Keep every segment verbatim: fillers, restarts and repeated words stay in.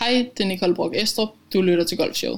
Hej, det er Nicole Brock Estrup. Du lytter til Golfshowet.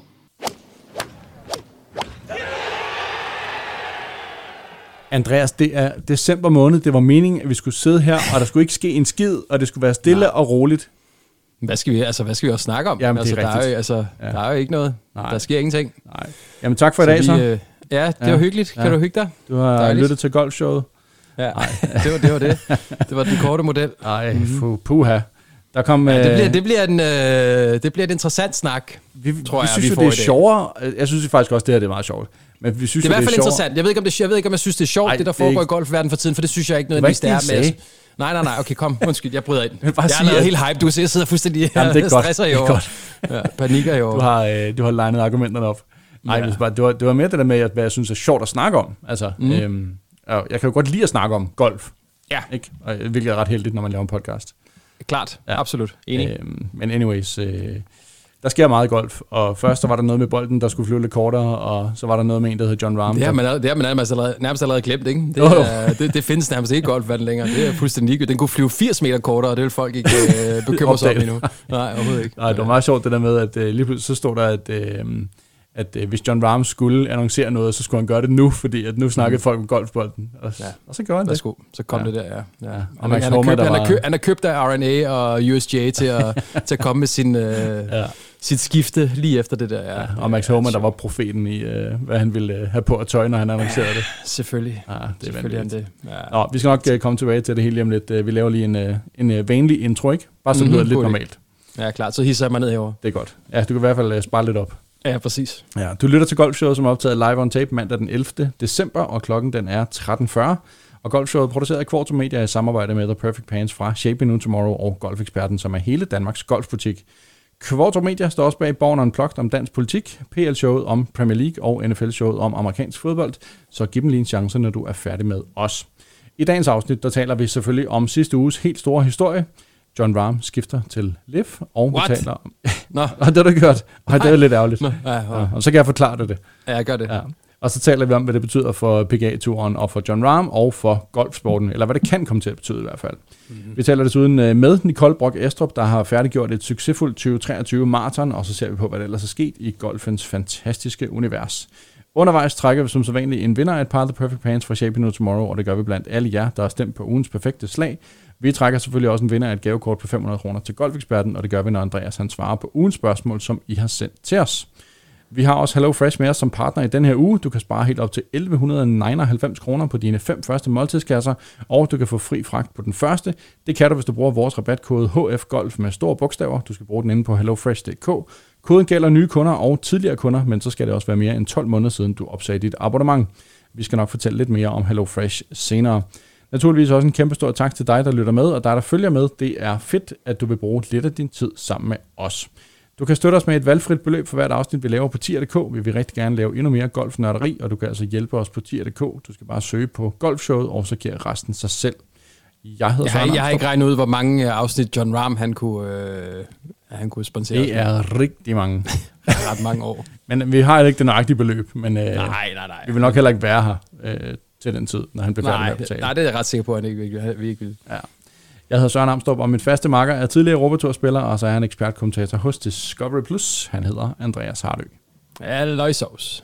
Andreas, det er december måned. Det var meningen, at vi skulle sidde her, og der skulle ikke ske en skid, og det skulle være stille Nej. og roligt. Hvad skal vi, altså, hvad skal vi også snakke om? Jamen, altså, det er der, er jo, rigtigt. altså, Ja. der er jo ikke noget. Nej. Der sker ingenting. Nej. Jamen tak for i så dag, vi, så. Øh, ja, det Ja. var hyggeligt. Kan Ja. du hygge dig? Du har Dejligt. lyttet til Golfshowet. Ja, det var det. Var det. det var den korte model. Ej, mm-hmm. puha. Der kom, ja, det, øh, bliver, det, bliver en, øh, det bliver et interessant snak, vi, tror vi jeg, synes vi jo, får det er i dag. sjovere. Jeg synes faktisk også, det her det er meget sjovt. Men vi synes Det er jo, i hvert fald det er interessant. Jeg ved, ikke, om det, jeg ved ikke, om jeg synes, det er sjovt, Ej, det der det er foregår ikke- i golfverdenen for tiden, for det synes jeg ikke var nødvendigvis, ikke det det, er jeg med. sagde. Nej, nej, nej, okay, kom, undskyld, jeg bryder ind. vil bare Jeg sige, er lavet at- helt hype, du kan se, jeg sidder fuldstændig Jamen, det er godt. stresser i Det er år. godt. Ja, panikker i år. Du har, øh, du har legnet argumenterne op. Nej, Ja. ja. bare, det, var, det var mere det der med, at, hvad jeg synes er sjovt at snakke om. Altså, mm. øhm, jeg kan jo godt lide at snakke om golf. Ja. Ikke? Og, hvilket er ret heldigt, når man laver en podcast. Klart, Ja. absolut. Enig. Øhm, men anyways, øh, der sker meget golf. Og først så var der noget med bolden, der skulle flyve lidt kortere, og så var der noget med en, der hed John Rahm. Det har der- man, det har man nærmest allerede, nærmest allerede glemt, ikke? Det, Jo, jo. er, det, det findes nærmest ikke i golfverdenen længere. Det er fuldstændig ligegyldigt. Den kunne flyve firs meter kortere, og det vil folk ikke øh, bekymre sig om Opdage. endnu. Nej, overhovedet ikke. Nej, det var meget sjovt det der med, at øh, lige pludselig så stod der, at, øh, at øh, hvis John Rahm skulle annoncere noget, så skulle han gøre det nu, fordi at nu snakkede mm. folk om golfbolden. Og, Ja. og så gjorde han det. Værsgo, så kom Ja. det der, ja. ja. Og Han, Max han, er Homa, købt, der han, er var- købt, han er købt af R N A og U S J til at, til at komme med sin, øh, Ja. sit skifte lige efter det der. Ja, Ja, og Max Homa, der var profeten i, øh, hvad han ville øh, have på at tøj, når han annoncerede det. Selvfølgelig. Ja, det er Selvfølgelig er han vanvittigt. det. Ja. Nå, vi skal nok øh, komme tilbage til det hele lige om lidt. Øh, Vi laver lige en, øh, en øh, vanlig intro, ikke? Bare så det Mhm, lyder lidt god idé. normalt. ja, klart. Så hisser jeg mig ned herovre. Det er godt. Ja, du kan i hvert fald øh, spare lidt op. Ja, præcis. Ja, du lytter til Golfshowet, som er optaget live on tape mandag den ellevte december, og klokken den er tretten fyrre. Og Golfshowet er produceret af Kvartrup Media i samarbejde med The Perfect Pants fra Shape New Tomorrow og Golfeksperten, som er hele Danmarks golfbutik. Kvartrup Media står også bag Born Unplugged om dansk politik, P L-showet om Premier League og N F L-showet om amerikansk fodbold, så giv dem lige en chance, når du er færdig med os. I dagens afsnit, der taler vi selvfølgelig om sidste uges helt store historie. John Rahm skifter til Liv, og What? vi taler om... Nå, og det har du gjort, og det er lidt ærgerligt. Nå. Ja, ja. Ja, og så kan jeg forklare dig det. ja, jeg gør det. Ja. Og så taler vi om, hvad det betyder for P G A-turen og for John Rahm og for golfsporten, eller hvad det kan komme til at betyde i hvert fald. Mm-hmm. Vi taler desuden øh, med Nicole Brock Estrup, der har færdiggjort et succesfuldt tyve treogtyve maraton, og så ser vi på, hvad der ellers er sket i golfens fantastiske univers. Undervejs trækker vi som sædvanligt en vinder af et par The Perfect Pants fra Shape New Tomorrow, og det gør vi blandt alle jer, der har stemt på ugens perfekte slag. Vi trækker selvfølgelig også en vinder af et gavekort på fem hundrede kroner til Golfeksperten, og det gør vi, når Andreas han svarer på ugens spørgsmål, som I har sendt til os. Vi har også HelloFresh med os som partner i den her uge. Du kan spare helt op til elleve nioghalvfems kroner på dine fem første måltidskasser, og du kan få fri fragt på den første. Det kan du, hvis du bruger vores rabatkode H F Golf med store bogstaver. Du skal bruge den inde på hellofresh punktum d k. Koden gælder nye kunder og tidligere kunder, men så skal det også være mere end tolv måneder siden, du opsagde dit abonnement. Vi skal nok fortælle lidt mere om HelloFresh senere. Naturligvis også en kæmpe stor tak til dig, der lytter med, og dig, der følger med. Det er fedt, at du vil bruge lidt af din tid sammen med os. Du kan støtte os med et valgfrit beløb for hvert afsnit, vi laver på tier punktum d k. Vi vil rigtig gerne lave endnu mere golfnørderi, og du kan altså hjælpe os på tier punktum d k. Du skal bare søge på Golfshowet, og så giver resten sig selv. Jeg hedder Jeg Søren har, jeg har Amstrup. ikke regnet ud, hvor mange afsnit John Rahm han kunne, øh, han kunne sponsere. Det er rigtig mange. ret mange år. Men vi har ikke det nøjagtige beløb, men øh, Nej, nej, nej. vi vil nok heller ikke være her øh, til den tid, når han bliver færdig med Nej, at betale. nej, det er jeg ret sikker på, at han ikke vil. Vi ikke vil. Ja. Jeg hedder Søren Amstrup, og min faste makker er tidligere Europaturspiller, og så er han ekspertkommentator hos Discovery Plus. Han hedder Andreas Hardø. Ja, løgsovs.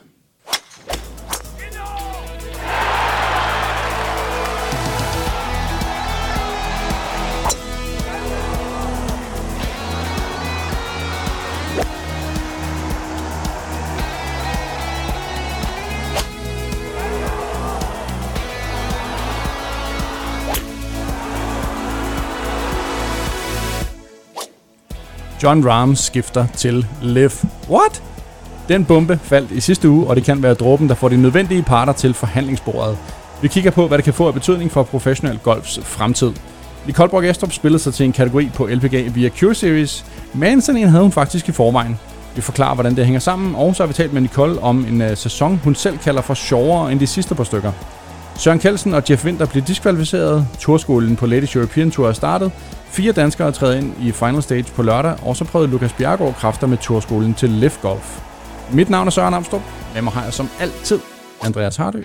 John Rahm skifter til Liv. What? Den bombe faldt i sidste uge, og det kan være dråben, der får de nødvendige parter til forhandlingsbordet. Vi kigger på, hvad det kan få af betydning for professionel golfs fremtid. Nicole Brock Estrup spillede sig til en kategori på L P G A via Cure Series, men sådan en havde hun faktisk i forvejen. Vi forklarer, hvordan det hænger sammen, og så har vi talt med Nicole om en uh, sæson, hun selv kalder for sjovere end de sidste par stykker. Søren Kjeldsen og Jeff Winter blev diskvalificeret, Tourskolen på Ladies European Tour er startet, fire danskere træder ind i final stage på lørdag, og så prøvede Lukas Bjerregaard kræfter med Tourskolen til Liv Golf. Mit navn er Søren Amstrup, med mig har jeg som altid Andreas Hardø.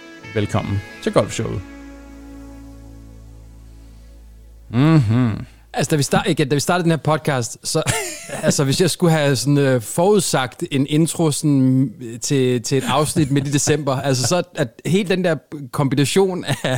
Velkommen til Golfshowet. Mhm. Altså, da vi, start, igen, da vi startede den her podcast, så altså, hvis jeg skulle have sådan, øh, forudsagt en intro sådan, til, til et afsnit midt i december, altså så at hele den der kombination af,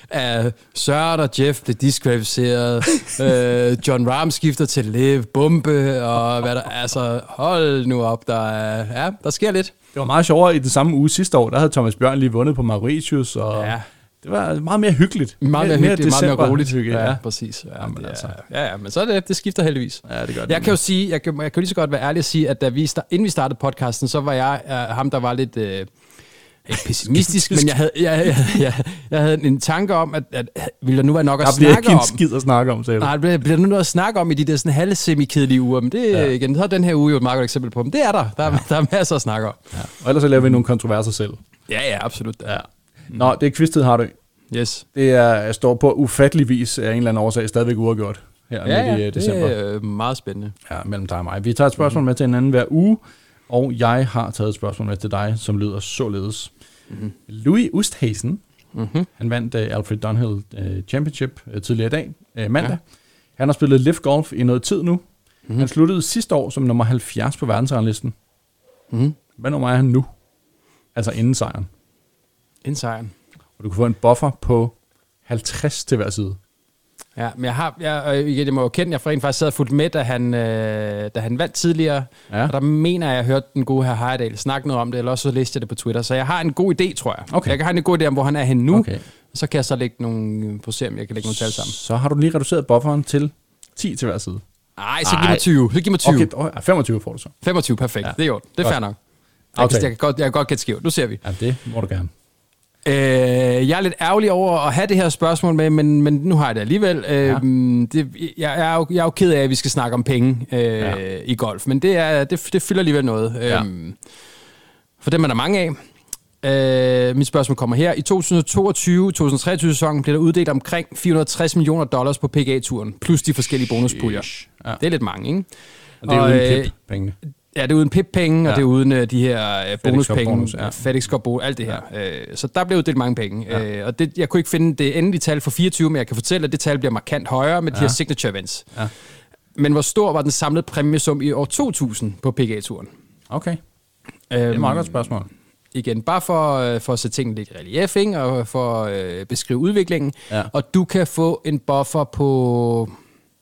af Søren og Jeff blev diskvalificeret, øh, John Rahm skifter til Liv, bombe, og hvad der, altså hold nu op, der, er, ja, der sker lidt. Det var meget sjovere i den samme uge sidste år, der havde Thomas Bjørn lige vundet på Mauritius, og... Ja. Det var meget mere hyggeligt. Meget mere, mere hyggeligt, meget mere roligt. Hygge, ja, ja, præcis. Ja, Jamen, det er, altså. ja, ja, men så er det, det skifter heldigvis. Ja, det gør det. Jeg kan jo sige, jeg kan, jeg kan lige så godt være ærlig at sige, at da vi start, inden vi startede podcasten, så var jeg uh, ham, der var lidt uh, ikke pessimistisk, men jeg havde, jeg, jeg, jeg, jeg havde en tanke om, at, at ville der nu være nok at der snakke om. Der bliver ikke en skid at snakke om, sagde du. Nej, bliver, bliver der nu noget at snakke om i de der sådan halve semi-kedelige uger, men det ja. igen, så er den her uge jo et meget godt eksempel på, men det er der. Der er, ja. der er masser at snakke om. Ja. Og ellers så laver vi nogle kontroverser selv. Ja, ja, absolut. Ja. Nå, det er quiz-tid, har du. Yes. Det er, står på ufattelig vis af en eller anden årsag stadigvæk uafgjort her ja, midt i ja, december. Det er meget spændende. Ja, mellem dig og mig. Vi tager et spørgsmål mm-hmm. med til hinanden hver uge, og jeg har taget et spørgsmål med til dig, som lyder således. Mm-hmm. Louis Oosthuizen, mm-hmm. han vandt uh, Alfred Dunhill uh, Championship uh, tidligere i dag, uh, mandag. Ja. Han har spillet Live Golf i noget tid nu. Mm-hmm. Han sluttede sidste år som nummer halvfjerds på verdensranglisten. Mm-hmm. Hvad nummer er han nu? Altså inden sejren. Inden sejren. Og du kan få en buffer på halvtreds til hver side. Ja, men jeg har, jeg, igen, jeg må jo kende, jeg for en faktisk sad og fulgt med, da han, øh, da han vandt tidligere, ja. Og der mener jeg, at jeg hørte den gode her Heyerdahl snakke noget om det, eller også så læste jeg det på Twitter, så jeg har en god idé, tror jeg. Okay. Jeg kan have en god idé om, hvor han er henne nu, okay. Så kan jeg så lægge nogle, på se, om jeg kan lægge nogle tal sammen. Så har du lige reduceret bufferen til ti til hver side. Nej, så giv mig tyve. Så giv mig tyve. Okay, femogtyve får du så. femogtyve, perfekt. Ja. Det er jo, det er fair nok. Jeg, okay. jeg, kan godt, jeg kan godt gætte skævt. Nu ser vi. Ja, det må du gerne. Øh, jeg er lidt ærgerlig over at have det her spørgsmål med, men, men nu har jeg det alligevel. Øh, ja. det, jeg, er jo, jeg er jo ked af, at vi skal snakke om penge øh, ja. i golf, men det, er, det, det fylder alligevel noget. Ja. Øh, for dem er der mange af. Øh, mit spørgsmål kommer her. I to tusind og toogtyve til to tusind og treogtyve sæsonen bliver der uddelt omkring fire hundrede og tres millioner dollars på P G A-turen, plus de forskellige bonuspuljer. Ja. Det er lidt mange, ikke? Og det er og, uden pip-pengene. Ja, det er uden pip-penge, ja. Og det er uden uh, de her uh, bonuspenge, bonus, ja. FedEx Cup bonus, alt det her. Ja. Uh, så der blev uddelt mange penge. Ja. Uh, og det, jeg kunne ikke finde det endelige tal for fireogtyve, men jeg kan fortælle, at det tal bliver markant højere med ja. De her signature events. Ja. Men hvor stor var den samlede præmiesum i år to tusind på P G A-turen? Okay. Det er et meget godt spørgsmål. Igen, bare for, for at sætte tingene lidt i relief, ikke? Og for at øh, beskrive udviklingen. Ja. Og du kan få en buffer på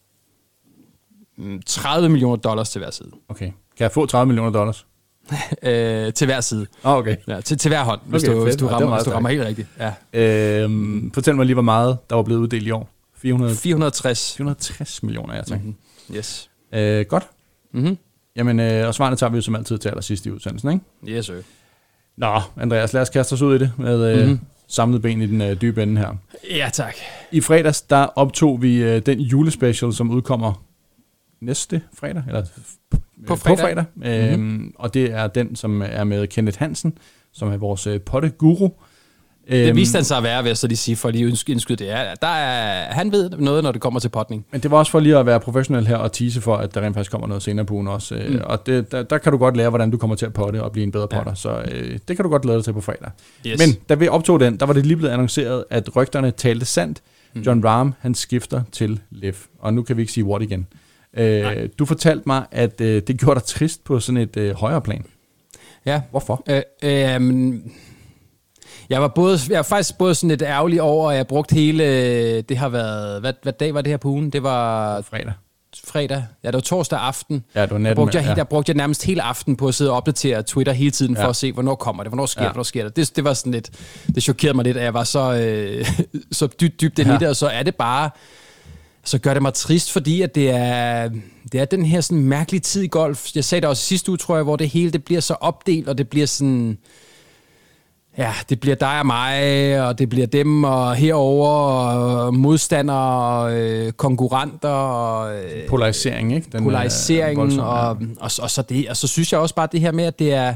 tredive millioner dollars til hver side. Okay. Kan jeg få tredive millioner dollars? øh, til hver side. Oh, okay. Ja, til, til hver hånd, hvis, okay, du, hvis, du, rammer, hvis du rammer helt rigtigt. Ja. Øhm, fortæl mig lige, hvor meget der var blevet uddelt i år. fire hundrede, fire hundrede og tres. fire hundrede og tres millioner, ja tak. Mm-hmm. Yes. Øh, godt. Mm-hmm. Jamen, øh, og svarene tager vi jo som altid til allersidst i udsendelsen, ikke? Yes, sir. Nå, Andreas, lad os kaste os ud i det med øh, mm-hmm. samlet ben i den øh, dybe ende her. Ja, tak. I fredags, der optog vi øh, den julespecial, som udkommer næste fredag, eller på fredag, på fredag. Mm-hmm. Øhm, og det er den, som er med Kenneth Hansen, som er vores øh, potteguru. Det viste han sig at være, vil jeg så lige sige, for lige indskyde det. Er, der er, han ved noget, når det kommer til potning. Men det var også for lige at være professionel her og tease for, at der rent faktisk kommer noget senere på ugen også. Mm. Og det, der, der kan du godt lære, hvordan du kommer til at potte og blive en bedre potter. Ja. Så øh, det kan du godt glæde dig til på fredag. Yes. Men da vi optog den, der var det lige blevet annonceret, at rygterne talte sandt. Mm. John Rahm, han skifter til Liv. Og nu kan vi ikke sige what igen. Øh, du fortalte mig, at øh, det gjorde dig trist på sådan et øh, højere plan. Ja. Hvorfor? Øh, øh, men Jeg var, både, jeg var faktisk både sådan lidt ærgerlig over, at jeg brugte hele... Det har været... Hvad, hvad dag var det her på ugen? Det var... Fredag. Fredag. Ja, det var torsdag aften. Ja, det var natten. Der brugte, jeg, ja. der brugte jeg nærmest hele aften på at sidde og opdatere Twitter hele tiden for ja. At se, hvornår kommer det, hvornår sker ja. det, hvornår sker det. det. Det var sådan lidt... Det chokerede mig lidt, at jeg var så, øh, så dybt, dybt ind ja. i det, og så er det bare... Så gør det mig trist, fordi at det er, det er den her sådan mærkelige tid i golf. Jeg sagde det også sidste uge, tror jeg, hvor det hele det bliver så opdelt, og det bliver sådan... Ja, det bliver dig og mig, og det bliver dem, og herover og modstandere, og øh, konkurrenter. Og, øh, polarisering, ikke? Den polariseringen, voldsom, ja. og, og, og, så det, og så synes jeg også bare det her med, at det er,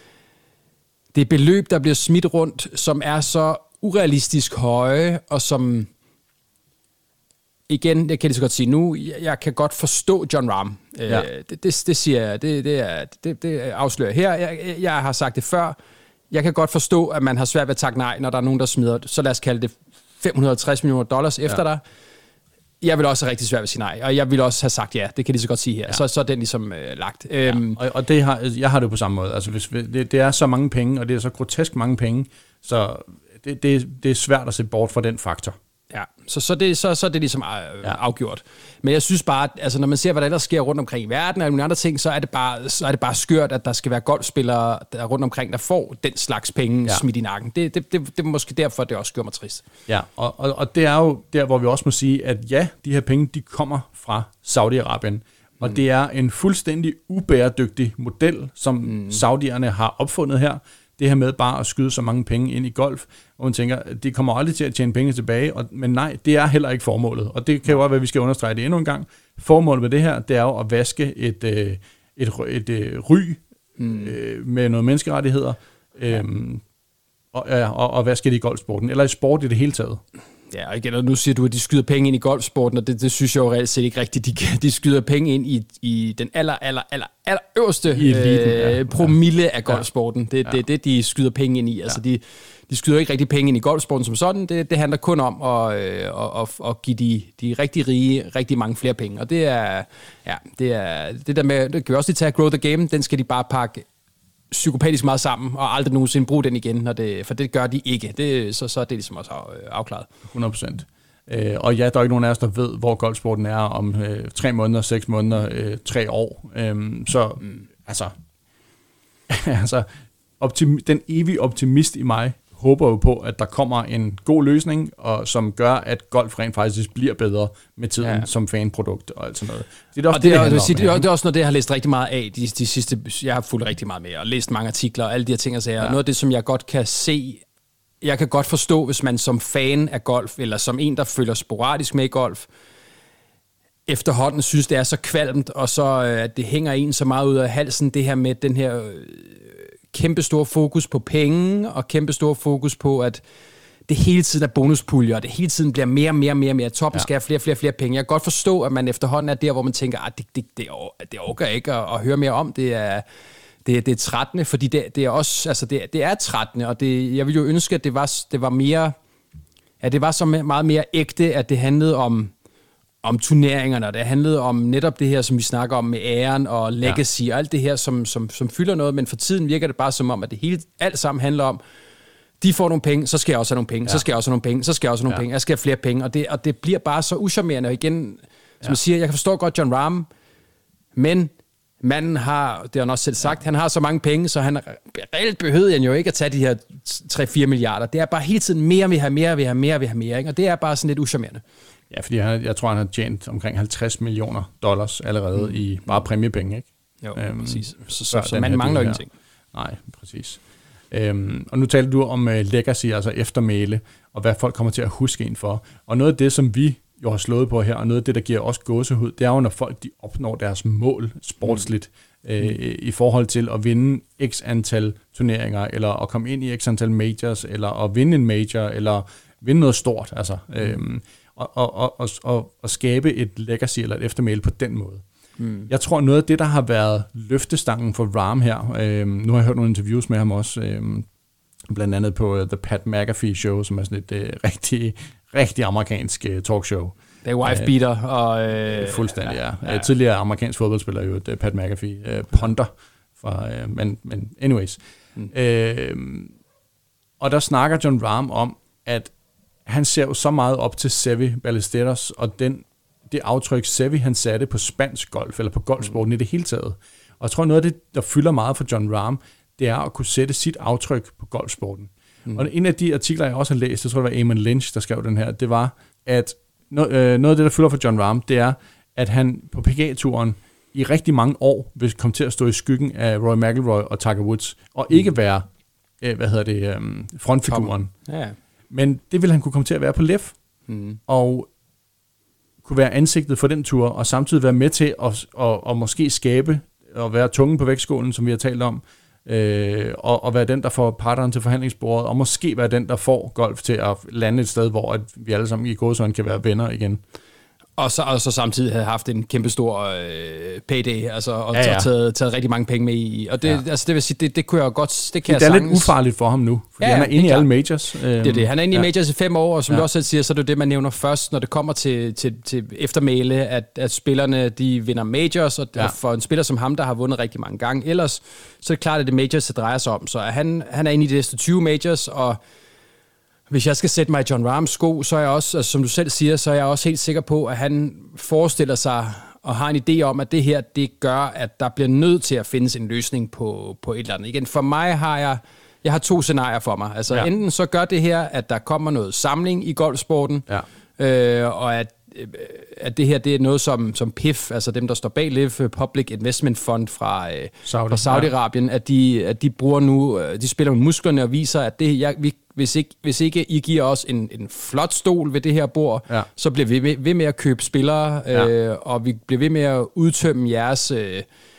det er beløb, der bliver smidt rundt, som er så urealistisk høje, og som... Igen, jeg kan lige så godt sige nu, jeg, jeg kan godt forstå John Rahm. Ja. Øh, det, det, det siger jeg, det, det, er, det, det afslører her. Jeg, jeg har sagt det før. Jeg kan godt forstå, at man har svært ved at takke nej, når der er nogen, der smider, så lad os kalde det fem hundrede og halvtreds millioner dollars efter ja. dig. Jeg vil også have rigtig svært ved at sige nej, og jeg vil også have sagt ja, det kan de så godt sige her. Ja. Så, så er den ligesom øh, lagt. Ja. Øhm, Og, og det har, jeg har det på samme måde. Altså, hvis, det, det er så mange penge, og det er så grotesk mange penge, så det, det, det er svært at se bort fra den faktor. Ja, så, så, det, så, så er det ligesom øh, ja. afgjort. Men jeg synes bare, altså når man ser, hvad der ellers sker rundt omkring i verden og nogle andre ting, så er det bare, så er det bare skørt, at der skal være golfspillere der rundt omkring, der får den slags penge ja. smidt i nakken. Det, det, det, det er måske derfor, det også gør mig trist. Ja, og, og, og det er jo der, hvor vi også må sige, at ja, de her penge, de kommer fra Saudi-Arabien. Og mm. det er en fuldstændig ubæredygtig model, som mm. saudierne har opfundet her. Det her med bare at skyde så mange penge ind i golf, og man tænker, det kommer aldrig til at tjene penge tilbage, og, men nej, det er heller ikke formålet. Og det kan jo godt være, at vi skal understrege det endnu en gang. Formålet med det her, det er jo at vaske et, et, et, et, et ry mm. øh, med nogle menneskerettigheder, øh, og, og, og vaske det i golfsporten, eller i sport i det hele taget. Ja, og igen, og nu siger du, at de skyder penge ind i golfsporten, og det, det synes jeg jo reelt set ikke rigtigt. De, de skyder penge ind i, i den aller, aller, aller, aller øverste eliten, øh, ja. promille ja. af golfsporten. Det er ja. det, det, de skyder penge ind i. Altså, ja. de, de skyder ikke rigtig penge ind i golfsporten som sådan. Det, det handler kun om at, øh, at, at, at give de, de rigtig rige rigtig mange flere penge. Og det er, ja, det er det der med, det kan vi også lige tage Grow the Game, den skal de bare pakke psykopatisk meget sammen, og aldrig nogensinde bruge den igen, når det, for det gør de ikke. Det, så, så er det ligesom også afklaret. hundrede procent. Øh, og ja, der er ikke nogen af os, der ved, hvor golfsporten er om øh, tre måneder, seks måneder, øh, tre år. Øhm, så mm. altså, altså optimi- den evige optimist i mig håber jo på, at der kommer en god løsning, og som gør, at golf rent faktisk bliver bedre med tiden ja. som fanprodukt og alt sådan noget. Det er også, og det, det, er, det, det, sige, det, er, det er også noget, det jeg har læst rigtig meget af de, de sidste... Jeg har fulgt rigtig meget med, og læst mange artikler og alle de her ting og sager. Ja. Noget af det, som jeg godt kan se... Jeg kan godt forstå, hvis man som fan af golf, eller som en, der følger sporadisk med i golf, efterhånden synes, det er så kvalmt, og så at det hænger en så meget ud af halsen, det her med den her... kæmpe stor fokus på penge, og kæmpe stor fokus på, at det hele tiden er bonuspuljer, og det hele tiden bliver mere og mere og mere, mere. Toppen ja. skal have flere og flere, flere penge. Jeg kan godt forstå, at man efterhånden er der, hvor man tænker, at det, det, det, det orker ikke at, at høre mere om. Det er, det, det er trættende, fordi det, det er også, altså det, det er trættende, og det, jeg ville jo ønske, at det var, det var mere, at det var så meget mere ægte, at det handlede om om turneringerne, og det handlede om netop det her, som vi snakker om med æren og legacy, ja. og alt det her, som, som, som fylder noget, men for tiden virker det bare som om, at det hele, alt sammen handler om, de får nogle penge, så skal jeg også have nogle penge, ja. så skal jeg også have nogle penge, så skal jeg også have nogle ja. penge, jeg skal have flere penge, og det, og det bliver bare så uschammerende, og igen, som ja. jeg siger, jeg kan forstå godt Jon Rahm, men manden har, det har han også selv sagt, ja. han har så mange penge, så han reelt behøvede han jo ikke at tage de her tre fire milliarder. Det er bare hele tiden mere, vi har mere, vi har mere, vi har mere, ikke? Og det er bare sådan lidt uschammerende. Ja, fordi jeg, jeg tror, han har tjent omkring halvtreds millioner dollars allerede mm. i bare præmiepenge, ikke? Jo, øhm, præcis. Så, så, så man mangler ingenting. Nej, præcis. Øhm, og nu taler du om uh, legacy, altså eftermæle, og hvad folk kommer til at huske en for. Og noget af det, som vi jo har slået på her, og noget af det, der giver os gåsehud, det er jo, når folk de opnår deres mål sportsligt, mm. øh, i forhold til at vinde x antal turneringer, eller at komme ind i x antal majors, eller at vinde en major, eller vinde noget stort, altså. Mm. Øhm, Og, og, og, og, og skabe et legacy eller et eftermæle på den måde. Mm. Jeg tror, noget af det, der har været løftestangen for Rahm her, øh, nu har jeg hørt nogle interviews med ham også, øh, blandt andet på uh, The Pat McAfee Show, som er sådan et uh, rigtig, rigtig amerikansk uh, talkshow. Det er wife-beater. Og, øh, fuldstændig, ja. ja. Tidligere amerikansk fodboldspiller, jo, uh, Pat McAfee, uh, punter, fra, uh, men, men anyways. Mm. Øh, og der snakker Jon Rahm om, at han ser jo så meget op til Seve Ballesteros, og den, det aftryk, Seve han satte på spansk golf, eller på golfsporten mm. i det hele taget. Og jeg tror, noget af det, der fylder meget for Jon Rahm, det er at kunne sætte sit aftryk på golfsporten. Mm. Og en af de artikler, jeg også har læst, jeg tror, det var Eamon Lynch, der skrev den her, det var, at no, øh, noget af det, der fylder for Jon Rahm, det er, at han på P G A-turen i rigtig mange år vil komme til at stå i skyggen af Rory McIlroy og Tiger Woods, og ikke mm. være, øh, hvad hedder det, øh, frontfiguren. Ja. Men det vil han kunne komme til at være på L I V, mm. og kunne være ansigtet for den tur, og samtidig være med til at, at, at måske skabe, og være tungen på vægtskålen, som vi har talt om, øh, og, og være den, der får partneren til forhandlingsbordet, og måske være den, der får golf til at lande et sted, hvor at vi alle sammen i gåsøjne kan være venner igen. Og så, og så samtidig havde haft en kæmpe stor øh, payday, altså, og, ja, ja. og taget, taget rigtig mange penge med i. Og det, ja. altså, det vil sige, det, det kunne jeg godt, det kan det jeg er sagtens. lidt ufarligt for ham nu, fordi ja, han er inde i alle majors. Det er det. Han er inde ja. i majors i fem år, og som ja. du også selv siger, så er det det, man nævner først, når det kommer til, til, til eftermæle, at, at spillerne de vinder majors, og ja. for en spiller som ham, der har vundet rigtig mange gange. Ellers så er det klart, at det majors, det drejer sig om. Så han, han er inde i de næste tyve majors, og hvis jeg skal sætte mig i Jon Rahms sko, så er jeg også, altså, som du selv siger, så er jeg også helt sikker på, at han forestiller sig og har en idé om, at det her, det gør, at der bliver nødt til at findes en løsning på, på et eller andet. Igen, for mig har jeg, jeg har to scenarier for mig. Altså ja. enten så gør det her, at der kommer noget samling i golfsporten, ja. øh, og at, at det her, det er noget som, som P I F, altså dem, der står bag Live Public Investment Fund fra, øh, Saudi, fra Saudi-Arabien, ja. at, de, at de bruger nu, de spiller med musklerne og viser, at det, jeg, vi Hvis ikke, hvis ikke I giver os en, en flot stol ved det her bord, ja. så bliver vi ved, ved med at købe spillere, ja. øh, og vi bliver ved med at udtømme jeres, øh,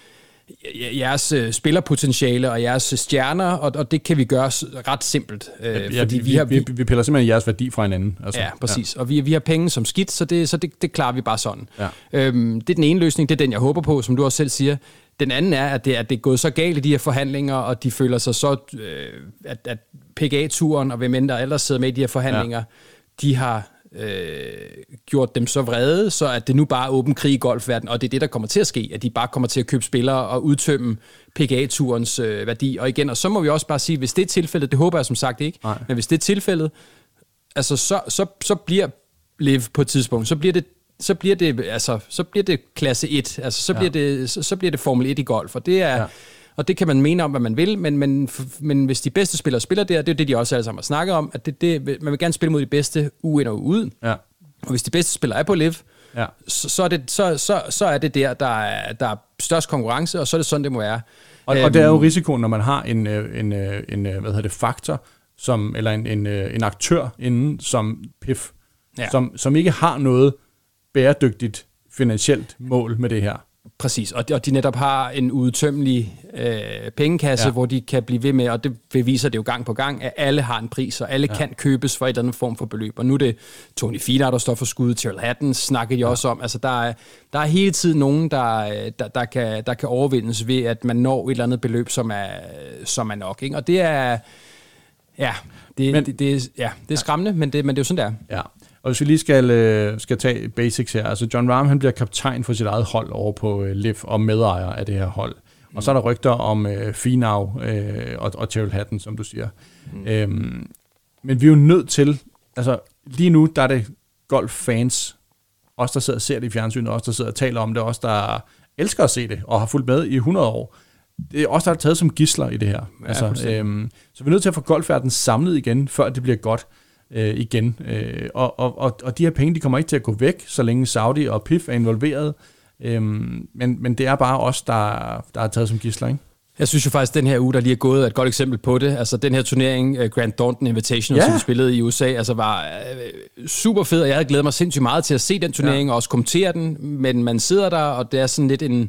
jeres øh, spillerpotentiale og jeres stjerner, og, og det kan vi gøre ret simpelt. Øh, ja, fordi vi, vi, har, vi, vi piller simpelthen jeres værdi fra hinanden. Altså, ja, præcis. Ja. Og vi, vi har penge som skidt, så det, så det, det klarer vi bare sådan. Ja. Øhm, det er den ene løsning, det er den, jeg håber på, som du også selv siger. Den anden er, at det, at det er gået så galt i de her forhandlinger, og de føler sig så, øh, at, at P G A-turen og hvem end der ellers sidder med i de her forhandlinger, ja. de har øh, gjort dem så vrede, så at det nu bare er åben krig i golfverdenen, og det er det, der kommer til at ske, at de bare kommer til at købe spillere og udtømme P G A-turens øh, værdi. Og igen, og så må vi også bare sige, hvis det er tilfældet, det håber jeg som sagt ikke, Nej. men hvis det er tilfældet, altså så, så, så bliver Live på et tidspunkt, så bliver det så bliver det altså så bliver det klasse et, altså så bliver ja. det så, så bliver det Formel et i golf, og det er ja. og det kan man mene om hvad man vil, men men men hvis de bedste spillere spiller der, det er det de også alle sammen har snakket om, at det det man vil gerne spille mod de bedste uge ind og uge ud. Ja. Og hvis de bedste spillere er på Live, ja. så, så er det så så så er det der der er der er størst konkurrence, og så er det sådan det må være. Og, og det er jo risikoen, når man har en en en, en hvad hedder det faktor som eller en en en aktør inden som P I F, ja. som som ikke har noget bæredygtigt finansielt mål med det her. Præcis, og de, og de netop har en udtømmelig øh, pengekasse, ja. hvor de kan blive ved med, og det beviser det jo gang på gang, at alle har en pris, og alle ja. kan købes for et eller andet form for beløb. Og nu er det Tony Finau, der står for skud, Tyrrell Hatton snakker de ja. også om. Altså der er, der er hele tiden nogen, der, der, der, kan, der kan overvindes ved, at man når et eller andet beløb, som er, som er nok. Ikke? Og det er, ja, det, men, det, det, ja, det er skræmmende, men det, men det er jo sådan, der. Ja. Og hvis vi lige skal, øh, skal tage basics her, altså Jon Rahm, han bliver kaptajn for sit eget hold over på øh, Live og medejer af det her hold. Mm. Og så er der rygter om øh, Finau øh, og, og Tyrrell Hatton, som du siger. Mm. Øhm, men vi er jo nødt til, altså lige nu, der er det golffans, os der sidder og ser det i fjernsynet, os der sidder og taler om det, os der elsker at se det og har fulgt med i hundrede år. Det er også der er taget som gidsler i det her. Ja, altså, øhm, så vi er nødt til at få golfverdenen samlet igen, før det bliver godt. Øh, igen. Øh, og, og, og de her penge, de kommer ikke til at gå væk, så længe Saudi og P I F er involveret. Øhm, men, men det er bare os, der, der er taget som gidsler, ikke? Jeg synes jo faktisk, at den her uge, der lige er gået, er et godt eksempel på det. Altså den her turnering, Grant Thornton Invitational, ja. som vi spillede i U S A, altså var øh, super fed, og jeg havde glædet mig sindssygt meget til at se den turnering, ja. og også kommentere den, men man sidder der, og det er sådan lidt en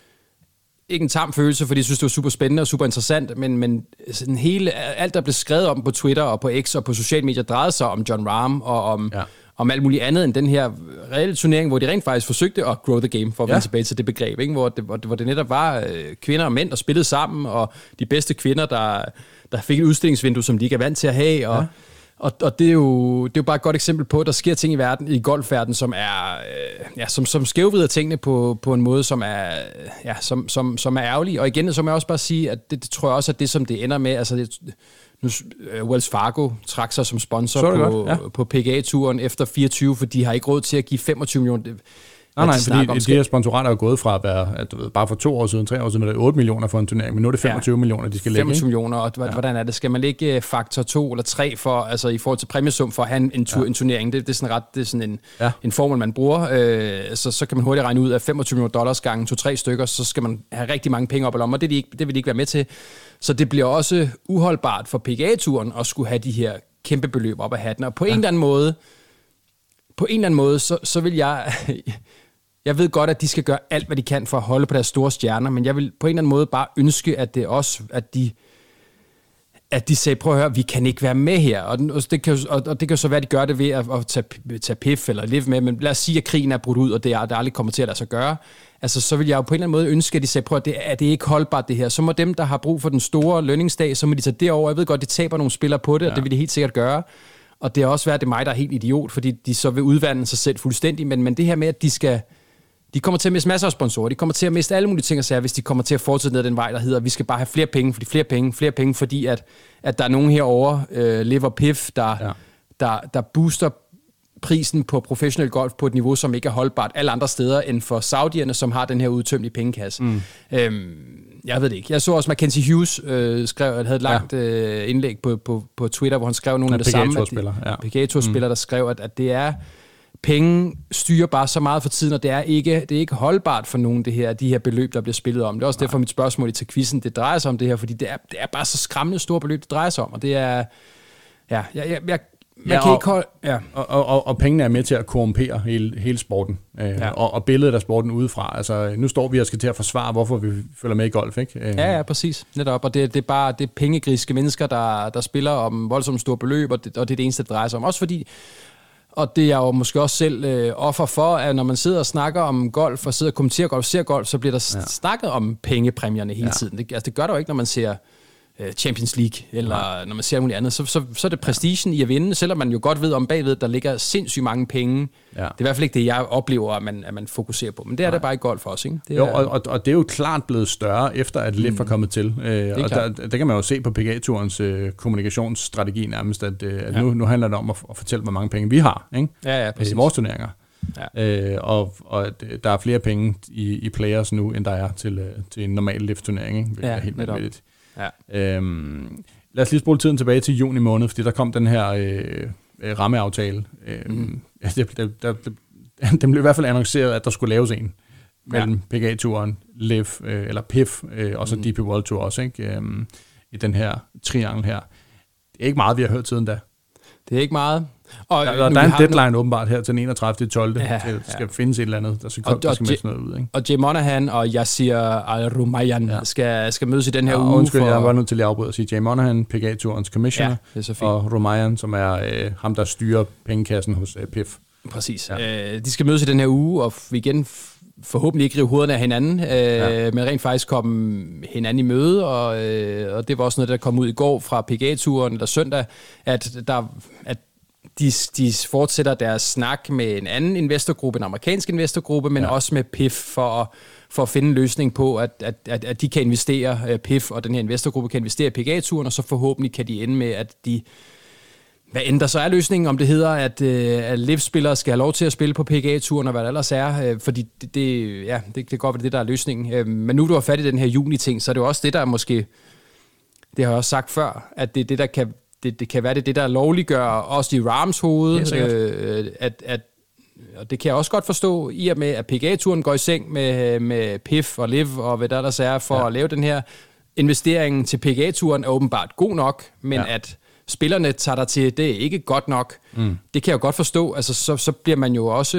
ikke en tam følelse, fordi jeg synes, det var super spændende og super interessant, men, men sådan hele, alt, der blev skrevet om på Twitter og på X og på sociale medier, drejede sig om Jon Rahm og om, ja. om alt muligt andet end den her reelle turnering, hvor de rent faktisk forsøgte at grow the game, for at ja. vende tilbage til det begreb, ikke? Hvor, det, hvor, det, hvor det netop var øh, kvinder og mænd, der spillede sammen, og de bedste kvinder, der, der fik et udstillingsvindue, som de ikke er vant til at have, og ja. Og, og det, er jo, det er jo bare et godt eksempel på, at der sker ting i verden, i golfverdenen, som er øh, ja, som, som skævvider tingene på, på en måde, som er, ja, som, som, som er ærgerlig. Og igen, så må jeg også bare sige, at det, det tror jeg også, at det, som det ender med, altså det, nu, uh, Wells Fargo trak sig som sponsor på, ja. på P G A-turen efter fireogtyve, for de har ikke råd til at give femogtyve millioner. Nej, nej, fordi om, de her sponsorater er jo gået fra at være, at du ved, bare for to år siden, tre år siden, var det otte millioner for en turnering, men nu er det femogtyve ja. millioner, de skal lægge. femogtyve millioner, og ja. hvordan er det? Skal man lægge faktor to eller tre for, altså i forhold til præmiesum for at have en, tur, ja. en turnering? Det, det er sådan ret, det er sådan en, ja. en formel, man bruger. Øh, så, så kan man hurtigt regne ud, at femogtyve millioner dollars gange to-tre stykker, så skal man have rigtig mange penge op i lommen, og det, de ikke, det vil de ikke være med til. Så det bliver også uholdbart for P G A-turen at skulle have de her kæmpe beløb op af hatten, og på ja. en eller anden måde, på en eller anden måde, så, så vil jeg... Jeg ved godt, at de skal gøre alt, hvad de kan for at holde på deres store stjerner, men jeg vil på en eller anden måde bare ønske, at det også, at de, at de sagde, prøv at høre, vi kan ikke være med her. Og, den, og, det, kan, og, og det kan så være, at de gør det ved at, at tage, tage pif eller live med, men lad os sige, at krigen er brudt ud, og det, er, det aldrig kommer til at lade sig gøre. Altså, så vil jeg jo på en eller anden måde ønske, at de sagde, prøv at det er, det er ikke holdbart det her. Så må dem, der har brug for den store lønningsdag, så må de tage derover. Jeg ved godt, de taber nogle spillere på det, ja. Og det vil de helt sikkert gøre. Og det er også været, det er mig, der er helt idiot, fordi de så vil udvande sig selv fuldstændig. Men, men det her med, at de skal... De kommer til at miste masser af sponsorer. De kommer til at miste alle mulige ting og sager, hvis de kommer til at fortsætte ned den vej, der hedder, vi skal bare have flere penge, fordi flere penge, flere penge, fordi at, at der er nogen herovre, øh, Liver Piff, der, ja. der, der booster prisen på professionel golf på et niveau, som ikke er holdbart alle andre steder end for saudierne, som har den her udtømmelige pengekasse. Mm. Øhm, jeg ved det ikke. Jeg så også Mackenzie Hughes øh, skrev, havde et langt ja. øh, indlæg på, på, på Twitter, hvor han skrev nogle af det samme. P G A-turspiller, ja. Der skrev, at, at det er penge styrer bare så meget for tiden, og det er ikke, det er ikke holdbart for nogen, det her, de her beløb, der bliver spillet om. Det er også Nej. Derfor mit spørgsmål til quizzen, det drejer sig om det her, fordi det er, det er bare så skræmmende store beløb, det drejer sig om, og det er, ja, jeg, jeg, jeg Man ja, kan og, ikke holde, ja. og, og, og, og pengene er med til at korrumpere hele, hele sporten, øh, ja. og, og billedet af sporten udefra. Altså, nu står vi og skal til at forsvare, hvorfor vi følger med i golf, ikke? Øh. Ja, ja, præcis. Netop. Og det, det er bare det er pengegriske mennesker, der, der spiller om voldsomt store beløb, og det, og det er det eneste, det drejer sig om. Også fordi, og det er jo måske også selv øh, offer for, at når man sidder og snakker om golf, og sidder og kommenterer golf, ser golf, så bliver der ja. snakket om pengepræmierne hele ja. tiden. Det, altså, det gør der jo ikke, når man ser Champions League, eller ja. når man ser noget andet, så, så, så er det prestigen i at vinde, selvom man jo godt ved om bagved, der ligger sindssygt mange penge. Ja. Det er i hvert fald ikke det, jeg oplever, at man, at man fokuserer på. Men det er det bare i golf for os, ikke? Det jo, er, og, og, og det er jo klart blevet større, efter at L I V mm. er kommet til. Øh, og der, der kan man jo se på P G A-turens øh, kommunikationsstrategi nærmest, at, øh, at ja. nu, nu handler det om at, at fortælle, hvor mange penge vi har, ikke? Ja, ja, præcis. I vores turneringer. Ja. Øh, og, og der er flere penge i, i players nu, end der er til, til en normal L I V-turnering, ikke? Det ja, er helt vanvittigt. Ja. Øhm, lad os lige spole tiden tilbage til juni måned, fordi der kom den her øh, rammeaftale. Øh, mm. ja, det, det, det, det, den blev i hvert fald annonceret, at der skulle laves en mellem ja. P G A-turen, L I V, øh, eller P I F, øh, og så mm. D P World Tour også, ikke? Øhm, i den her triangel her. Det er ikke meget, vi har hørt siden da. Det er ikke meget. Og der, der er en deadline nu åbenbart her til den enogtredivte tolvte Ja, det skal ja. findes et eller andet, der skal, og, der skal melde noget ud. Ikke? Og Jay Monahan og Yasir Al-Rumayyan ja. skal, skal mødes i den her ja, uge. Undskyld, for... jeg var nødt til at afbryde og sige Jay Monahan, P G A-turens commissioner, ja, og Rumayyan, som er øh, ham, der styrer pengekassen hos øh, P I F. Præcis. Ja. Øh, de skal mødes i den her uge, og igen forhåbentlig ikke rive hovederne af hinanden, øh, ja. men rent faktisk komme hinanden i møde, og, øh, og det var også noget, der kom ud i går fra P G A-turen, eller søndag, at der... At De, de fortsætter deres snak med en anden investorgruppe, en amerikansk investorgruppe, men ja. også med P I F for at, for at finde en løsning på, at, at, at, at de kan investere, P I F og den her investorgruppe kan investere i P G A-turen, og så forhåbentlig kan de ende med, at de, hvad end der så er løsningen, om det hedder, at, at L I V-spillere skal have lov til at spille på P G A-turen, og hvad der ellers er, fordi det, det, ja, det, det kan godt være det, der er løsningen. Men nu du har fat i den her juni-ting, så er det jo også det, der er måske, det har jeg også sagt før, at det er det, der kan Det, det kan være det, det der lovliggør også i Rahms hoved, øh, at, at, og det kan jeg også godt forstå, i og med, at P G A-turen går i seng med, med P I F og L I V og hvad der ellers er, for ja. at lave den her investeringen til P G A-turen er åbenbart god nok, men ja. at spillerne tager der til, det er ikke godt nok. Mm. Det kan jeg jo godt forstå. Altså, så, så bliver man jo også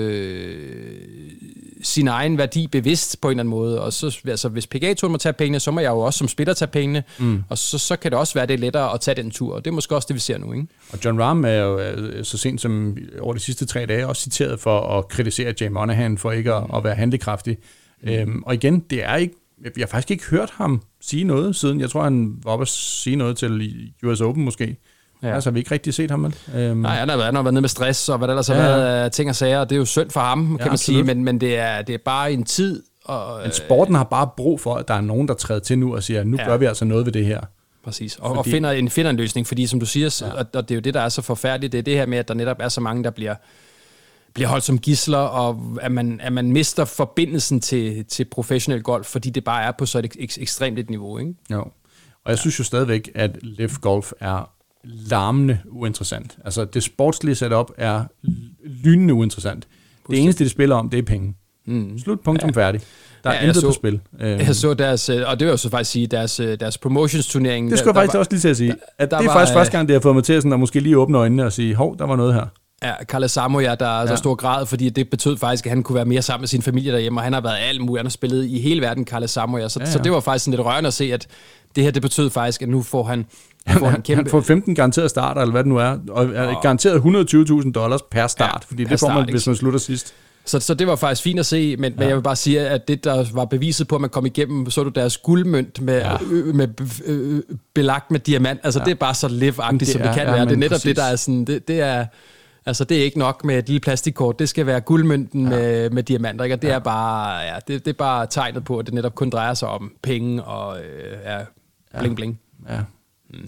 øh, sin egen værdi bevidst på en eller anden måde. Og så, altså, hvis P G A-turen må tage pengene, så må jeg jo også som spiller tage pengene. Mm. Og så, så kan det også være, det lettere at tage den tur. Og det er måske også det, vi ser nu, ikke? Og Jon Rahm er jo så sent som over de sidste tre dage også citeret for at kritisere Jay Monahan for ikke at, at være handlekraftig. Mm. Øhm, og igen, det er ikke jeg har faktisk ikke hørt ham sige noget siden. Jeg tror, han var oppe at sige noget til U S Open måske. Ja. Altså, har vi ikke rigtig set ham, men... Øhm. Nej, han har, været, han har været nede med stress, og hvad der ellers har ja. været ting og sager, og det er jo synd for ham, kan ja, man sige, men, men det, er, det er bare en tid... Og, men sporten har bare brug for, at der er nogen, der træder til nu og siger, nu ja. gør vi altså noget ved det her. Præcis, og, fordi... og finder, en, finder en løsning, fordi som du siger, ja. og, og det er jo det, der er så forfærdeligt, det er det her med, at der netop er så mange, der bliver... bliver holdt som gidsler, og at man, at man mister forbindelsen til, til professionel golf, fordi det bare er på så et ek- ekstremt et niveau, ikke? Jo, og jeg ja. synes jo stadigvæk, at L I V Golf er larmende uinteressant. Altså, det sportslige setup er lynende uinteressant. Det eneste, de spiller om, det er penge. Mm. Slut, punktum, ja. færdig. Der er ja, intet så, på spil. Jeg så deres, og det vil jeg så faktisk sige, deres, deres promotions-turnering. Det skulle jeg faktisk var, også lige til at sige, at det er var, faktisk første gang, det har fået mig til at, sådan, at måske lige åbne øjnene og sige, hov, der var noget her. Ja, Carlos Samoja, der er ja. så stor grad, fordi det betød faktisk, at han kunne være mere sammen med sin familie derhjemme, og han har været alt muligt, han har spillet i hele verden, Carlos Samoja, så, ja, ja. så det var faktisk sådan lidt rørende at se, at det her, det betød faktisk, at nu får han, nu får han, kæmpe... han får femten garanteret starter, eller hvad det nu er, og er garanteret et hundrede og tyve tusind dollars per start, ja, fordi per det får man, start, hvis man slutter sidst. Så, så det var faktisk fint at se, men, ja. men jeg vil bare sige, at det, der var beviset på, at man kom igennem, så du deres guldmønt med, ja. øh, med øh, belagt med diamant, altså ja. det er bare så live-agtigt, som det kan ja, være. Det er netop præcis. det, der er sådan, det, det er... Altså, det er ikke nok med et lille plastikkort. Det skal være guldmønten ja. med, med diamanter, ikke? Og det ja. er bare, ja, det, det er bare tegnet på, at det netop kun drejer sig om penge og øh, ja, bling bling. Ja. Mm.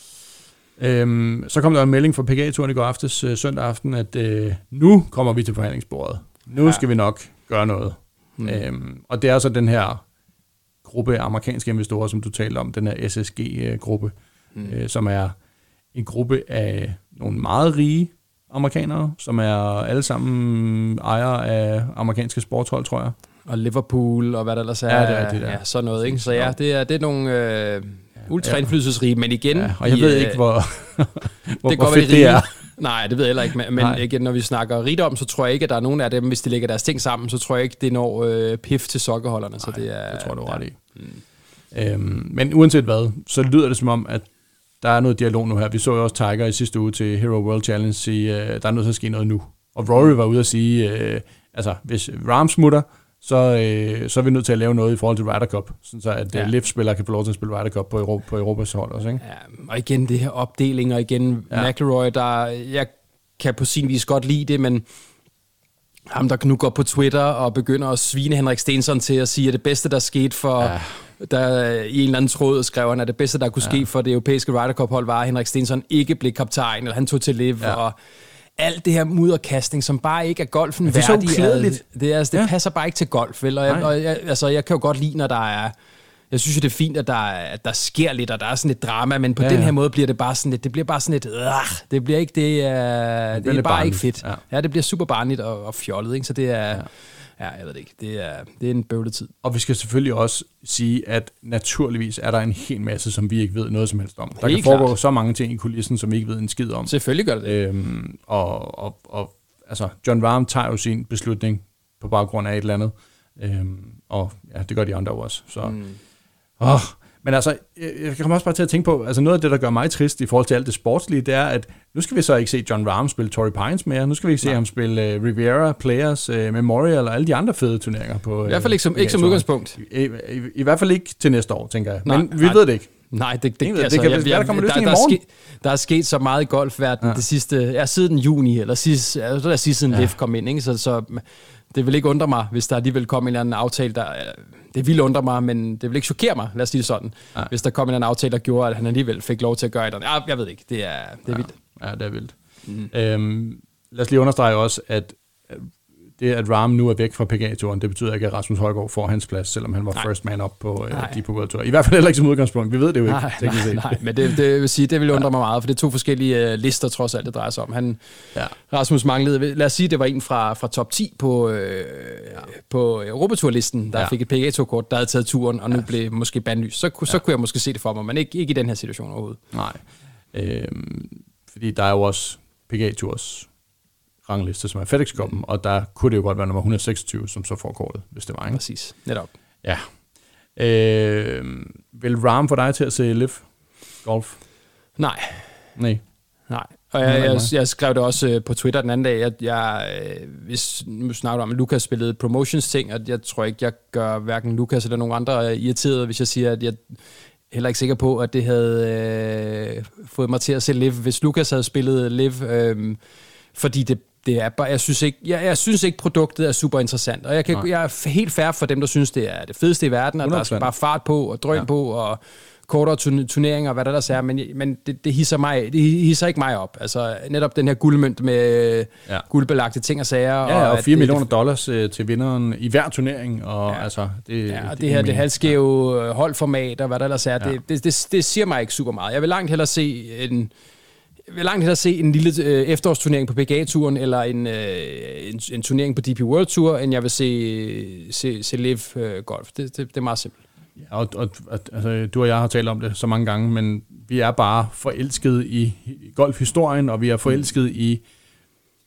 Øhm, så kom der en melding fra P G A-turen i går aftes, øh, søndag aften, at øh, nu kommer vi til forhandlingsbordet. Nu ja. skal vi nok gøre noget. Mm. Øhm, og det er så den her gruppe af amerikanske investorer, som du talte om, den her S S G-gruppe, mm. øh, som er en gruppe af nogle meget rige amerikanere, som er alle sammen ejere af amerikanske sportshold, tror jeg. Og Liverpool, og hvad der ellers er. Ja, det er det der. Ja, sådan noget, ikke? Så ja, det er, det er nogle øh, ultra indflydelsesrige, men igen... Ja, og jeg i, ved ikke, hvor, hvor, det hvor fedt det er. Nej, det ved jeg heller ikke, men Nej. igen, når vi snakker rigdom, så tror jeg ikke, at der er nogen af dem, hvis de lægger deres ting sammen, så tror jeg ikke, det når øh, pif til sokkerholderne. Så det, er, det tror du ret i. Mm. Øhm, men uanset hvad, så lyder det som om, at der er noget dialog nu her. Vi så jo også Tiger i sidste uge til Hero World Challenge sige, uh, der er nødt til at ske noget nu. Og Rory var ude at sige, uh, altså hvis Rahm smutter, så, uh, så er vi nødt til at lave noget i forhold til Ryder Cup, sådan så at ja. Liv-spillere kan få lov til at spille Ryder Cup på, Europa, på Europas hold også, ikke? Ja, og igen det her opdeling, og igen ja. McIlroy, der jeg kan på sin vis godt lide det, men ham, der nu går på Twitter og begynder at svine Henrik Stenson til at sige, at det bedste, der skete for... Ja. Der i en eller anden tråd skrev han, at det bedste, der kunne ske ja. for det europæiske Ryder Cup-hold, var, at Henrik Stenson ikke blev kaptajn, eller han tog til Liv, ja. og alt det her mudderkasting, som bare ikke er golfen værdig. Det er så uklædeligt. Det, er, altså, det ja. passer bare ikke til golf, vel? Og, jeg, og jeg, altså, jeg kan jo godt lide, når der er... Jeg synes jo, det er fint, at der, at der sker lidt, og der er sådan lidt drama, men på ja, den her ja. måde bliver det bare sådan lidt... Det bliver bare sådan lidt... Øh, det bliver ikke... Det, uh, det, det er bare barnligt. Ikke fedt. Ja. ja, det bliver super barnligt og, og fjollet, ikke? Så det er... Ja. Ja, jeg ved det ikke. Det er, det er en bøvletid. Og vi skal selvfølgelig også sige, at naturligvis er der en hel masse, som vi ikke ved noget som helst om. Der Helt kan foregå klart. så mange ting i kulissen, som vi ikke ved en skid om. Selvfølgelig gør det det. Øhm, og, og, og altså, Jon Rahm tager jo sin beslutning på baggrund af et eller andet. Øhm, og ja, det gør de andre også. Så, mm. åh, men altså, jeg kommer også bare til at tænke på, altså noget af det, der gør mig trist i forhold til alt det sportslige, det er, at nu skal vi så ikke se Jon Rahm spille Torrey Pines mere. Nu skal vi ikke se Nej. ham spille uh, Riviera, Players, uh, Memorial og alle de andre fede turneringer. På, I hvert fald ikke som, ikke som udgangspunkt. I, i, i, I hvert fald ikke til næste år, tænker jeg. Nej, men vi nej. ved det ikke. Nej, det, det, det, altså, det kan jeg, være, der kommer der, løsning der, i morgen. Er ske, der er sket så meget i golfverdenen ja. det sidste, ja, siden juni, eller sidst, altså, der sidst siden ja. Liv kom ind, ikke? Så, så det vil ikke undre mig, hvis der alligevel kom en eller anden aftale, der... Det vil undre mig, men det vil ikke chokere mig, lad os sige det sådan. Ja. Hvis der kom en anden aftale, der gjorde, at han alligevel fik lov til at gøre det. Ja, jeg ved ikke, det er, det er ja. vildt. Ja, det er vildt. Mm. Øhm, lad os lige understrege også, at det, at Rahm nu er væk fra P G A-turen, det betyder ikke, at Rasmus Højgaard får hans plads, selvom han var nej. first man up på uh, Deep World Tour. I hvert fald heller ikke som udgangspunkt. Vi ved det jo ikke. Nej, nej, nej. Men det, det vil sige, det vil undre mig meget, for det er to forskellige uh, lister, trods alt, det drejer sig om. Han, ja. Rasmus manglede, lad os sige, det var en fra, fra top ti på, øh, ja. på Europaturlisten, der ja. fik et P G A-turkort, der havde taget turen, og nu ja. blev måske bandlyst. Så, så ja. kunne jeg måske se det for mig, men ikke, ikke i den her situation overhovedet. Nej. Øhm, fordi der er jo også P G A-turs rangliste, som er FedEx Cup'en, mm. og der kunne det jo godt være nummer et hundrede og seksogtyve, som så får kortet, hvis det var, ikke? Præcis, netop. Ja. Øh, vil Rahm få dig til at se Liv Golf? Nej. Nej. Nej. Og jeg, jeg, jeg skrev det også på Twitter den anden dag, at jeg, hvis nu snakker om, at Lukas spillede promotions-ting, og jeg tror ikke, jeg gør hverken Lukas eller nogen andre irriteret, hvis jeg siger, at jeg heller ikke sikker på, at det havde øh, fået mig til at se Liv, hvis Lukas havde spillet Liv, øh, fordi det Det er bare, jeg synes ikke, jeg, jeg synes ikke produktet er super interessant, og jeg, kan, jeg er helt fair for dem, der synes, det er det fedeste i verden, at der er bare fart på, og drøn ja. på, og kortere turneringer, og hvad der ellers er, men, men det, det, hisser mig, det hisser ikke mig op. Altså netop den her guldmønt med ja. guldbelagte ting og sager. Ja, og, og fire millioner dollars øh, til vinderen i hver turnering, og ja. altså... Det, ja, og det, det her, det halvskæve ja. holdformat, og hvad der ellers er, ja. det, det, det, det siger mig ikke super meget. Jeg vil langt hellere se en... Jeg vil langt hellere se en lille øh, efterårsturnering på P G A-turen, eller en, øh, en, en turnering på D P World Tour, end jeg vil se, se, se Liv øh, Golf. Det, det, det er meget simpelt. Ja, og, og altså, du og jeg har talt om det så mange gange, men vi er bare forelsket i golfhistorien, og vi er forelsket i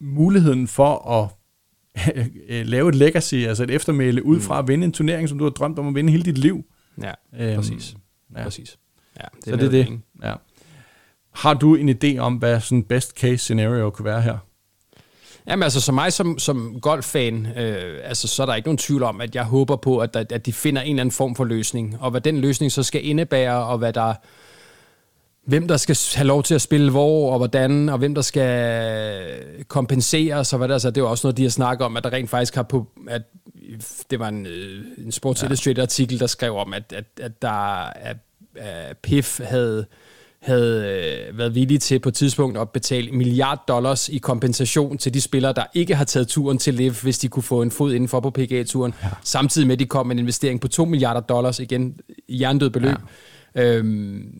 muligheden for at lave et legacy, altså et eftermæle, ud fra at vinde en turnering, som du har drømt om at vinde hele dit liv. Ja, øhm, præcis. Ja. præcis. Ja, det så er det er det. Ja. Har du en idé om, hvad sådan best case scenario kunne være her? Jamen altså, som mig som, som golffan, øh, altså, så er der ikke nogen tvivl om, at jeg håber på, at, der, at de finder en eller anden form for løsning, og hvad den løsning så skal indebære, og hvad der, hvem der skal have lov til at spille hvor, og hvordan, og hvem der skal kompenseres, og hvad der, altså, det er jo også noget, de har snakket om, at der rent faktisk har på, at det var en, en Sports ja. Illustrated-artikel, der skrev om, at, at, at der er, at P I F havde havde øh, været villige til på et tidspunkt at betale en milliard dollars i kompensation til de spillere, der ikke har taget turen til Live, hvis de kunne få en fod indenfor på P G A-turen. Ja. Samtidig med, at de kom med en investering på to milliarder dollars, igen jerndød beløb. Ja. Øhm,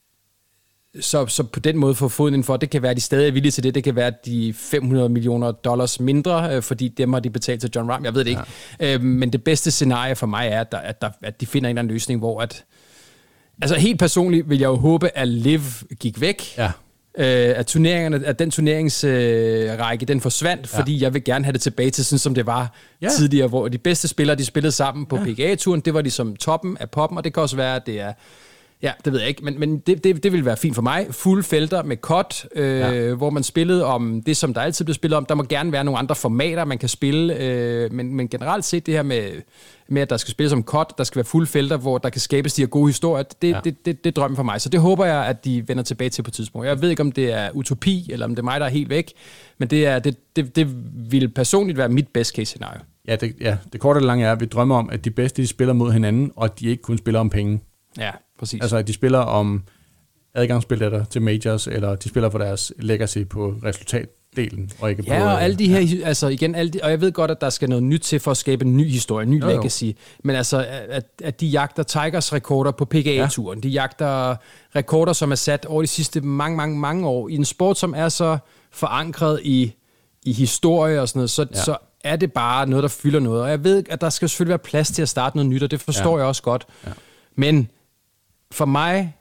så, så på den måde få foden indenfor, det kan være, at de stadig er villige til det. Det kan være, at de fem hundrede millioner dollars mindre, øh, fordi dem har de betalt til Jon Rahm. Jeg ved det ikke. Ja. Øhm, men det bedste scenarie for mig er, at, der, at, der, at de finder en eller anden løsning, hvor at altså helt personligt vil jeg jo håbe, at Liv gik væk. Ja. Øh, at turneringerne, at den turneringsrække, øh, den forsvandt, ja. Fordi jeg vil gerne have det tilbage til sådan, som det var ja. Tidligere, hvor de bedste spillere, de spillede sammen på ja. P G A-turen. Det var ligesom toppen af poppen, og det kan også være, at det er ja, det ved jeg ikke, men, men det, det, det vil være fint for mig. Fulde felter med cut, øh, ja. Hvor man spillede om det, som der altid blev spillet om. Der må gerne være nogle andre formater, man kan spille, øh, men, men generelt set det her med, med, at der skal spilles som cut, der skal være fulde felter, hvor der kan skabes de her gode historier, det, ja. det, det, det, det er drømmen for mig. Så det håber jeg, at de vender tilbage til på et tidspunkt. Jeg ved ikke, om det er utopi, eller om det er mig, der er helt væk, men det, er, det, det, det vil personligt være mit best case scenario. Ja, det, ja, det korte og lange er, at vi drømmer om, at de bedste de spiller mod hinanden, og at de ikke kun spiller om penge. Ja, præcis. Altså, at de spiller om adgangsbilletter til majors, eller de spiller for deres legacy på resultatdelen, og ikke ja, på... og alle de her, ja. altså igen, alle de, og jeg ved godt, at der skal noget nyt til for at skabe en ny historie, en ny jo, legacy, jo. Men altså, at, at de jagter Tigers rekorder på P G A-turen, ja. De jagter rekorder, som er sat over de sidste mange, mange, mange år, i en sport, som er så forankret i, i historie og sådan noget, så, ja. Så er det bare noget, der fylder noget, og jeg ved, at der skal selvfølgelig være plads til at starte noget nyt, og det forstår ja. Jeg også godt, ja. Men for mig,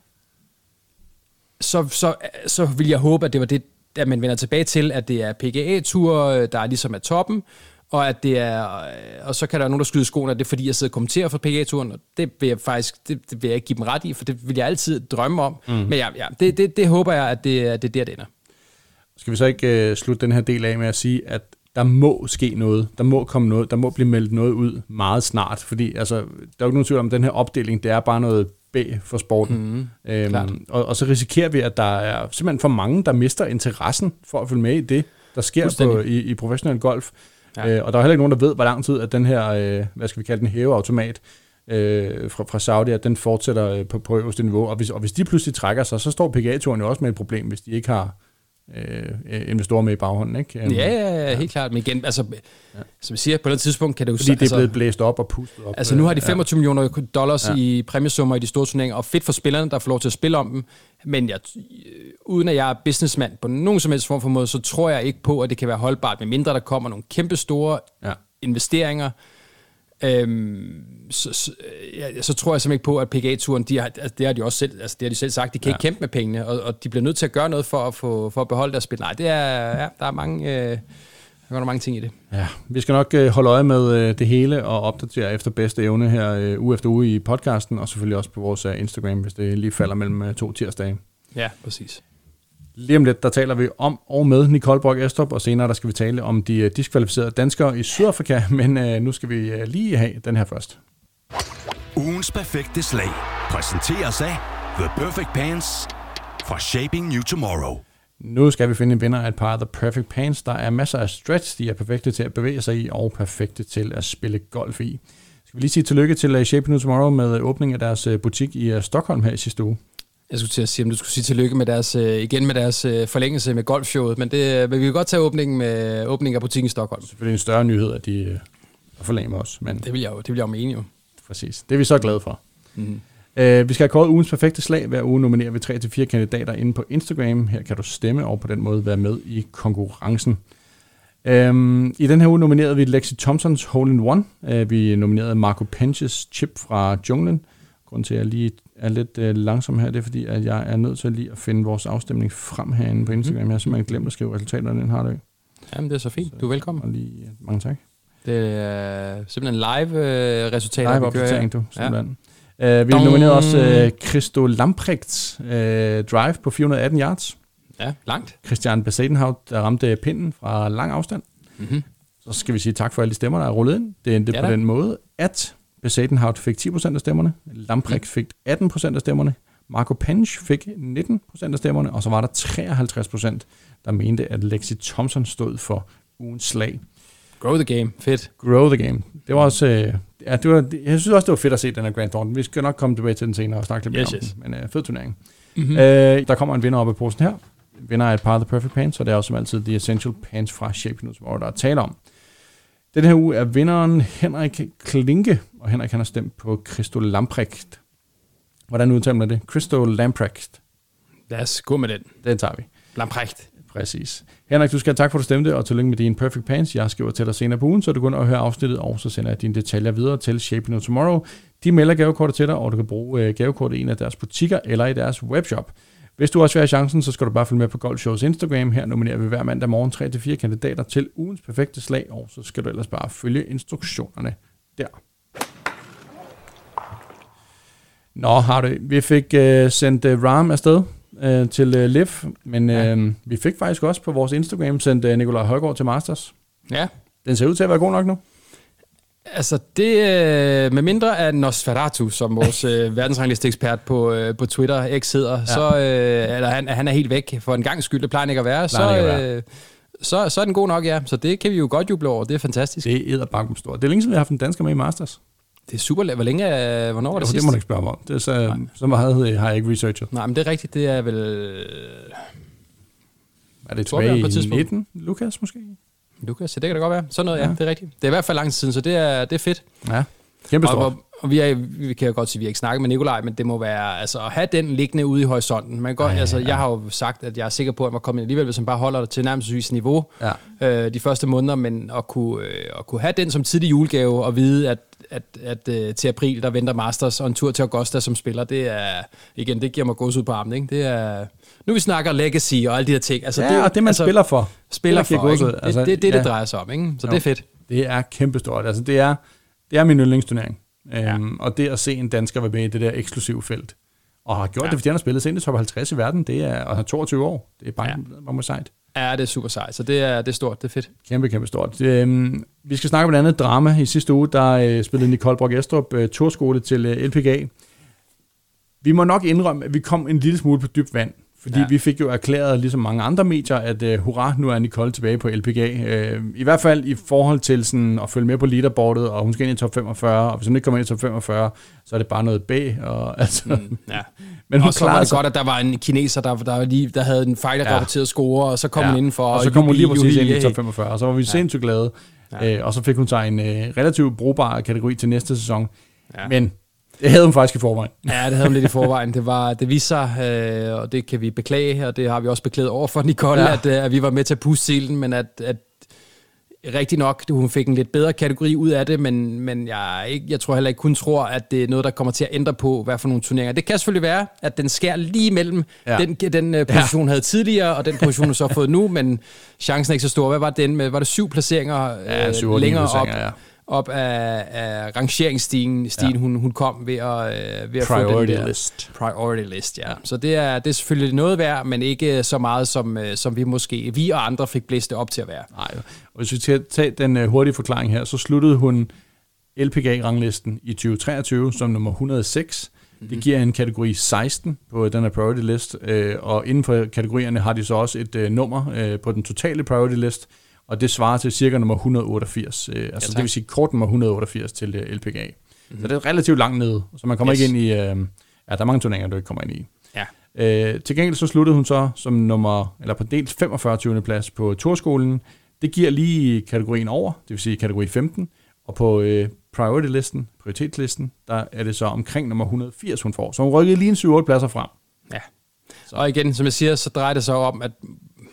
så, så, så vil jeg håbe, at det var det, at man vender tilbage til, at det er P G A-tur, der er ligesom er toppen, og at det er, og så kan der være nogen, der skyder skoene, at det er fordi, jeg sidder og kommenterer for P G A-turen, og det vil jeg faktisk, det, det vil jeg ikke give dem ret i, for det vil jeg altid drømme om. Mm. Men ja, ja det, det, det håber jeg, at det, at det er der, det ender. Skal vi så ikke uh, slutte den her del af med at sige, at der må ske noget, der må komme noget, der må blive meldt noget ud meget snart, fordi altså, der er jo ikke nogen tvivl om, den her opdeling, det er bare noget B for sporten. Mm, øhm, og, og så risikerer vi, at der er simpelthen for mange, der mister interessen for at følge med i det, der sker på, i, i professionel golf. Ja. Øh, og der er heller ikke nogen, der ved, hvor lang tid, at den her, øh, hvad skal vi kalde den, hæveautomat øh, fra, fra Saudi, at den fortsætter øh, på, på øverste niveau. Og hvis, og hvis de pludselig trækker sig, så står P G A-turen jo også med et problem, hvis de ikke har Øh, investorer med i baghånden, ikke? Um, ja, ja, ja, helt klart. Men igen, altså, ja. Som jeg siger, på et tidspunkt kan det jo... Fordi det er blevet blæst op og pustet op. Altså, nu har de femogtyve ja. Millioner dollars ja. I præmiesummer i de store turneringer, og fedt for spillerne, der får lov til at spille om dem. Men jeg, uden at jeg er businessmand på nogen som helst form for måde, så tror jeg ikke på, at det kan være holdbart, medmindre der kommer nogle kæmpe store ja. Investeringer. Øhm, så, så, ja, så tror jeg simpelthen ikke på, at P G A-turen, de har, altså, det har de også selv, altså, det har de selv sagt, de kan ja. Ikke kæmpe med pengene, og, og de bliver nødt til at gøre noget for at, få, for at beholde deres spil. Nej, det er, ja, der er mange, øh, der er mange ting i det. Ja, vi skal nok øh, holde øje med øh, det hele og opdatere efter bedste evne her øh, uge efter uge i podcasten, og selvfølgelig også på vores øh, Instagram, hvis det lige falder mellem øh, to tirsdage. Ja, præcis. Lige om lidt, der taler vi om og med Nicole Brock Estrup, og senere der skal vi tale om de diskvalificerede danskere i Sydafrika, men øh, nu skal vi øh, lige have den her først. Ugens perfekte slag præsenteres af The Perfect Pants fra Shaping New Tomorrow. Nu skal vi finde en vinder af et par af The Perfect Pants. Der er masser af stretch, de er perfekte til at bevæge sig i, og perfekte til at spille golf i. Skal vi lige sige tillykke til Shaping New Tomorrow med åbningen af deres butik i Stockholm her i sidste uge. Jeg skulle til at sige, om du skulle sige tillykke med deres, igen med deres forlængelse med golfshowet, men det, vi kan godt tage åbningen med åbningen af butikken i Stockholm. Selvfølgelig en større nyhed, at de forlænger os. Men det vil jeg jo, det vil jeg jo mene jo. Præcis. Det er vi så glade for. Mm-hmm. Uh, vi skal have kåret ugens perfekte slag. Hver uge nominerer vi tre til fire kandidater inde på Instagram. Her kan du stemme og på den måde være med i konkurrencen. Uh, I den her uge nominerede vi Lexi Thompsons Hole in One. Uh, vi nominerede Marco Penches chip fra junglen. Grunden til, at jeg lige er lidt uh, langsom her, det er fordi, at jeg er nødt til lige at finde vores afstemning frem herinde på Instagram. Jeg har simpelthen glemt at skrive resultaterne, den har du ikke. Jamen, det er så fint. Du er velkommen. Og lige, mange tak. Det er simpelthen live-resultater, live vi kører. Live-opdatering, du. Simpelthen. Ja. Uh, vi nominerede også uh, Christo Lamprecht uh, drive på fire hundrede og atten yards. Ja, langt. Christian Besadenhout, der ramte pinden fra lang afstand. Mm-hmm. Så skal vi sige tak for alle de stemmer, der er rullet ind. Det endte ja, på den måde, at Besadenhout fik ti procent af stemmerne, Lamprecht mm. fik atten procent af stemmerne, Marco Pench fik nitten procent af stemmerne, og så var der treoghalvtreds procent, der mente, at Lexi Thompson stod for ugens slag. Grow the game. Fedt. Grow the game. Det var også... Øh, ja, det var, jeg synes også, det var fedt at se den her Grand Thornton. Vi skal nok komme tilbage til den senere og snakke lidt mere yes, om yes. den. Men øh, fed turnering. Mm-hmm. Øh, der kommer en vinder op af posten her. Vinder er et par af The Perfect Pants, og det er også som altid The Essential Pants fra Shaping New Tomorrow, der er tale om. Den her uge er vinderen Henrik Klinke, og Henrik han har stemt på Christo Lamprecht. Hvordan udtaler man det? Christo Lamprecht. Lad os gå med den. Den tager vi. Lamprecht. Præcis. Henrik, du skal have tak for, at du stemte, og tillykke med din Perfect Pants. Jeg skriver til dig senere på ugen, så du kan høre afsnittet, og så sender jeg dine detaljer videre til Shaping New Tomorrow. De melder gavekortet til dig, og du kan bruge gavekortet i en af deres butikker eller i deres webshop. Hvis du også vil have chancen, så skal du bare følge med på Golfshows Instagram. Her nominerer vi hver mandag morgen tre til fire kandidater til ugens perfekte slag, og så skal du ellers bare følge instruktionerne der. Nå, har du. Vi fik uh, sendt uh, Rahm afsted uh, til uh, Liv, men uh, ja. vi fik faktisk også på vores Instagram sendt uh, Nikolaj Højgaard til Masters. Ja. Den ser ud til at være god nok nu. Altså det, øh, med mindre af Nosferatu, som vores øh, verdensrangliste-ekspert på, øh, på Twitter, X hedder, ja. så øh, eller han, han er helt væk for en gang skyld, det plejer ikke at være, så, ikke at være. Øh, så, så er den god nok, ja. Så det kan vi jo godt juble over, det er fantastisk. Det er edderbakken stort. Det er længe siden, vi har haft en dansker med i Masters. Det er super. Hvor længe, øh, hvornår var det jo, sidst? Det må du ikke spørge mig om. Det er så, så meget har jeg ikke researchet. Nej, men det er rigtigt, det er vel... Øh, er det tilbage i nitten, Lukas måske? Lukas, det kan det godt være. Sådan noget, ja, ja, det er rigtigt. Det er i hvert fald lang tid siden, så det er, det er fedt. Ja, kæmpe stort. Og, og vi, er, vi kan jo godt sige, at vi har ikke snakket med Nikolaj, men det må være, altså at have den liggende ude i horisonten. Man godt, ja, altså, ja. Jeg har jo sagt, at jeg er sikker på, at man kommer ind alligevel, hvis man bare holder det til nærmest niveau ja. øh, de første måneder, men at kunne, øh, at kunne have den som tidlig julegave og vide, at, at, at, at øh, til april, der venter Masters og en tur til Augusta som spiller, det er, igen, det giver mig gås ud på armen, ikke? Det er... Nu vi snakker legacy og alle de her ting. Altså, ja, det, og det man altså, spiller for. Spiller for, altså, det er det, det, det, ja. det drejer sig om, ikke? Så jo, det er fedt. Det er kæmpestort. Altså, det er, det er min yndlingsturnering. Ja. Øhm, og det at se en dansker være med i det der eksklusive felt, og har gjort ja. det, fordi han har spillet sig ind i top halvtreds i verden, det er, og har toogtyve år. Det er bare ja. meget sejt. Ja, det er super sejt, så det er, det er stort, det er fedt. Kæmpe, kæmpe stort. Det, øhm, vi skal snakke om et andet drama. I sidste uge, der øh, spillede Nicole Brock Estrup øh, turskole til øh, L P G A. Vi må nok indrømme, at vi kom en lille smule på dybt vand, fordi ja. vi fik jo erklæret, ligesom mange andre medier, at uh, hurra, nu er Nicole tilbage på L P G A. Uh, I hvert fald i forhold til sådan, at følge med på leaderboardet, og hun skal ind i top femogfyrre, og hvis hun ikke kommer ind i top femogfyrre, så er det bare noget bag. Og, altså, mm, ja. Men og så var det sig godt, at der var en kineser, der, der, lige, der havde en fejlrapporteret ja. score, og så kom ja. hun indenfor. Og, og så kom hun lige præcis ind i top femogfyrre, og så var vi ja. sindssygt glade. Ja. Uh, og så fik hun sig en uh, relativt brugbar kategori til næste sæson. Ja. Men det havde hun faktisk i forvejen. Ja, det havde hun lidt i forvejen. Det, var, det viste sig, øh, og det kan vi beklage, og det har vi også beklaget over for Nicole, ja. at, øh, at vi var med til at puste silen, men at, at rigtig nok, hun fik en lidt bedre kategori ud af det, men, men jeg, ikke, jeg tror heller ikke kun tror, at det er noget, der kommer til at ændre på, hvad for nogle turneringer. Det kan selvfølgelig være, at den skær lige mellem ja. den, den uh, position, hun ja. havde tidligere, og den position, hun så har fået nu, men chancen er ikke så stor. Hvad var den med? Var det syv placeringer ja, øh, syv længere op? Ja. op af, af rangeringsstigen, stigen, ja. hun, hun kom ved at, øh, ved at priority få den der list. Priority list, ja. Så det er, det er selvfølgelig noget værd, men ikke så meget, som, som vi måske, vi og andre fik blæst det op til at være. Nej, og hvis vi skal tage den uh, hurtige forklaring her, så sluttede hun L P G A-ranglisten i tyve treogtyve som nummer et hundrede og seks. Mm-hmm. Det giver en kategori seksten på den her priority list, øh, og inden for kategorierne har de så også et øh, nummer øh, på den totale priority list, og det svarer til cirka nummer et hundrede og otteogfirs. Øh, altså ja, det vil sige kort nummer et hundrede og otteogfirs til øh, L P G A. Mm-hmm. Så det er relativt langt nede, så man kommer yes. ikke ind i... Øh, ja, der er mange turneringer, du ikke kommer ind i. Ja. Øh, til gengæld så sluttede hun så som nummer, eller på delt femogfyrre tyvende plads på turskolen. Det giver lige kategorien over, det vil sige kategori femten, og på øh, priority-listen, prioritetslisten, der er det så omkring nummer et hundrede og firs, hun får. Så hun rykkede lige en syv otte pladser frem. Ja. Så. Og igen, som jeg siger, så drejer det sig om, at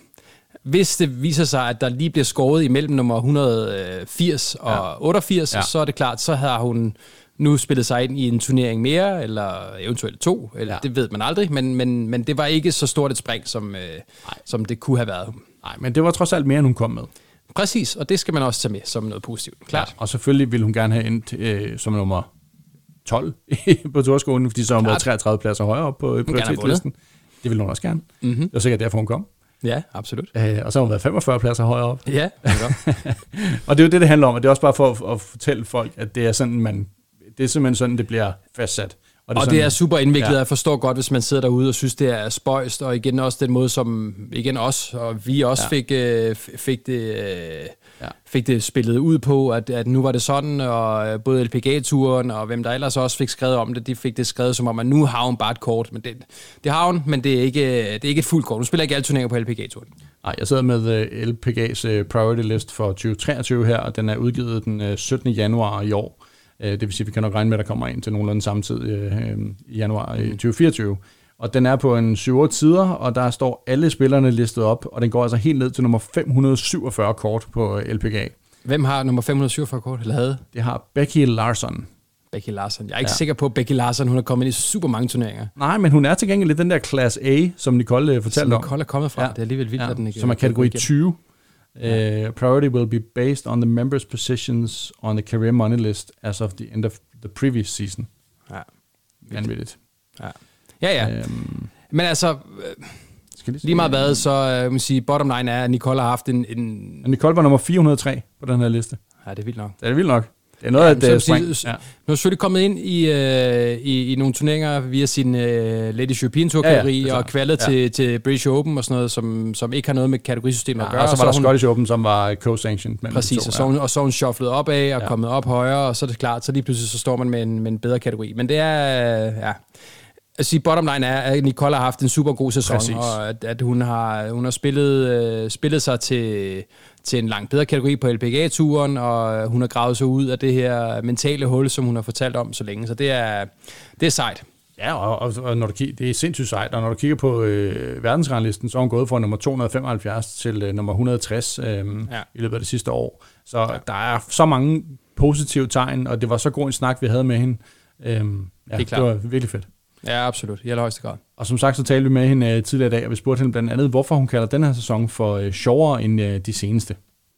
hvis det viser sig, at der lige bliver skåret imellem nummer et hundrede og firs og ja. otteogfirs, ja. så er det klart, så har hun nu spillet sig ind i en turnering mere, eller eventuelt to, eller ja. det ved man aldrig, men, men, men det var ikke så stort et spring, som, øh, som det kunne have været. Nej, men det var trods alt mere, end hun kom med. Præcis, og det skal man også tage med som noget positivt. Klart. Ja, og selvfølgelig vil hun gerne have endt øh, som nummer tolv på Torskolen, fordi så har hun været treogtredive pladser højere op på prioritetslisten. Det vil hun også gerne. Mm-hmm. Det var sikkert derfor, hun kom. Ja, absolut. Øh, og så har hun været femogfyrre pladser højere op. Ja, og det er jo det, det handler om, og det er også bare for at, at fortælle folk, at det er sådan, man, det er simpelthen sådan, det bliver fastsat. Og det, og det er super indviklet, ja. Jeg forstår godt, hvis man sidder derude og synes, det er spøjst, og igen også den måde, som igen os, og vi også ja. fik, øh, fik, det, øh, ja. fik det spillet ud på, at, at nu var det sådan, og både L P G A-turen, og hvem der ellers også fik skrevet om det, de fik det skrevet som om, at nu har hun bare et kort, men det, det har hun, men det er, ikke, det er ikke et fuldt kort. Hun spiller ikke alle turneringer på L P G A-turen. Nej, jeg sidder med uh, L P G's uh, priority list for tyve treogtyve her, og den er udgivet den uh, syttende januar i år. Det vil sige, at vi kan nok regne med, at der kommer en til nogenlunde samtidig øh, i januar i tyve fireogtyve. Og den er på en syv otte sider, og der står alle spillerne listet op, og den går altså helt ned til nummer fem hundrede syvogfyrre kort på L P G A. Hvem har nummer fem hundrede syvogfyrre kort, eller havde? Det har Becky Larson. Becky Larson. Jeg er ikke ja. sikker på, at Becky Larson hun er kommet ind i super mange turneringer. Nej, men hun er til gengæld i den der Class A, som Nicole fortalte om. Som Nicole er kommet fra. Ja. Det er alligevel vildt, ja. at den ikke som er kategori tyve. Uh, priority will be based on the members' positions on the career money list as of the end of the previous season. Ja. Vanvittigt. Ja, ja. ja. Um, Men altså, øh, lige meget hvad, så uh, man sige, bottom line er, at Nicole har haft en... en... Nicole var nummer fire hundrede og tre på den her liste. Ja, det er vildt nok. Det er vildt nok. Det er noget ja, af det spring. Ja. Nu er selvfølgelig kommet ind i, øh, i, i nogle turneringer via sin øh, Ladies European Tour kategori, ja, ja, og kvalet ja. til, til British Open og sådan noget, som, som ikke har noget med kategorisystemet ja, at gøre. Og så var der hun, Scottish Open, som var co-sanctioned. Præcis, og så, hun, og så hun shufflet op af og ja. kommet op højere, og så er det klart, så lige pludselig så står man med en, med en bedre kategori. Men det er... Ja. Altså, bottom line er, at Nicole har haft en super god sæson, Præcis. og at, at hun har, hun har spillet, øh, spillet sig til, til en langt bedre kategori på L P G A-turen, og hun har gravet sig ud af det her mentale hul, som hun har fortalt om så længe. Så det er, det er sejt. Ja, og, og, og når du kigger, det er sindssygt sejt, og når du kigger på øh, verdensranglisten, så er hun gået fra nummer to hundrede femoghalvfjerds til øh, nummer et hundrede og tres øh, ja. i løbet af det sidste år. Så ja. der er så mange positive tegn, og det var så god en snak, vi havde med hende. Øh, ja, det, det var virkelig fedt. Ja, absolut. I allerhøjeste grad. Og som sagt, så talte vi med hende uh, tidligere i dag, og vi spurgte hende blandt andet, hvorfor hun kalder den her sæson for uh, sjovere end uh, de seneste.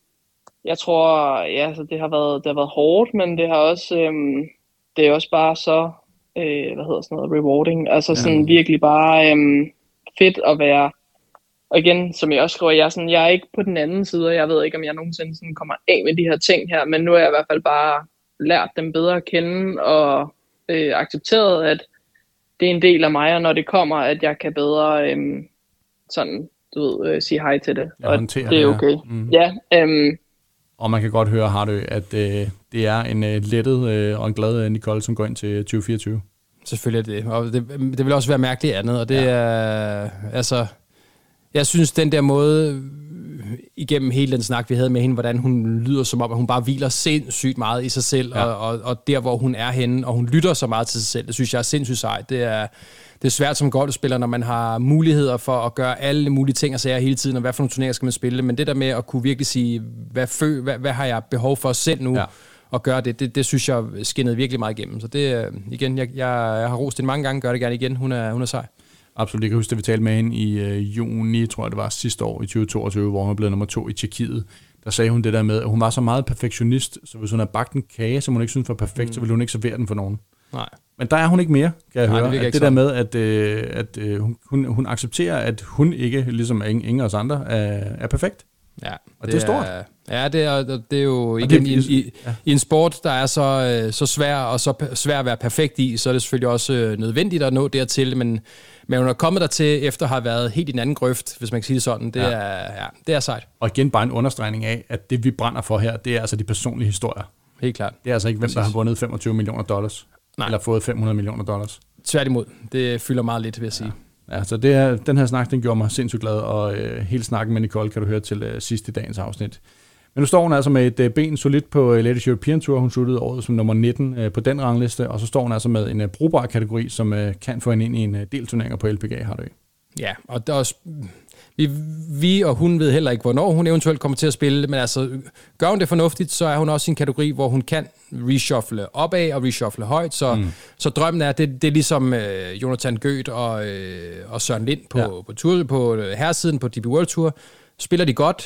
Jeg tror, ja, så det har været, det har været hårdt, men det har også, øhm, det er også bare så, øh, hvad hedder sådan noget, rewarding. Altså sådan ja. virkelig bare øhm, fedt at være. Og igen, som jeg også skriver, jeg er, sådan, jeg er ikke på den anden side, og jeg ved ikke, om jeg nogensinde sådan kommer af med de her ting her, men nu har jeg i hvert fald bare lært dem bedre at kende, og øh, accepteret, at det er en del af mig, og når det kommer, at jeg kan bedre øhm, sådan, du ved, øh, sige hej til det. Ja, og det er okay. Mm. Ja, øhm, og man kan godt høre, Hardy, at øh, det er en øh, lettet øh, og en glad øh, Nicole, som går ind til tyve fireogtyve. Selvfølgelig er det. Og det, det vil også være mærkeligt andet, og det ja. er, altså, jeg synes, den der måde, igennem hele den snak, vi havde med hende, hvordan hun lyder som om, at hun bare hviler sindssygt meget i sig selv, ja. og, og, og der, hvor hun er henne, og hun lytter så meget til sig selv, det synes jeg er sindssygt sejt. Det er, det er svært som golfspiller, når man har muligheder for at gøre alle mulige ting og sager hele tiden, og hvad for nogle turneringer skal man spille, men det der med at kunne virkelig sige, hvad, fø, hvad, hvad har jeg behov for selv nu, ja. og gøre det, det, det synes jeg skinnede virkelig meget igennem. Så det, igen, jeg, jeg, jeg har rost hende mange gange, gør det gerne igen, hun er, hun er sej. Absolut. Jeg kan huske, at vi talte med hende i øh, juni, tror jeg det var sidste år, i tyve toogtyve, hvor hun blev nummer to i Tjekkiet. Der sagde hun det der med, at hun var så meget perfektionist, så hvis hun havde bagt en kage, som hun ikke synes var perfekt, mm. så ville hun ikke servere den for nogen. Nej. Men der er hun ikke mere, kan jeg Nej, høre. Det, at det der med, at, øh, at øh, hun, hun accepterer, at hun ikke, ligesom ingen, ingen af os andre, er, er perfekt. Ja, og det, det er stort. Er, ja, det er, det er jo igen, det, i, i, ja. i en sport, der er så, så svær og så svær at være perfekt i, så er det selvfølgelig også nødvendigt at nå dertil, men, men hun er kommet dertil efter at have været helt i den anden grøft, hvis man kan sige det sådan. Det, ja. er, ja, det er sejt. Og igen bare en understregning af, at det vi brænder for her, det er altså de personlige historier. Helt klart. Det er altså ikke, hvem der har vundet femogtyve millioner dollars, Nej. eller fået fem hundrede millioner dollars. Tværtimod. Det fylder meget lidt, vil jeg sige. Ja. Ja, så det her, den her snak, den gjorde mig sindssygt glad, og øh, hele snakken med Nicole kan du høre til øh, sidst i dagens afsnit. Men nu står hun altså med et øh, ben solidt på øh, Ladies European Tour. Hun sluttede året som nummer nitten øh, på den rangliste, og så står hun altså med en øh, brugbar kategori, som øh, kan få hende ind i en øh, del turneringer på L P G A, har du ikke? Ja, og der er også, vi, vi og hun ved heller ikke, hvornår hun eventuelt kommer til at spille, men altså, gør hun det fornuftigt, så er hun også i en kategori, hvor hun kan reshuffle opad og reshuffle højt, så, mm. så drømmen er, det, det er ligesom øh, Jonathan Goeth og, øh, og Søren Lind på, ja. på, tour, på herresiden på D P World Tour. Spiller de godt,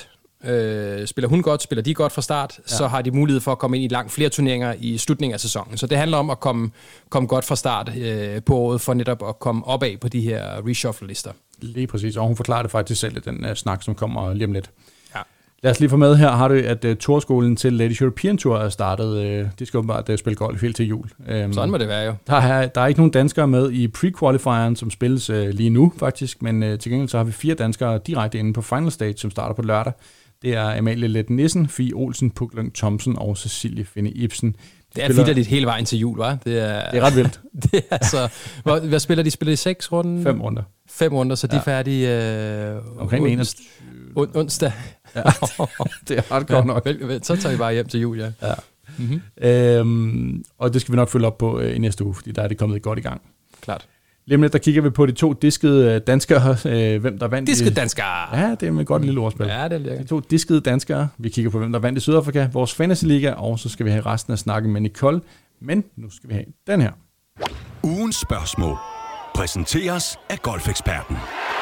øh, spiller hun godt, spiller de godt fra start, ja. så har de mulighed for at komme ind i langt flere turneringer i slutningen af sæsonen. Så det handler om at komme, komme godt fra start øh, på året, for netop at komme opad på de her reshuffle-lister. Lige præcis, og hun forklarer det faktisk selv i den uh, snak, som kommer lige om lidt. Ja. Lad os lige få med her, har du, at uh, turskolen til Ladies European Tour er startet. Uh, de skal åbenbart uh, spille golf helt til jul. Um, Sådan må det være jo. Der er, der er ikke nogen danskere med i pre-qualifieren, som spilles uh, lige nu faktisk, men uh, til gengæld så har vi fire danskere direkte inde på final stage, som starter på lørdag. Det er Amalie Leth Nissen, Fie Olsen, Puk Lyng Thomsen og Cecilie Finde Ibsen. Det er vitterligt hele vejen til jul, hva'? Det er, det er ret vildt. det er altså, hvad, hvad spiller de? Spiller de seks runder? Fem runder. Fem runder, så de er ja. færdige øh, omkring enogtyve on, onsdag. Ja, det er ret godt nok. Vel, vel, så tager vi bare hjem til jul, ja. ja. Mm-hmm. Øhm, og det skal vi nok følge op på øh, i næste uge, fordi der er det kommet godt i gang. Klart. Lige om lidt, der kigger vi på de to diskede danskere, øh, hvem der vandt. Diskede danskere! Ja, det er med godt en lille ordspil. Ja, det er de to diskede danskere. Vi kigger på, hvem der vandt i Sydafrika, vores fantasy-liga, og så skal vi have resten af snakken med Nicole. Men nu skal vi have den her. Ugens spørgsmål præsenteres af golfeksperten.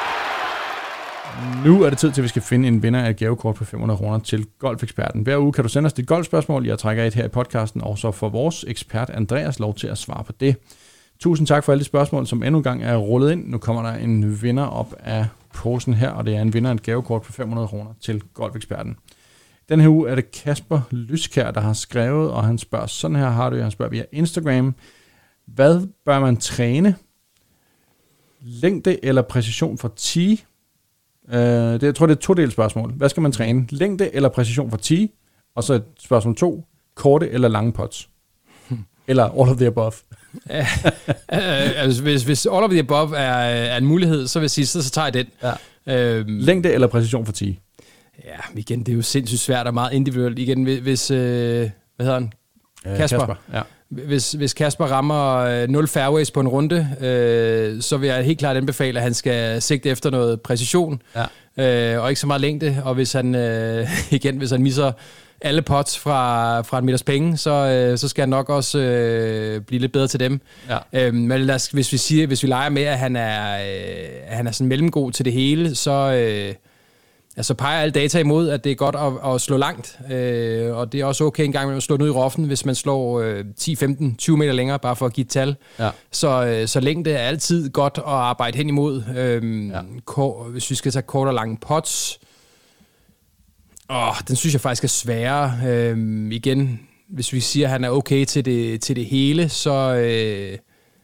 Nu er det tid til, at vi skal finde en vinder af et gavekort på fem hundrede kroner til golfeksperten. Hver uge kan du sende os dit golfspørgsmål. Jeg trækker et her i podcasten, og så får vores ekspert Andreas lov til at svare på det. Tusind tak for alle de spørgsmål, som endnu en gang er rullet ind. Nu kommer der en vinder op af posen her, og det er en vinder af et gavekort på fem hundrede kroner til golfeksperten. Den her uge er det Kasper Lyskær, der har skrevet, og han spørger, sådan her har du, han spørger via Instagram, hvad bør man træne? Længde eller præcision for tee? Uh, det, jeg tror, det er et todelt spørgsmål. Hvad skal man træne? Længde eller præcision for tee? Og så et spørgsmål to, korte eller lange putts? Eller all of the above? uh, altså, hvis, hvis all of the above er, er en mulighed, så vil jeg sige, så, så tager jeg den. Ja. Uh, Længde eller præcision for tee? Ja, igen, det er jo sindssygt svært og meget individuelt. Igen, hvis, øh, hvad hedder han? Uh, Kasper. Kasper, ja. Hvis, hvis Kasper rammer nul fairways på en runde, øh, så vil jeg helt klart anbefale, at han skal sigte efter noget præcision, ja. øh, og ikke så meget længde. Og hvis han, øh, igen, hvis han misser alle pots fra, fra en meters penge, så, øh, så skal han nok også øh, blive lidt bedre til dem. Ja. Øh, men lad os, hvis vi siger, hvis vi leger med, at han er, øh, at han er sådan mellemgod til det hele, så... Øh, Altså peger alle data imod, at det er godt at, at slå langt, øh, og det er også okay en gang at slå ned i roffen, hvis man slår øh, ti, femten, tyve meter længere, bare for at give et tal. Ja. Så, øh, så længde er altid godt at arbejde hen imod. Øh, ja. kor, hvis vi skal tage kort og lange pots, åh, den synes jeg faktisk er sværere. Øh, igen, hvis vi siger, at han er okay til det, til det hele, så... Øh,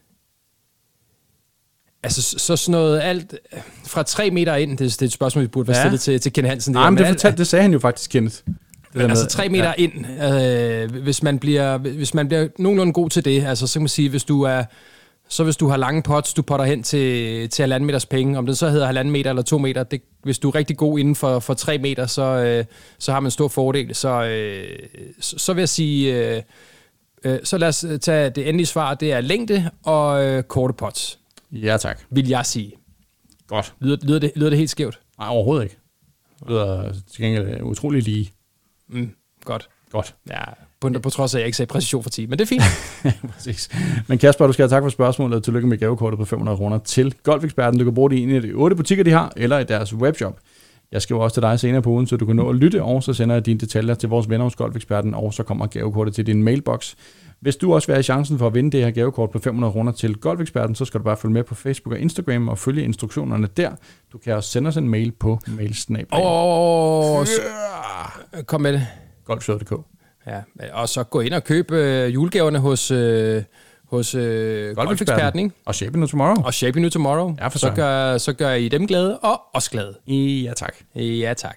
Altså, så sådan noget alt fra tre meter ind, det er, det er et spørgsmål, vi burde være stillet ja. til, til Ken Hansen. Nej, men det, fortalte, det sagde han jo faktisk, Kenneth. Men altså tre meter ja. ind, øh, hvis, man bliver, hvis man bliver nogenlunde god til det, altså så kan man sige, hvis du er, så hvis du har lange pots, du potter hen til, til halvanden meters penge, om den så hedder halvanden meter eller to meter, det, hvis du er rigtig god inden for, for tre meter, så, øh, så har man en stor fordel. Så, øh, så, så vil jeg sige, øh, øh, så lad os tage det endelige svar, det er længde og øh, korte pots. Ja, tak. Vil jeg sige. Godt. Lyder, lyder, det, lyder det helt skævt? Nej, overhovedet ikke. Det lyder til gengæld utrolig lige. Mm, godt. Godt. Ja, på, på trods af, at jeg ikke sagde præcision for ti, men det er fint. Præcis. Men Kasper, du skal have tak for spørgsmålet, og tillykke med gavekortet på fem hundrede kroner til golfeksperten. Du kan bruge det i en af de otte butikker, de har, eller i deres webshop. Jeg skriver også til dig senere på ugen, så du kan nå at lytte, og så sender jeg dine detaljer til vores venner hos golfeksperten, og så kommer gavekortet til din mailbox. Hvis du også vil have chancen for at vinde det her gavekort på fem hundrede kroner til golfeksperten, så skal du bare følge med på Facebook og Instagram og følge instruktionerne der. Du kan også sende os en mail på mailsnabel. Åh, kom med det. golfshowet punktum d k. Ja, og så gå ind og køb øh, julegaverne hos, øh, hos øh, golfeksperten, ikke? Og Shape New Tomorrow. Og Shape New Tomorrow. Ja, så, gør, så gør I dem glade, og os glade. Ja, tak. Ja, tak.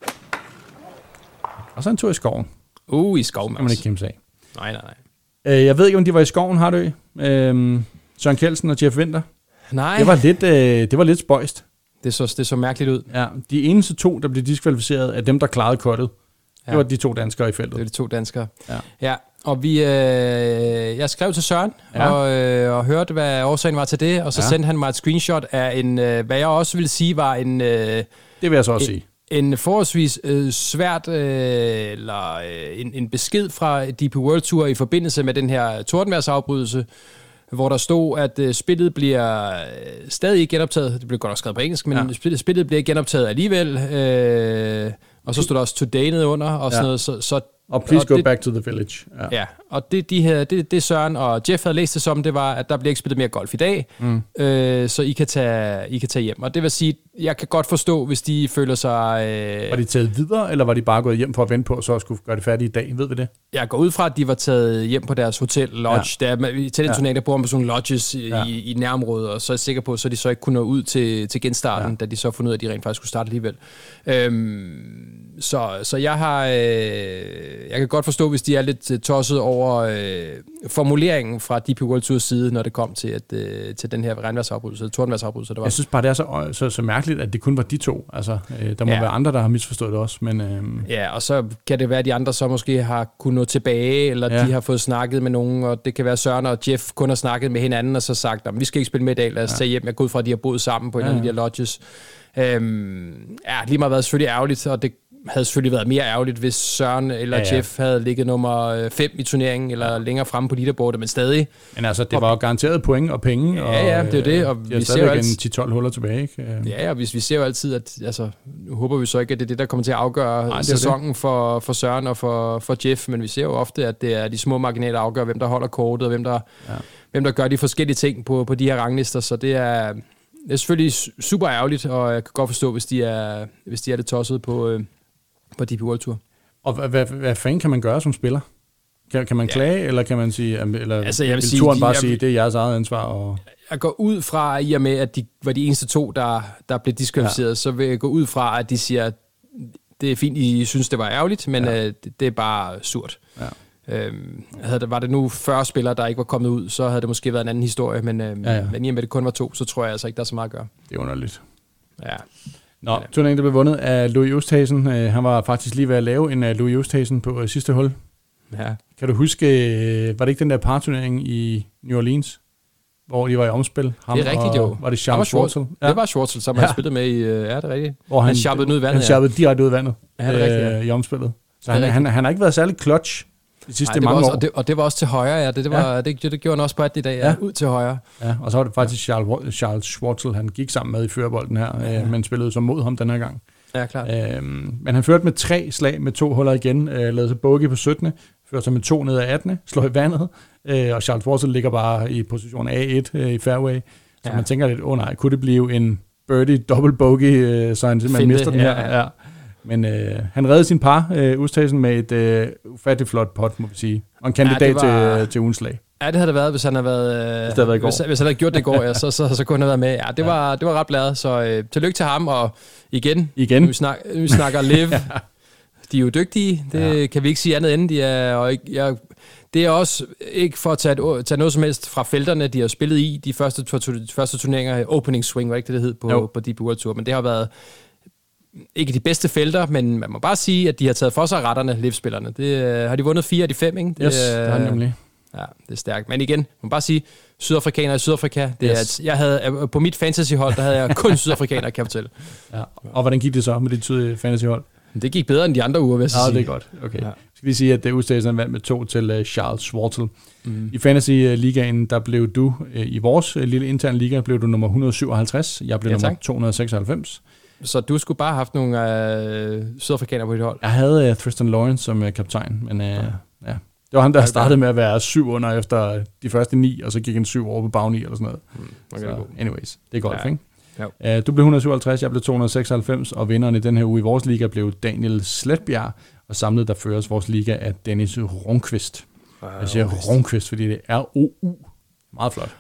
Og så en tur i skoven. Uh, i skoven. Det kan man ikke kæmpe sig af. Nej, nej, nej. Jeg ved ikke, om de var i skoven, har du? Øhm, Søren Kjeldsen og Jeff Winter. Nej. Det var lidt, øh, det var lidt spøjst. Det så, det så mærkeligt ud. Ja, de eneste to, der blev diskvalificeret, af dem, der klarede kuttet. Ja. Det var de to danskere i feltet. Det var de to danskere. Ja, ja og vi, øh, jeg skrev til Søren ja. og, øh, og hørte, hvad årsagen var til det, og så ja. sendte han mig et screenshot af en, øh, hvad jeg også ville sige var en... Øh, det vil jeg så også en, sige. En forholdsvis øh, svært, øh, eller øh, en, en besked fra D P World Tour i forbindelse med den her tordenværsafbrydelse, hvor der stod, at øh, spillet bliver øh, stadig genoptaget. Det blev godt nok skrevet på engelsk, men ja. spillet, spillet bliver genoptaget alligevel. Øh, Og så stod der også today nede under, og sådan ja. noget. Så, så, og please og go det, back to the village. Ja, ja og det, de her, det, det Søren og Jeff havde læst det som, det var, at der bliver ikke spillet mere golf i dag, mm. øh, så I kan, tage, I kan tage hjem. Og det vil sige, jeg kan godt forstå, hvis de føler sig... Øh, var de taget videre, eller var de bare gået hjem for at vente på, så skulle gøre det færdigt i dag? Ved vi det? Jeg går ud fra, at de var taget hjem på deres hotel, lodge. Ja. Der, I til den ja. turnering, der bor man på sådan lodges ja. i, i nærområdet, og så er jeg sikker på, så de så ikke kunne nå ud til, til genstarten, ja. da de så fundet ud af, at de rent faktisk skulle starte alligevel. Øhm, så, så jeg har... Øh, jeg kan godt forstå, hvis de er lidt tosset over øh, formuleringen fra D P World Tours side, når det kom til, at, øh, til den her regnværsafbrydelse, eller tordenværsafbrydelse, der var. Jeg synes bare, det er så, så, så mærkeligt, at det kun var de to. Altså, øh, der må ja. være andre, der har misforstået det også, men... Øh... Ja, og så kan det være, at de andre så måske har kunnet nå tilbage, eller ja. de har fået snakket med nogen, og det kan være Søren og Jeff kun har snakket med hinanden, og så sagt, vi skal ikke spille med i dag, lad os ja. tage hjem. Jeg går ud fra, at de har boet sammen på en ja. af de her lodges. Øhm, ja, lige meget været selvfølgelig ærgerligt, og det havde selvfølgelig været mere ærgerligt, hvis Søren eller ja, ja. Jeff havde ligget nummer fem i turneringen, eller ja. længere fremme på leaderboardet, men stadig. Men altså, det var jo garanteret point og penge. Ja, og, ja, det er det. Og vi ser jo altid en ti tolv huller tilbage, ikke? Ja, og hvis vi ser jo altid, at altså, nu håber vi så ikke, at det er det, der kommer til at afgøre Nej, sæsonen for, for Søren og for, for Jeff, men vi ser jo ofte, at det er de små marginaler, der afgør, hvem der holder kortet, og hvem der, ja. hvem der gør de forskellige ting på, på de her ranglister, så det er, det er selvfølgelig super ærgerligt, og jeg kan godt forstå, hvis de er, hvis de er lidt tosset på... på D P World Tour. Og hvad, hvad, hvad fanden kan man gøre som spiller? Kan, kan man klage, ja. eller kan man sige, eller altså, jeg vil, vil sige, turen de, bare jeg, sige, det er jeres eget ansvar? Og... Jeg går ud fra, i og med, at de var de eneste to, der, der blev diskvalificeret, ja. så vil jeg gå ud fra, at de siger, det er fint, I synes, det var ærgerligt, men ja. øh, det, det er bare surt. Ja. Øhm, havde det, var det nu fyrre spillere, der ikke var kommet ud, så havde det måske været en anden historie, men, øh, ja, ja. men i og med, det kun var to, så tror jeg altså ikke, der er så meget at gøre. Det er underligt. Ja. Nå, turneringen, der blev vundet af Louis Oosthuizen. Uh, han var faktisk lige ved at lave en uh, Louis Oosthuizen på uh, sidste hul. Ja. Kan du huske, uh, var det ikke den der parturnering i New Orleans, hvor de var i omspil? Ham det er rigtigt, jo. Var det Charles Schwartzel? Ja. Det var Schwartzel, som ja. han spillede med i... Uh, ja, det er rigtigt. Hvor han, han sharpede ud i vandet. Han sharpede direkte ud i vandet ja, det er rigtigt, ja. uh, i omspillet. Så han, han, han har ikke været særlig clutch de sidste Ej, mange også, år. Og det, og det var også til højre, ja. Det, det, var, ja. det, det, det gjorde han også på at i dag, ja. ja. Ud til højre. Ja, og så var det faktisk Charles, Charles Schwartzel, han gik sammen med i førerbolden her, ja. øh, men spillede så mod ham den her gang. Ja, klart. Øhm, men han førte med tre slag med to huller igen, øh, lavede sig bogey på syttende, førte sig med to ned af attende, slår i vandet, øh, og Charles Schwartzel ligger bare i position A et øh, i fairway. Så ja. man tænker lidt, åh oh, nej, kunne det blive en birdie double bogey, øh, så han simpelthen mister den her. Ja, ja. Ja. Men øh, han reddede sin par, øh, Oosthuizen, med et øh, ufattigt flot pot, må vi sige. Og en kandidat ja, var... til, til ugens slag. Ja, det havde det været, hvis han havde været, øh, hvis, det havde været i går. Hvis, hvis han havde gjort det i går, ja, så, så, så, så kunne han have været med. Ja, det, ja. Var, det var ret bladet, så øh, tillykke til ham, og igen, igen. Vi, snak, vi snakker live. ja. De er jo dygtige, det ja. kan vi ikke sige andet end. De er, og jeg, det er også ikke for at tage, tage noget som helst fra felterne, de har spillet i de første, to, de første turneringer. Opening swing var ikke det, det hed på, på D P World Tour, men det har været ikke de bedste felter, men man må bare sige, at de har taget for sig retterne, livsspillerne. Det øh, har de vundet fire af de fem, ikke? Det, yes, det har de nemlig. Ja, det er stærkt. Men igen, man må bare sige, sydafrikanere i Sydafrika, det yes. er, jeg havde, på mit fantasyhold, der havde jeg kun sydafrikanere, kan jeg fortælle. Ja. Og hvordan gik det så med dit fantasyhold? Det gik bedre end de andre uger, vil jeg sige. Ja, det er godt. Okay. Ja. Skal vi sige, at Oosthuizen vandt med to til uh, Charles Schwartzel. Mm. I Fantasy-ligaen, der blev du, uh, i vores uh, lille interne liga, blev du nummer et hundrede syvoghalvtreds. Jeg blev ja, nummer to hundrede seksoghalvfems. Så du skulle bare have haft nogle øh, sydafrikanere på dit hold? Jeg havde uh, Tristan Lawrence som uh, kaptajn, men uh, ja. ja. det var ham, der startede med at være syv under efter de første ni, og så gik en syv over på bag ni eller sådan noget. Mm, okay, så, anyways, det er godt, ja. Ikke? Uh, du blev et hundrede syvoghalvtreds, jeg blev to hundrede seksoghalvfems, og vinderen i den her uge i vores liga blev Daniel Sletbjerg, og samlet der føres vores liga af Dennis Rundqvist. Uh, jeg siger Rundqvist, fordi det er R O U. Meget flot.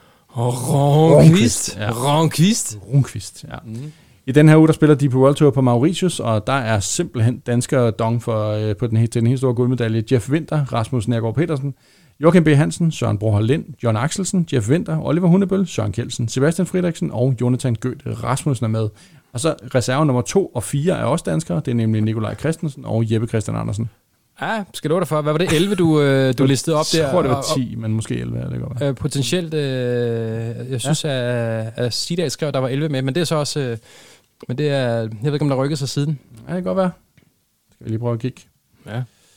Rundqvist? Rundqvist? Rundqvist, ja. Mm. I den her uge, der spiller de på World Tour på Mauritius, og der er simpelthen danskere dong for, øh, på den, til den helt store guldmedalje. Jeff Winter, Rasmus Nærgaard Petersen, Joachim B. Hansen, Søren Broholm Lind, John Axelsen, Jeff Winter, Oliver Hundebøl, Søren Kjeldsen, Sebastian Friedrichsen og Jonathan Gødt Rasmussen er med. Og så reserve nummer to og fire er også danskere, det er nemlig Nikolaj Christensen og Jeppe Christian Andersen. Ja, skal du dig for. Hvad var det? elleve, du, øh, du listede op der? Jeg tror, det var ti, men måske elleve. Det går øh, potentielt, øh, jeg synes, ja. at, at Sidal skrev, at der var elleve med, men det er så også... Øh, men det er... Jeg ved ikke, om der rykker sig siden. Ja, det kan godt være. Skal vi lige prøve at kigge? Ja.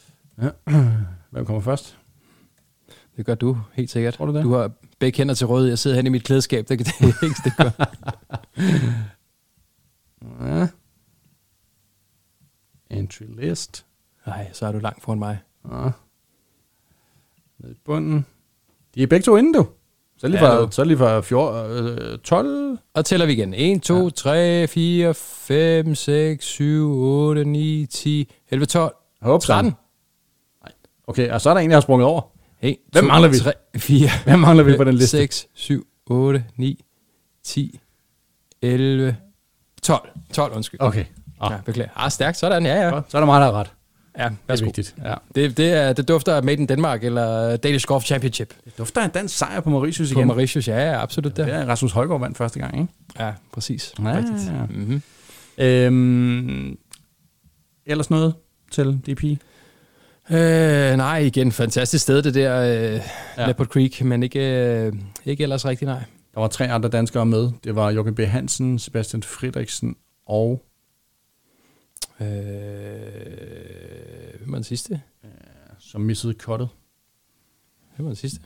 ja. Hvem kommer først? Det gør du, helt sikkert. Tror du det? Du har begge hænder til råd. Jeg sidder hen i mit klædeskab. Det kan det ikke stikke. ja. Entry list. Nej, så er du langt foran mig. Ja. Nede i bunden. De er begge to inde, du. Så er lige Ja, fra, så er lige fra fjorten, øh, tolv. Og tæller vi igen. en, to, Ja. tre, fire, fem, seks, syv, otte, ni, ti, elleve, tolv, Håb, tretten. Nej. Okay, og så er der en, der har sprunget over. en, Hvem to, mangler vi? tre, fire, Hvem mangler vi på den liste? seks, syv, otte, ni, ti, elleve, tolv. tolv, undskyld. Okay. Ah. Ja, beklager. Ah, stærkt. Sådan, ja, ja. Godt. Så er der mig, der har ret. Ja, Det er værsgo. vigtigt. Ja. Det, det, er, det dufter af Made in Denmark eller Danish Golf Championship. Det dufter af en dansk sejr på Mauritius På igen. Mauritius, ja, ja, absolut. Det Der. er Rasmus Højgaard vandt første gang, ikke? Ja, præcis. Ja, Rigtigt. ja. Mm-hmm. Øhm, ellers noget til D P? Øh, nej, igen, fantastisk sted, det der øh, Ja. ja. Leopard Creek, men ikke, øh, ikke ellers rigtigt, nej. Der var tre andre danskere med. Det var Joachim B. Hansen, Sebastian Friedrichsen og... Øh, hvem var den sidste? som missede cuttet. Hvem var den sidste?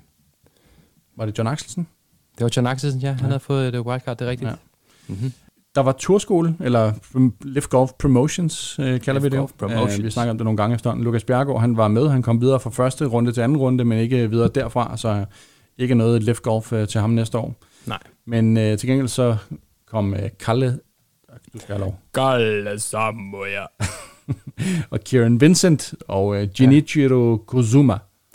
Var det John Axelsen? Det var John Axelsen, ja. Han ja. havde fået et wildcard, det er rigtigt. Ja. Ja. Mm-hmm. Der var turskole, eller Lift Golf Promotions, øh, kalder Lift vi det jo. Golf Promotions. Øh, vi snakker om det nogle gange efterhånden. Lukas Bjerregaard, han var med. Han kom videre fra første runde til anden runde, men ikke videre derfra, så ikke noget Lift Golf øh, til ham næste år. Nej. Men øh, til gengæld så kom øh, Kalle, du skal have lov, Kalle Samoja. og Kieran Vincent og øh, Genichiro ja. Kozuma.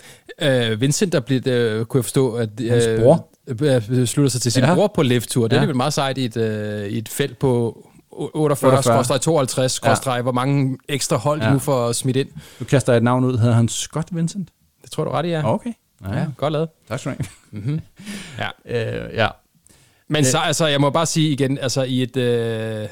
Øh, Vincent, der blev, øh, kunne jeg forstå, at Hans bror. øh, øh, slutter sig til sin Ja. ja. bror på Lift-tur. Det er Ja. alligevel meget sejt i et, øh, i et felt på otteogfyrre tooghalvtreds Ja. hvor mange ekstra hold Ja. ja. nu får smidt ind. Du kaster et navn ud. Hedder han Scott Vincent? Det tror du ret i, ja. Okay. Ja, Ja, godt lavet. tak skal du have. Mm-hmm. Ja. Øh, ja. Men så, altså, jeg må bare sige igen, altså i et... Øh,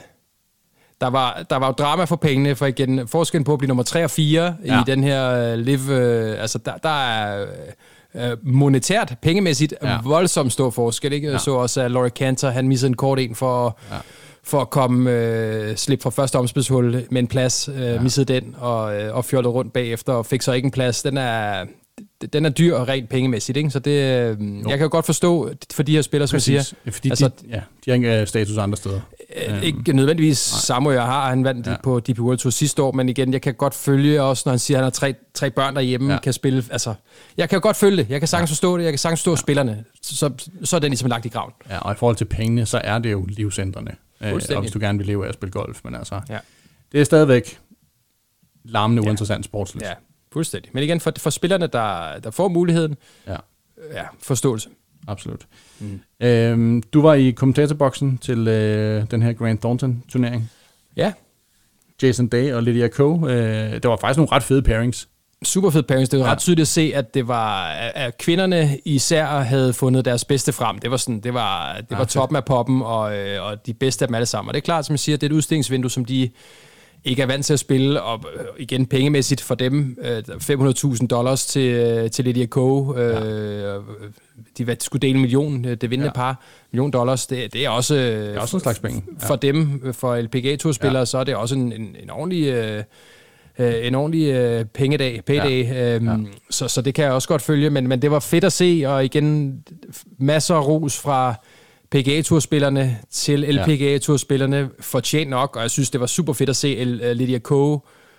der var, der var jo drama for pengene, for igen, forskellen på at blive nummer tre og fire Ja. i den her uh, live... Uh, altså, der, der er uh, monetært, pengemæssigt, Ja. ja. voldsomt stor forskel, ikke? Jeg Ja. så også, at Laurie Cantor, han missede en kort en for, Ja. for at komme uh, slip fra første omspidshul med en plads, uh, ja. missede den, og, uh, og fjollede rundt bagefter, og fik så ikke en plads. Den er... Den er dyr og rent pengemæssigt, ikke? Så det, jeg kan jo godt forstå for de her spillere, som jeg siger. Fordi altså, de, ja, de har ikke status andre steder. Øh, ikke nødvendigvis Samoy har, han vandt Ja. ja. på D P World Tour sidste år, men igen, jeg kan godt følge også, når han siger, at han har tre, tre børn derhjemme, Ja. ja. kan spille, altså, jeg kan jo godt følge det, jeg kan sagtens forstå det, jeg kan sagtens forstå ja. spillerne, så, så er den ligesom lagt i graven. Ja, og i forhold til pengene, så er det jo livsændrende, øh, Fuldstændig. og hvis du gerne vil leve af at spille golf, men altså, Ja. det er stadigvæk larmende uinteressant sportsligt. Ja, fuldstændig. Men igen, for, for spillerne, der, der får muligheden, Ja. ja, forståelse. Absolut. Mm. Øhm, du var i kommentatorboksen til øh, den her Grant Thornton-turnering. Ja, Jason Day og Lydia Ko. Øh, det var faktisk nogle ret fede pairings. super fed pairings. Det var Ja. ja. ret tydeligt at se, at det var at kvinderne især havde fundet deres bedste frem. Det var sådan, det var det Ja, var fedt. toppen af poppen og, øh, og de bedste af dem alle sammen. Og det er klart, som jeg siger, det er et udstillingsvindue, som de ikke er vant til at spille, og øh, igen pengemæssigt for dem, øh, fem hundrede tusind dollars til, øh, til Lydia Ko. Øh, ja. De hvad, skulle dele en million, øh, det vindende Ja. ja. par, million dollars. Det, det er også, øh, Det er også en slags penge. Ja. for dem, for L P G A-turspillere, Ja. ja. så er det også en, en, en ordentlig... Øh, Øh, en ordentlig øh, pengedag, payday, Ja. øhm, Ja. Så, så det kan jeg også godt følge, men, men det var fedt at se, og igen masser af ros fra P G A-turspillerne til L P G A-turspillerne, fortjent nok, og jeg synes, det var super fedt at se uh, Lydia Ko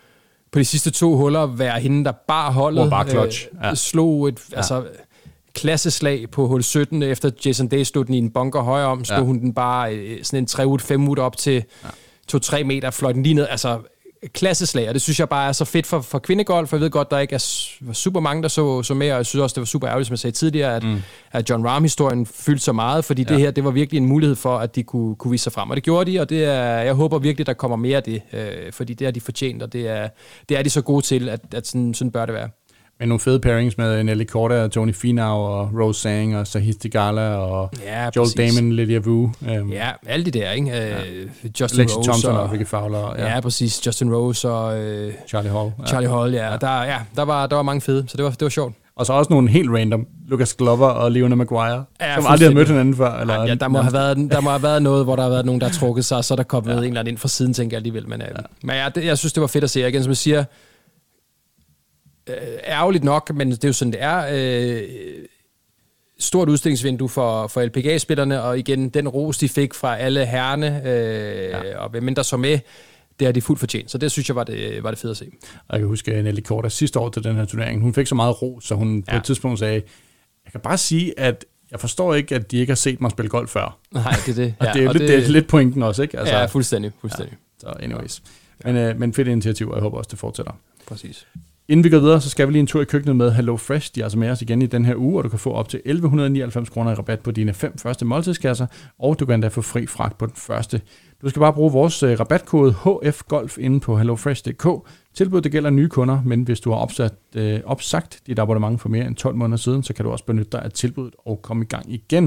på de sidste to huller være hende, der bar holdet, Hun var bare clutch. Ja. slog et Ja. altså, klasseslag på hul sytten, efter Jason Day stod den i en bunker højre om, slog Ja. hun den bare øh, sådan en tre ud, fem ud op til Ja. to-tre meter, fløj den lige ned, altså klasseslag, og det synes jeg bare er så fedt for, for kvindegolf, for jeg ved godt, der ikke er s- var super mange, der så, så med, og jeg synes også, det var super ærgerligt, som jeg sagde tidligere, at, mm. at John Rahm-historien fyldte så meget, fordi ja. det her, det var virkelig en mulighed for, at de kunne, kunne vise sig frem, og det gjorde de, og det er, jeg håber virkelig, der kommer mere af det, øh, fordi det har de fortjent, og det er, det er de så gode til, at, at sådan, sådan bør det være. Men nogle fede pairings med Nelly Korda, Tony Finau og Rose Sang og Sahith Theegala og Ja, Joel præcis. Damon, Lydia Wu. Um, Ja, alle de der, ikke? Ja. Justin Lexi Rose Thompson og, og Ricky Fowler. Ja, ja, præcis. Justin Rose og øh, Charlie Hall. Ja. Charlie Hall, ja. Ja. Der, ja, der var, der var mange fede, så det var, det var sjovt. Og så også nogle helt random. Lucas Glover og Leona Maguire, Ja, som aldrig har mødt hinanden før. Eller Ja, der må, have været, der må have været noget, hvor der har været nogen, der har trukket sig, og så er der kommet ja. en eller anden ind fra siden, tænker jeg alligevel. Men, øh, ja. men ja, det, jeg synes, det var fedt at se. Igen, som jeg siger, øh, ærgerligt nok, men det er jo sådan, det er. Øh, stort udstillingsvindue for, for L P G A-spillerne, og igen, den ros, de fik fra alle herrene, øh, ja. og hvem der så med, det er de fuldt fortjent. Så det synes jeg var det, var det fedt at se. Og jeg kan huske Nelly Korda sidste år til den her turnering. Hun fik så meget ro, så hun ja. på et tidspunkt sagde, jeg kan bare sige, at jeg forstår ikke, at de ikke har set mig spille golf før. Nej, det er det. og ja, det er jo og lidt, det... lidt pointen også, ikke? Altså, ja, fuldstændig. fuldstændig. Ja, så anyways. Ja. Men, øh, men fedt initiativ, og jeg håber også, det fortsætter. Præcis. Inden vi går videre, så skal vi lige en tur i køkkenet med Hello Fresh. De er altså med os igen i den her uge, og du kan få op til elleve nioghalvfems kroner i rabat på dine fem første måltidskasser, og du kan endda få fri fragt på den første. Du skal bare bruge vores uh, rabatkode H F Golf inde på hellofresh punktum d k. Tilbuddet gælder nye kunder, men hvis du har opsat, øh, opsagt dit abonnement for mere end tolv måneder siden, så kan du også benytte dig af tilbuddet og komme i gang igen.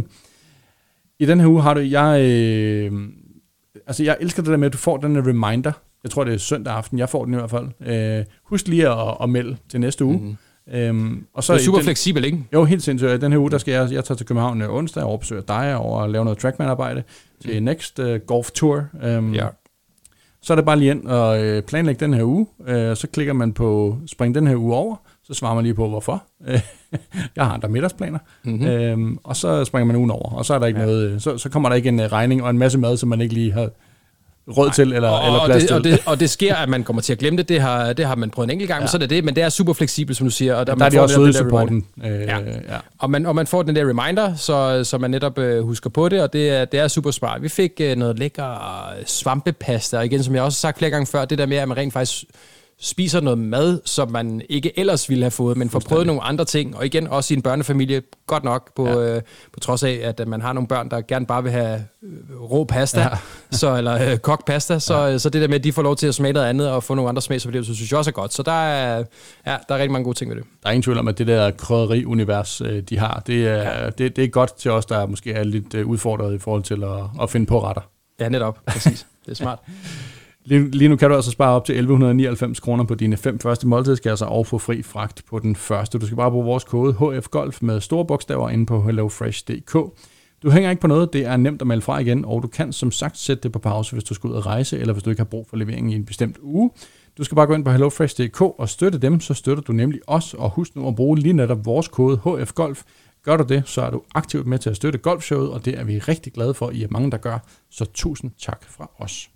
I den her uge har du, jeg, øh, altså jeg elsker det der med, at du får den her reminder. Jeg tror, det er søndag aften, jeg får den i hvert fald. Øh, husk lige at, at melde til næste uge. Mm-hmm. Øhm, og så det er super den, fleksibel, ikke? Jo, helt sindssygt. Den her uge, der skal jeg, jeg tage til København onsdag og besøge dig og lave noget trackman-arbejde til mm. Next uh, Golf Tour. Um, ja. Så er det bare lige ind og øh, planlægge den her uge. Øh, så klikker man på spring den her uge over. Så svarer man lige på, hvorfor. Jeg har andre middagsplaner. Mm-hmm. Øhm, og så springer man ugen over. Og så er der ikke ja. noget. Så, så kommer der ikke en regning og en masse mad, som man ikke lige har råd til eller, og, eller plads det, til. Og det, og det sker, at man kommer til at glemme det. Det har, det har man prøvet en enkelt gang, ja. men så er det det. Men det er super fleksibelt, som du siger. Og der, ja, der er de også søde i supporten. Øh, ja. Ja. Og, man, og man får den der reminder, så, så man netop øh, husker på det, og det er, det er super smart. Vi fik øh, noget lækker svampepasta, og igen, som jeg også har sagt flere gange før, det der med, at man rent faktisk spiser noget mad, som man ikke ellers ville have fået, men får prøvet nogle andre ting, og igen også i en børnefamilie, godt nok, på, ja. øh, på trods af, at man har nogle børn, der gerne bare vil have øh, rå pasta, ja. så, eller øh, kogt pasta, så, ja. så det der med, at de får lov til at smage noget andet, og få nogle andre smagsoplevelser, synes jeg også er godt. Så der er, ja, der er rigtig mange gode ting ved det. Der er ingen tvivl om, at det der krydderi-univers, de har, det er, ja. det, det er godt til os, der måske er lidt udfordret i forhold til at, at finde på retter. Ja, netop. Præcis. Det er smart. Lige, lige nu kan du altså spare op til elleve nioghalvfems kroner på dine fem første måltidskasser og få fri fragt på den første. Du skal bare bruge vores kode H F Golf med store bogstaver inde på hellofresh punktum d k. Du hænger ikke på noget, det er nemt at melde fra igen, og du kan som sagt sætte det på pause, hvis du skal ud og rejse, eller hvis du ikke har brug for levering i en bestemt uge. Du skal bare gå ind på hellofresh punktum d k og støtte dem, så støtter du nemlig os, og husk nu at bruge lige netop vores kode H F Golf. Gør du det, så er du aktivt med til at støtte golfshowet, og det er vi rigtig glade for, I er mange, der gør. Så tusind tak fra os.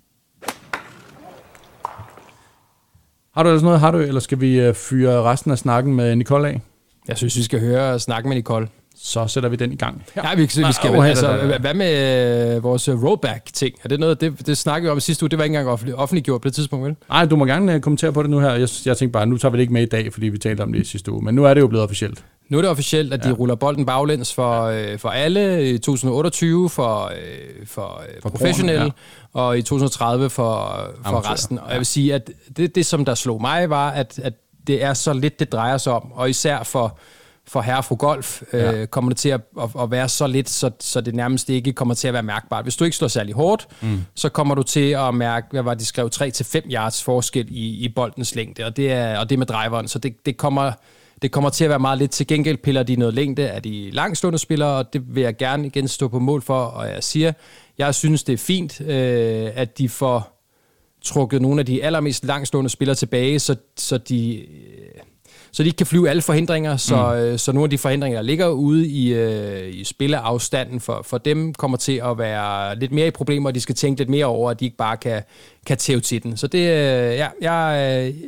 Har du ellers noget, har du, eller skal vi fyre resten af snakken med Nicole af? Jeg synes, vi skal høre snakken med Nicole. Så sætter vi den i gang. Ja, ja vi, vi skal jo, altså, hvad med øh, vores rollback-ting? Er det noget, det, det snakkede vi om sidste uge, det var ikke engang offentlig, offentliggjort på det tidspunkt, vel? Nej, du må gerne kommentere på det nu her. Jeg, jeg tænkte bare, nu tager vi det ikke med i dag, fordi vi talte om det i sidste uge, men nu er det jo blevet officielt. Nu er det officielt, at de ja. ruller bolden baglæns for, øh, for alle i to tusind otteogtyve for, øh, for, øh, for professionelle, ja. og i to tusind tredive for, for resten. Og jeg vil sige, at det, det, som der slog mig, var, at, at det er så lidt, det drejer sig om, og især for for herre og fru golf, øh, ja. kommer det til at, at, at være så lidt, så, så det nærmest ikke kommer til at være mærkbart. Hvis du ikke slår særlig hårdt, mm. så kommer du til at mærke, hvad var de skrev, tre til fem yards forskel i, i boldens længde, og det er, og det er med driveren, så det, det, kommer, det kommer til at være meget lidt. Til gengæld piller de noget længde af de langstående spillere, og det vil jeg gerne igen stå på mål for, og jeg siger, jeg synes, det er fint, øh, at de får trukket nogle af de allermest langstående spillere tilbage, så, så de... Øh, Så de ikke kan flyve alle forhindringer, så, mm. så nogle af de forhindringer, der ligger ude i, øh, i spilleafstanden, for, for dem kommer til at være lidt mere i problemer, og de skal tænke lidt mere over, at de ikke bare kan, kan tæve til den. Så det, øh, ja, jeg, øh,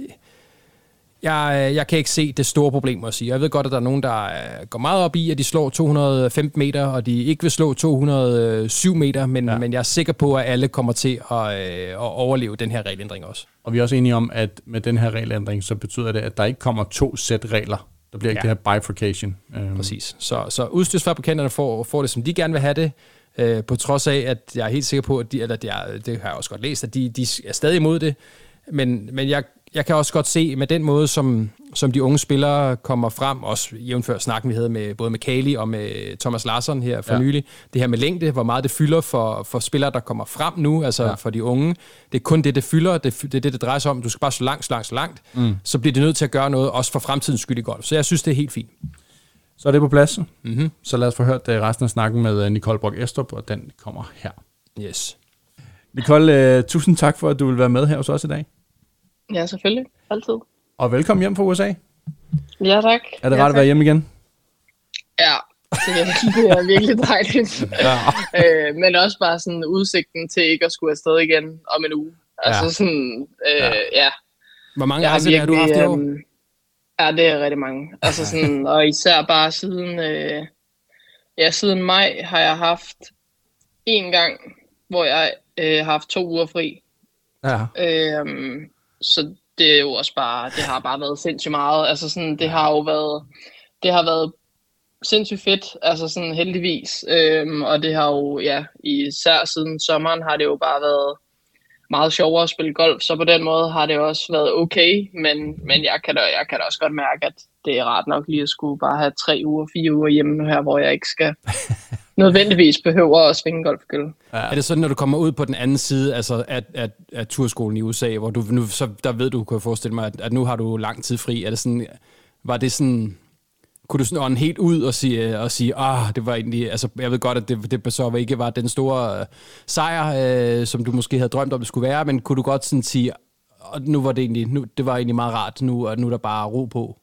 jeg, jeg kan ikke se det store problem at sige. Jeg ved godt, at der er nogen, der går meget op i, at de slår to hundrede og femten meter, og de ikke vil slå to hundrede og syv meter, men, ja. men jeg er sikker på, at alle kommer til at, øh, at overleve den her regelændring også. Og vi er også enige om, at med den her regelændring, så betyder det, at der ikke kommer to sæt regler. Der bliver ikke ja. det her bifurcation. Præcis. Så, så udstyrsfabrikanterne får, får det, som de gerne vil have det, øh, på trods af, at jeg er helt sikker på, at de, eller det, er, det har jeg også godt læst, at de, de er stadig imod det. Men, men jeg, jeg kan også godt se, med den måde, som, som de unge spillere kommer frem, også jævnfør snakken, vi havde med både med Kali og med Thomas Larsson her for ja. nylig, det her med længde, hvor meget det fylder for, for spillere, der kommer frem nu, altså ja. for de unge. Det er kun det, det fylder, det, det er det, det drejer sig om. Du skal bare så langt, så langt, så langt. Mm. Så bliver de nødt til at gøre noget, også for fremtidens skyld i golf. Så jeg synes, det er helt fint. Så er det på plads. Mm-hmm. Så lad os få hørt resten af snakken med Nicole Brock Estrup, og den kommer her. Yes. Nicole, uh, tusind tak for, at du vil være med her hos os i dag. Ja, selvfølgelig. Altid. Og velkommen hjem fra U S A. Ja, tak. Er det ja, rart at være hjemme igen? Ja, det er, det er virkelig dejligt. ja. øh, men også bare sådan udsigten til ikke at skulle afsted igen om en uge. Altså Ja. sådan, øh, ja. ja. Hvor mange Jeg har rejser har du haft i år? øhm, Ja, det er rigtig mange. Altså sådan, og især bare siden, øh, ja, siden maj har jeg haft en gang, hvor jeg øh, har haft to uger fri. Ja. Øhm, så det er jo også bare, det har bare været sindssygt meget. Altså sådan, det har jo været, det har været sindssygt fedt, altså sådan heldigvis. Øhm, og det har jo, ja, især siden sommeren har det jo bare været meget sjovere at spille golf, så på den måde har det også været okay, men, men jeg, kan da, jeg kan da også godt mærke, at det er rart nok lige at skulle bare have tre uger, fire uger hjemme her, hvor jeg ikke skal nødvendigvis behøver at svinge golfkølle. Ja. Er det sådan, når du kommer ud på den anden side altså af, af, af turskolen i U S A, hvor du nu, så der ved du, kan jeg forestille mig, at, at nu har du lang tid fri, er det sådan, var det sådan, kunne du sådan ånde helt ud og sige, og sige, ah, det var egentlig, altså jeg ved godt, at det, det så ikke var den store uh, sejr, uh, som du måske havde drømt om, det skulle være, men kunne du godt sådan sige, og nu var det egentlig, nu, det var egentlig meget rart, nu, og nu er der bare ro på?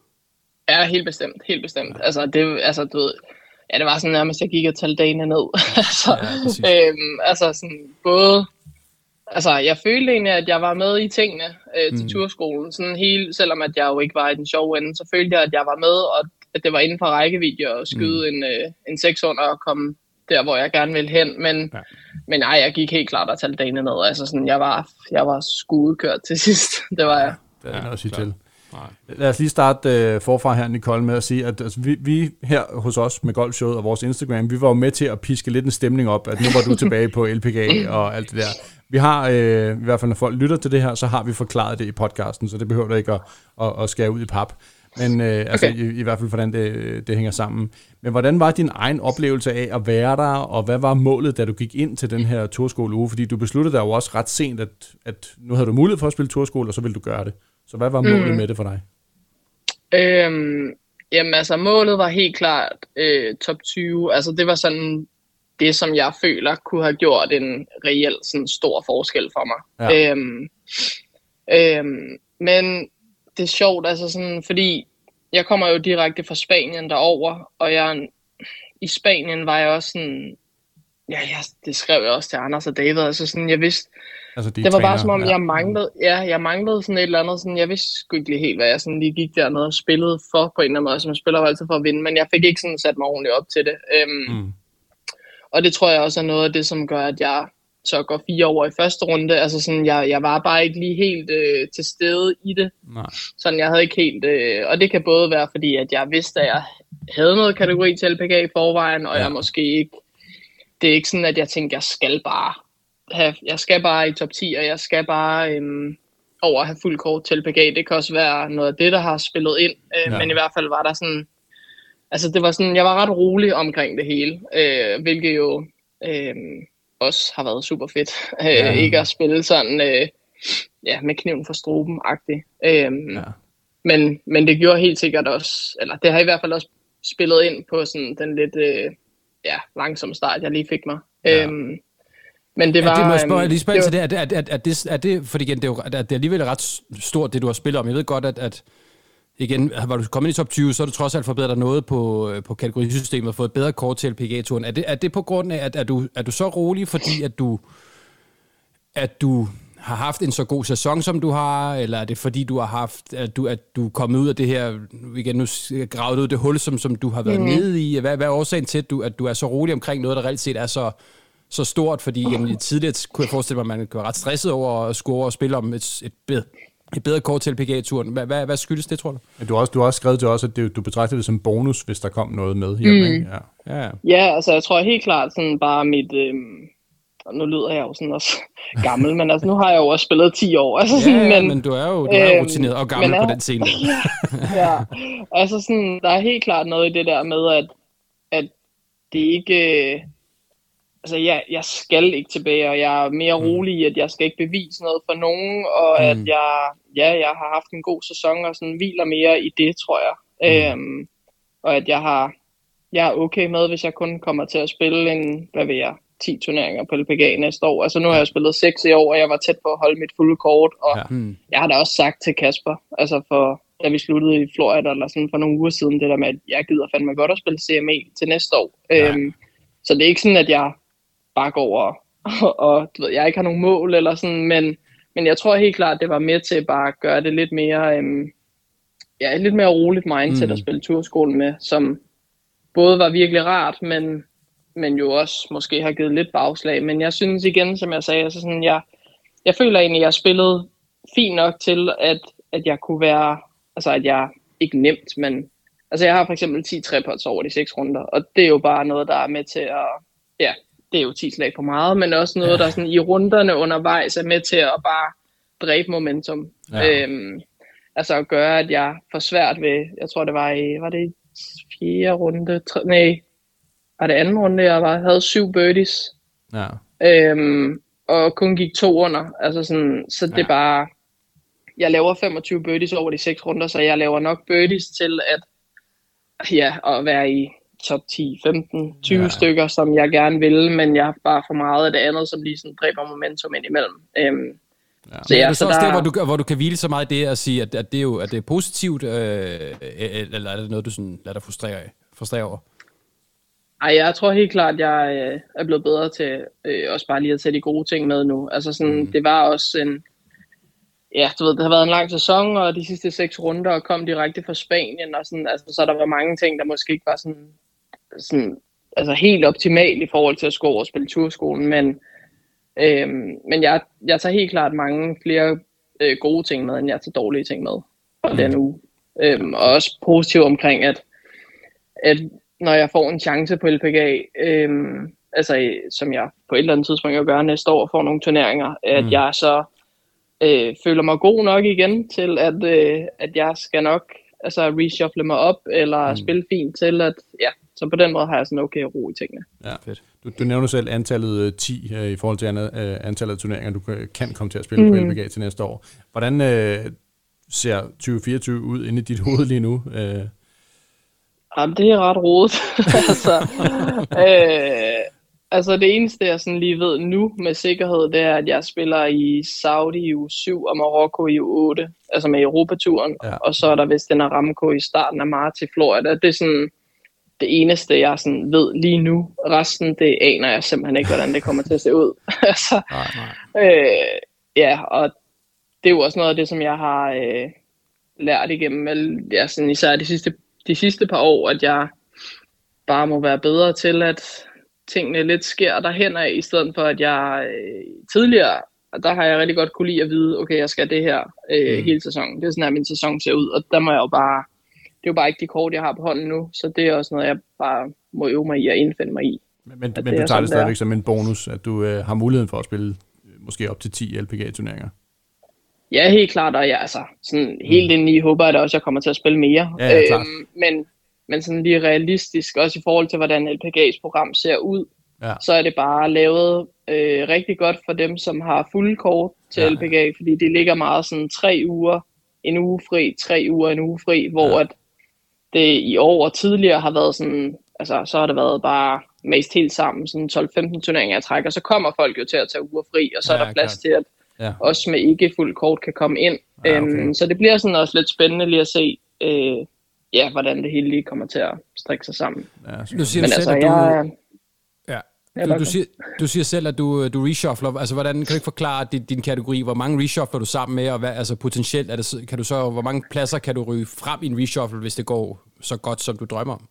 Ja, helt bestemt, helt bestemt. Altså, det, altså du ved, ja, det var sådan nærmest, jeg gik og talte dagene ned. altså, ja, øhm, altså sådan, både, altså jeg følte egentlig, at jeg var med i tingene øh, til mm. turskolen, sådan hele, selvom at jeg jo ikke var i den sjove ende, så følte jeg, at jeg var med, og at det var inden for rækkevidde at skyde mm. en, øh, en seks under og komme der, hvor jeg gerne ville hen, men, ja. men nej, jeg gik helt klart og talte dagene ned, altså sådan, jeg var, jeg var skudekørt til sidst, det var jeg. Det er noget at sige til. Lad os lige starte øh, forfra her, Nicole, med at sige, at altså, vi, vi her hos os med Golfshowet og vores Instagram, vi var jo med til at piske lidt en stemning op, at nu var du tilbage på L P G A og alt det der. Vi har, øh, i hvert fald når folk lytter til det her, så har vi forklaret det i podcasten, så det behøver du ikke at, at, at skære ud i pap. Men øh, okay. altså, i, i hvert fald, hvordan det, det hænger sammen. Men hvordan var din egen oplevelse af at være der, og hvad var målet, da du gik ind til den her turskoleuge? Fordi du besluttede dig jo også ret sent, at, at nu havde du mulighed for at spille turskole, og så ville du gøre det. Så hvad var målet mm. med det for dig? Øhm, jamen altså, målet var helt klart øh, top tyve. Altså det var sådan det, som jeg føler kunne have gjort en reelt sådan stor forskel for mig. Ja. Øhm, øhm, men det er sjovt, altså sådan, fordi jeg kommer jo direkte fra Spanien derover, og jeg, i Spanien var jeg også sådan, ja, jeg, det skrev jeg også til Anders og David, altså sådan, jeg vidste, altså, de det var træner, bare som om, ja. jeg manglede, ja, jeg manglede sådan et eller andet, sådan, jeg vidste sgu ikke lige helt, hvad jeg sådan lige gik dernede og spillede for, på en eller anden måde, som spiller altid for at vinde, men jeg fik ikke sådan sat mig ordentligt op til det. Øhm, mm. Og det tror jeg også er noget af det, som gør, at jeg så går fire år i første runde, altså sådan, jeg, jeg var bare ikke lige helt øh, til stede i det, nej. Sådan jeg havde ikke helt, øh, og det kan både være, fordi at jeg vidste, at jeg havde noget kategori til L P G A i forvejen, og ja. jeg måske ikke, det er ikke sådan, at jeg tænkte, jeg skal bare have, jeg skal bare i top ti, og jeg skal bare øhm, over have fuld kort til L P G A. Det kan også være noget af det, der har spillet ind, øh, ja. men i hvert fald var der sådan, altså det var sådan, jeg var ret rolig omkring det hele, øh, hvilket jo øh, også har været super fedt, øh, ja. ikke at spille sådan, øh, ja, med kniven for struben-agtigt. Øh, ja. men, men det gjorde helt sikkert også, eller det har i hvert fald også spillet ind på sådan den lidt, øh, ja, langsomme start, jeg lige fik mig. Ja. Øh, Men det var... Er det, må jeg spørge, lige spørge til det, at, at, at, det, er det, for igen, det er jo at det er alligevel ret stort, det du har spillet om. Jeg ved godt, at, at igen, var du kommet i top tyve, så har du trods alt forbedret dig noget på, på kategorisystemet og fået et bedre kort til L P G A-turen. Er det, er det på grund af, at er du, er du så rolig, fordi at du, at du har haft en så god sæson, som du har, eller er det fordi, du har haft, at du, at du er kommet ud af det her, igen nu gravet ud det hul, som, som du har været mm. nede i? Hvad, hvad er årsagen til, at du, at du er så rolig omkring noget, der reelt set er så... så stort, fordi jamen, tidligere kunne jeg forestille mig, at man kunne være ret stresset over at score og spille om et, et, bedre, et bedre kort til L P G A-turen. Hvad, hvad, hvad skyldes det, tror du? Ja, du, har også, du har også skrevet til os, at det, du betragter det som bonus, hvis der kom noget med hjemme. Mm. Ikke? Ja. Ja, ja. ja, altså jeg tror helt klart sådan bare mit... Øhm, nu lyder jeg jo sådan også gammel, men altså nu har jeg jo også spillet ti år. Altså, sådan, ja, men, men du er jo, du er jo rutineret og gammel er, på den scene. ja, altså sådan, der er helt klart noget i det der med, at, at det ikke... Altså, jeg, jeg skal ikke tilbage, og jeg er mere rolig i, at jeg skal ikke bevise noget for nogen, og mm. at jeg, ja, jeg har haft en god sæson, og sådan hviler mere i det, tror jeg. Mm. Øhm, og at jeg har, jeg er okay med, hvis jeg kun kommer til at spille en, hvad ved jeg, ti turneringer på L P G A næste år. Altså, nu har jeg spillet seks i år, og jeg var tæt på at holde mit fulde kort, og ja. mm. jeg har da også sagt til Kasper, altså for, da vi sluttede i Florida, eller sådan for nogle uger siden, det der med, at jeg gider fandme godt at spille C M E til næste år. Ja. Øhm, så det er ikke sådan, at jeg bare går over, og, og du ved, jeg ikke har nogen mål eller sådan, men, men jeg tror helt klart, det var med til bare at gøre det lidt mere, øhm, ja, et lidt mere roligt mindset mm. at spille turskolen med, som både var virkelig rart, men, men jo også måske har givet lidt bagslag. Men jeg synes igen, som jeg sagde, altså sådan, jeg, jeg føler egentlig, at jeg spillede fint nok til, at, at jeg kunne være, altså at jeg ikke nemt, men altså jeg har for eksempel ti trepots over de seks runder, og det er jo bare noget, der er med til at, ja, det er jo ti slag på meget, men også noget, ja. der sådan i runderne undervejs er med til at bare dræbe momentum. Ja. Øhm, altså at gøre, at jeg får svært ved, jeg tror det var i, var det i fjerde runde, tre, nej, var det anden runde, jeg var, havde syv birdies, ja. øhm, og kun gik to under, altså sådan, så det ja. er bare, jeg laver femogtyve birdies over de seks runder, så jeg laver nok birdies til at, ja, at være i top ti, femten, tyve ja. stykker, som jeg gerne vil, men jeg har bare for meget af det andet, som lige sådan dræber momentum ind imellem. Øhm, ja. Så ja, er det så, så også der, hvor, du, hvor du kan hvile så meget i det at sige, at, at det er jo at det er positivt, øh, eller er det noget, du sådan lader dig frustrere, frustrere over? Ej, jeg tror helt klart, at jeg øh, er blevet bedre til øh, også bare lige at tage de gode ting med nu. Altså sådan, mm. det var også en, ja, du ved, det har været en lang sæson, og de sidste seks runder kom direkte fra Spanien, og sådan, altså, så der var mange ting, der måske ikke var sådan, sådan altså helt optimalt i forhold til at score og spille turskolen, men, øhm, men jeg, jeg tager helt klart mange flere øh, gode ting med, end jeg tager dårlige ting med på mm. den uge. Øhm, og også positivt omkring, at, at når jeg får en chance på L P G A, øhm, altså som jeg på et eller andet tidspunkt jo gør næste år, får nogle turneringer, at mm. jeg så øh, føler mig god nok igen til, at, øh, at jeg skal nok altså reshuffle mig op, eller mm. spille fint til, at ja, så på den måde har jeg sådan okay ro i tingene. Ja, fedt. Du, du nævner selv antallet ti øh, i forhold til andet, øh, antallet af turneringer, du kan komme til at spille mm. på L P G A til næste år. Hvordan øh, ser tyve fireogtyve ud inde i dit hoved lige nu? Øh? Jamen, det er ret rodet. altså, øh, altså det eneste, jeg sådan lige ved nu med sikkerhed, det er, at jeg spiller i Saudi i uge syv og Marokko i uge otte, altså med Europaturen, ja. Og så er der vist den Aramco i starten af marts i Florida. Det er sådan det eneste, jeg sådan ved lige nu. Resten, det aner jeg simpelthen ikke, hvordan det kommer til at se ud. altså, nej, nej. Øh, ja, og det er jo også noget af det, som jeg har øh, lært igennem, ja, sådan især de sidste de sidste par år, at jeg bare må være bedre til, at tingene lidt sker derhen af, i stedet for, at jeg øh, tidligere, der har jeg rigtig godt kunne lide at vide, okay, jeg skal det her øh, mm. hele sæsonen. Det er sådan, at min sæson ser ud, og der må jeg jo bare, det er jo bare ikke de kort, jeg har på hånden nu, så det er også noget, jeg bare må øve mig i og indfinde mig i. Men, men du tager det stadigvæk som en bonus, at du øh, har muligheden for at spille øh, måske op til ti L P G A-turneringer? Ja, helt klart, og ja, altså, sådan helt inden i håber jeg da også, at jeg kommer til at spille mere. Ja, ja, øhm, men, men sådan lige realistisk, også i forhold til, hvordan L P G A's program ser ud, ja. Så er det bare lavet øh, rigtig godt for dem, som har fulde kort til ja. L P G A, fordi det ligger meget sådan tre uger, en uge fri, tre uger, en uge fri, hvor ja. At det i år og tidligere har været sådan, altså så har det været bare mest helt sammen, sådan tolv femten turneringer jeg trækker, så kommer folk jo til at tage uger fri, og så ja, er der plads klart. Til, at ja. Også med ikke fuld kort kan komme ind. Ja, okay. øhm, så det bliver sådan også lidt spændende lige at se, øh, ja, hvordan det hele lige kommer til at strikke sig sammen. Ja, du siger Men selv, altså, at du... Jeg, ja. Du, du, siger, du siger selv, at du, du reshuffler. Altså, hvordan kan du ikke forklare din, din kategori? Hvor mange reshuffler du sammen med, og hvad, altså potentielt er det, kan du så, hvor mange pladser kan du ryge frem i en reshuffle, hvis det går så godt, som du drømmer om?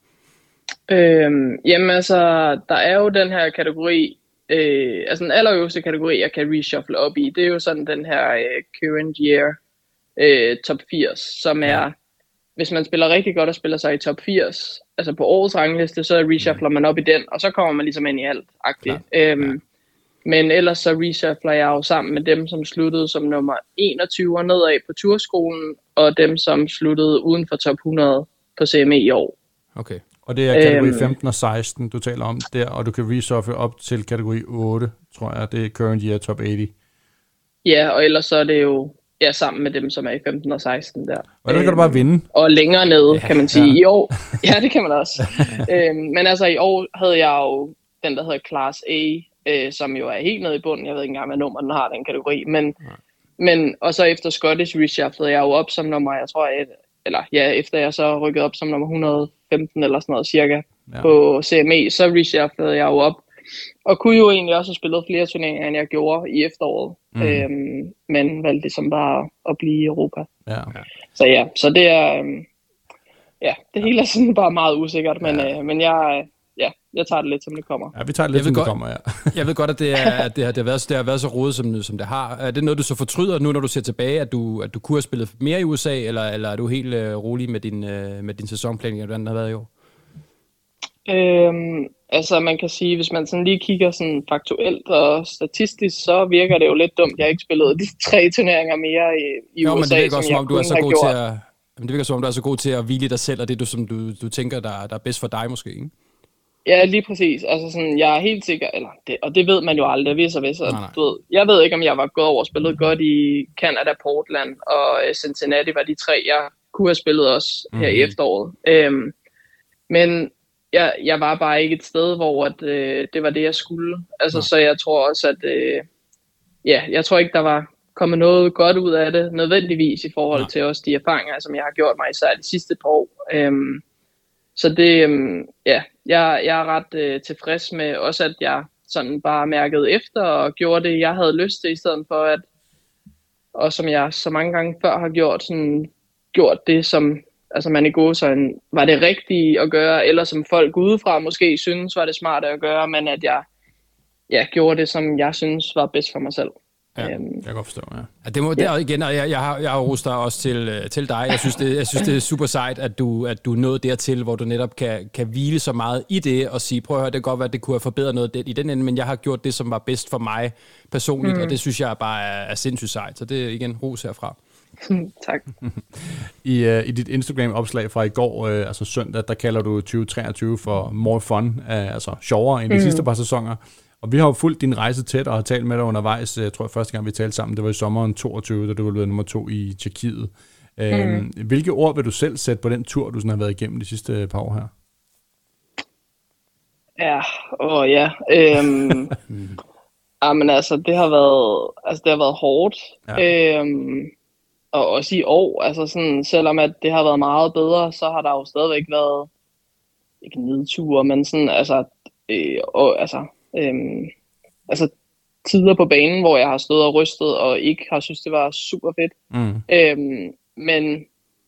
Øhm, jamen altså, der er jo den her kategori. Øh, altså den allerøverste kategori, jeg kan reshuffle op i, det er jo sådan den her øh, current year øh, top firs, som er, ja. Hvis man spiller rigtig godt og spiller sig i top firs, altså på årets rangliste, så reshuffler man op i den, og så kommer man ligesom ind i alt-agtigt. Øhm, ja. Men ellers så reshuffler jeg jo sammen med dem, som sluttede som nummer enogtyve og nedad på turskolen, og dem, som sluttede uden for top hundrede på C M E i år. Okay. Og det er kategori øhm, femten og seksten, du taler om der, og du kan reshuffle op til kategori otte, tror jeg, det er current year top ottende. Ja, og ellers så er det jo ja, sammen med dem, som er i femten og seksten der. Og der kan du bare vinde. Og længere nede, ja, kan man sige. Ja. I år, ja, det kan man også. øhm, men altså i år havde jeg jo den, der hedder Class A, øh, som jo er helt nede i bunden. Jeg ved ikke engang, hvad nummer den har, den kategori. Men, ja. men, og så efter Scottish reshufflede jeg jo op som nummer, jeg tror, et, eller ja, efter jeg så rykkede op som nummer et hundrede og femten eller sådan noget cirka, ja. På C M E, så reshufflede jeg jo op og kunne jo egentlig også have spillet flere turneringer, end jeg gjorde i efteråret. Mm. Øhm, men valgte ligesom bare at blive i Europa. Ja. Så ja, så det er, øhm, ja, det hele er sådan bare meget usikkert, men, ja. øh, men jeg, ja, jeg tager det lidt, som det kommer. Ja, vi tager det lidt, som godt, det kommer, ja. Jeg ved godt, at det, er, at det, har, det, har, været, det har været så rodet, som, som det har. Er det noget, du så fortryder nu, når du ser tilbage, at du, at du kunne have spillet mere i U S A, eller, eller er du helt uh, rolig med din, uh, med din sæsonplanning, hvordan den har været i år? Øhm, altså man kan sige, hvis man sådan lige kigger sådan faktuelt og statistisk, så virker det jo lidt dumt, jeg ikke spillede de tre turneringer mere i, i jo, U S A, men det virker som også, jeg som om, du er så god gjort. til at, men det virker som om, du er så god til at hvile dig selv, og det du, som du, du tænker, der, der er bedst for dig måske, ikke? Ja, lige præcis. Altså sådan, jeg er helt sikker, eller det, og det ved man jo aldrig, hvis og hvis. Og, du ved, jeg ved ikke, om jeg var gået over og spillet godt i Canada, Portland og Cincinnati, var de tre, jeg kunne have spillet også her mm-hmm. i efteråret. Øhm, men jeg, jeg var bare ikke et sted, hvor at, øh, det var det, jeg skulle. Altså, ja. Så jeg tror også, at øh, ja, jeg tror ikke, der var kommet noget godt ud af det, nødvendigvis i forhold ja. til også de erfaringer, som jeg har gjort mig især de sidste par år. Øhm, så det, øhm, ja, jeg, jeg er ret øh, tilfreds med også, at jeg sådan bare mærkede efter og gjorde det, jeg havde lyst til, i stedet for at, og som jeg så mange gange før har gjort, sådan, gjort det, som altså man i gode sådan, var det rigtige at gøre, eller som folk udefra måske synes var det smarte at gøre, men at jeg ja, gjorde det, som jeg synes var bedst for mig selv. Ja, jeg kan godt forstå, ja. ja det må, ja. Der igen, og jeg, jeg har, jeg har rost dig også til, til dig. Jeg synes, det, jeg synes, det er super sejt, at du, at du er nået dertil, hvor du netop kan, kan hvile så meget i det, og sige, prøv at høre, det kan godt være, at det kunne have forbedret noget i den ende, men jeg har gjort det, som var bedst for mig personligt, mm. og det synes jeg bare er, er sindssygt sejt. Så det er igen ros herfra. Tak. I, uh, I dit Instagram-opslag fra i går, uh, altså søndag, der kalder du tyve treogtyve for more fun, uh, altså sjovere end de mm. sidste par sæsoner. Og vi har jo fulgt din rejse tæt og har talt med dig undervejs. Jeg tror, første gang vi talte sammen, det var i sommeren toogtyve, da du var blevet nummer to i Tjekkiet. Mm. Uh, hvilke ord vil du selv sætte på den tur, du sådan har været igennem de sidste par år her? Ja, åh ja. Øhm, jamen altså, det har været, altså, det har været hårdt. Ja. Øhm, og også i år, altså sådan, selvom at det har været meget bedre, så har der jo stadigvæk været, ikke nedture, men sådan, altså, øh, og, altså, øhm, altså, tider på banen, hvor jeg har stået og rystet, og ikke har synes det var super fedt. Mm. Øhm, men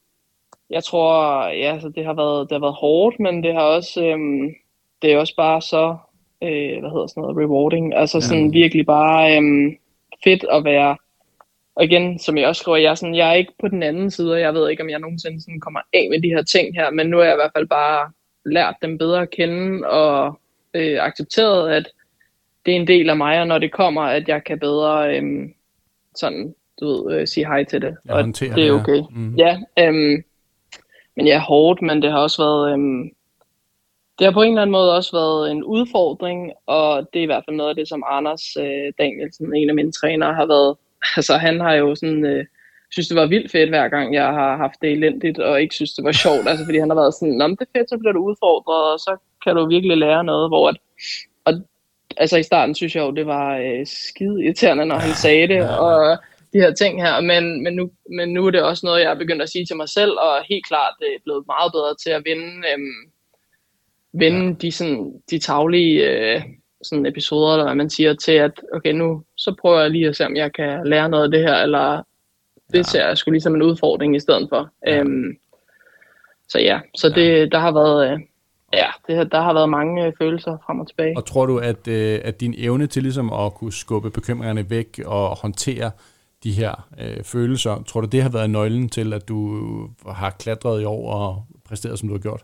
jeg tror, ja, altså, det har været, det har været hårdt, men det har også, øhm, det er også bare så, øh, hvad hedder sådan noget, rewarding, altså sådan mm. virkelig bare øhm, fedt at være. Og igen, som jeg også skriver, jeg er, sådan, jeg er ikke på den anden side, og jeg ved ikke, om jeg nogensinde sådan kommer af med de her ting her, men nu har jeg i hvert fald bare lært dem bedre at kende, og øh, accepteret, at det er en del af mig, og når det kommer, at jeg kan bedre øh, sådan, du ved, øh, sige hej til det, ja, og det er okay. Mm. Ja, øh, men jeg er hårdt, men det har også været, øh, det har på en eller anden måde også været en udfordring, og det er i hvert fald noget af det, som Anders øh, Danielsen, en af mine trænere, har været. Altså han har jo sådan, øh, synes det var vildt fedt hver gang jeg har haft det elendigt, og ikke synes det var sjovt, altså fordi han har været sådan, nå, det er fedt, så bliver du udfordret, og så kan du virkelig lære noget, hvor at, og altså i starten synes jeg jo, det var øh, skide irriterende, når han sagde det, og de her ting her, men, men, nu, men nu er det også noget, jeg er begyndt at sige til mig selv, og helt klart det er blevet meget bedre til at vinde, øh, vinde ja. de, sådan, de taglige øh, sådan episoder, eller hvad man siger, til at, okay, nu så prøver jeg lige at se, om jeg kan lære noget af det her, eller det ja. ser jeg sgu ligesom en udfordring i stedet for. Ja. Øhm, så ja, så det, ja. der har været, øh, ja, det, der har været mange øh, følelser frem og tilbage. Og tror du, at, øh, at din evne til ligesom at kunne skubbe bekymringerne væk og håndtere de her øh, følelser, tror du, det har været nøglen til, at du har klatret i år og præsteret, som du har gjort?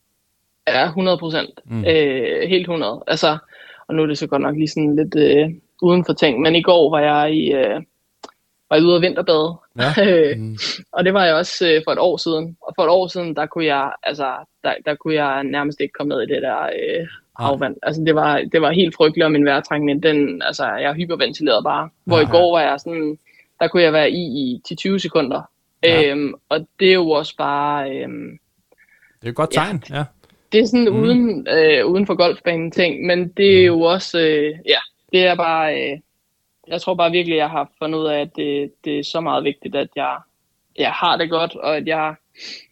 Ja, hundrede procent. Mm. Øh, helt hundrede. Altså, og nu er det så godt nok lige sådan lidt øh, uden for ting, men i går var jeg i øh, var jeg ude at vinterbade, ja. mm. og det var jeg også øh, for et år siden. Og for et år siden, der kunne jeg, altså, der, der kunne jeg nærmest ikke komme ned i det der øh, havvand. Altså, det var, det var helt frygteligt, og min vejrtrækning, den, altså, jeg hyperventilerede bare. Hvor Aha. i går var jeg sådan, der kunne jeg være i i ti til tyve sekunder. Ja. Øhm, og det er jo også bare... Øhm, det er et godt tegn, ja. ja. Det er sådan mm. uden, øh, uden for golfbanen ting, men det er jo også, øh, ja, det er bare, øh, jeg tror bare virkelig, jeg har fundet ud af, at det, det er så meget vigtigt, at jeg, jeg har det godt, og at jeg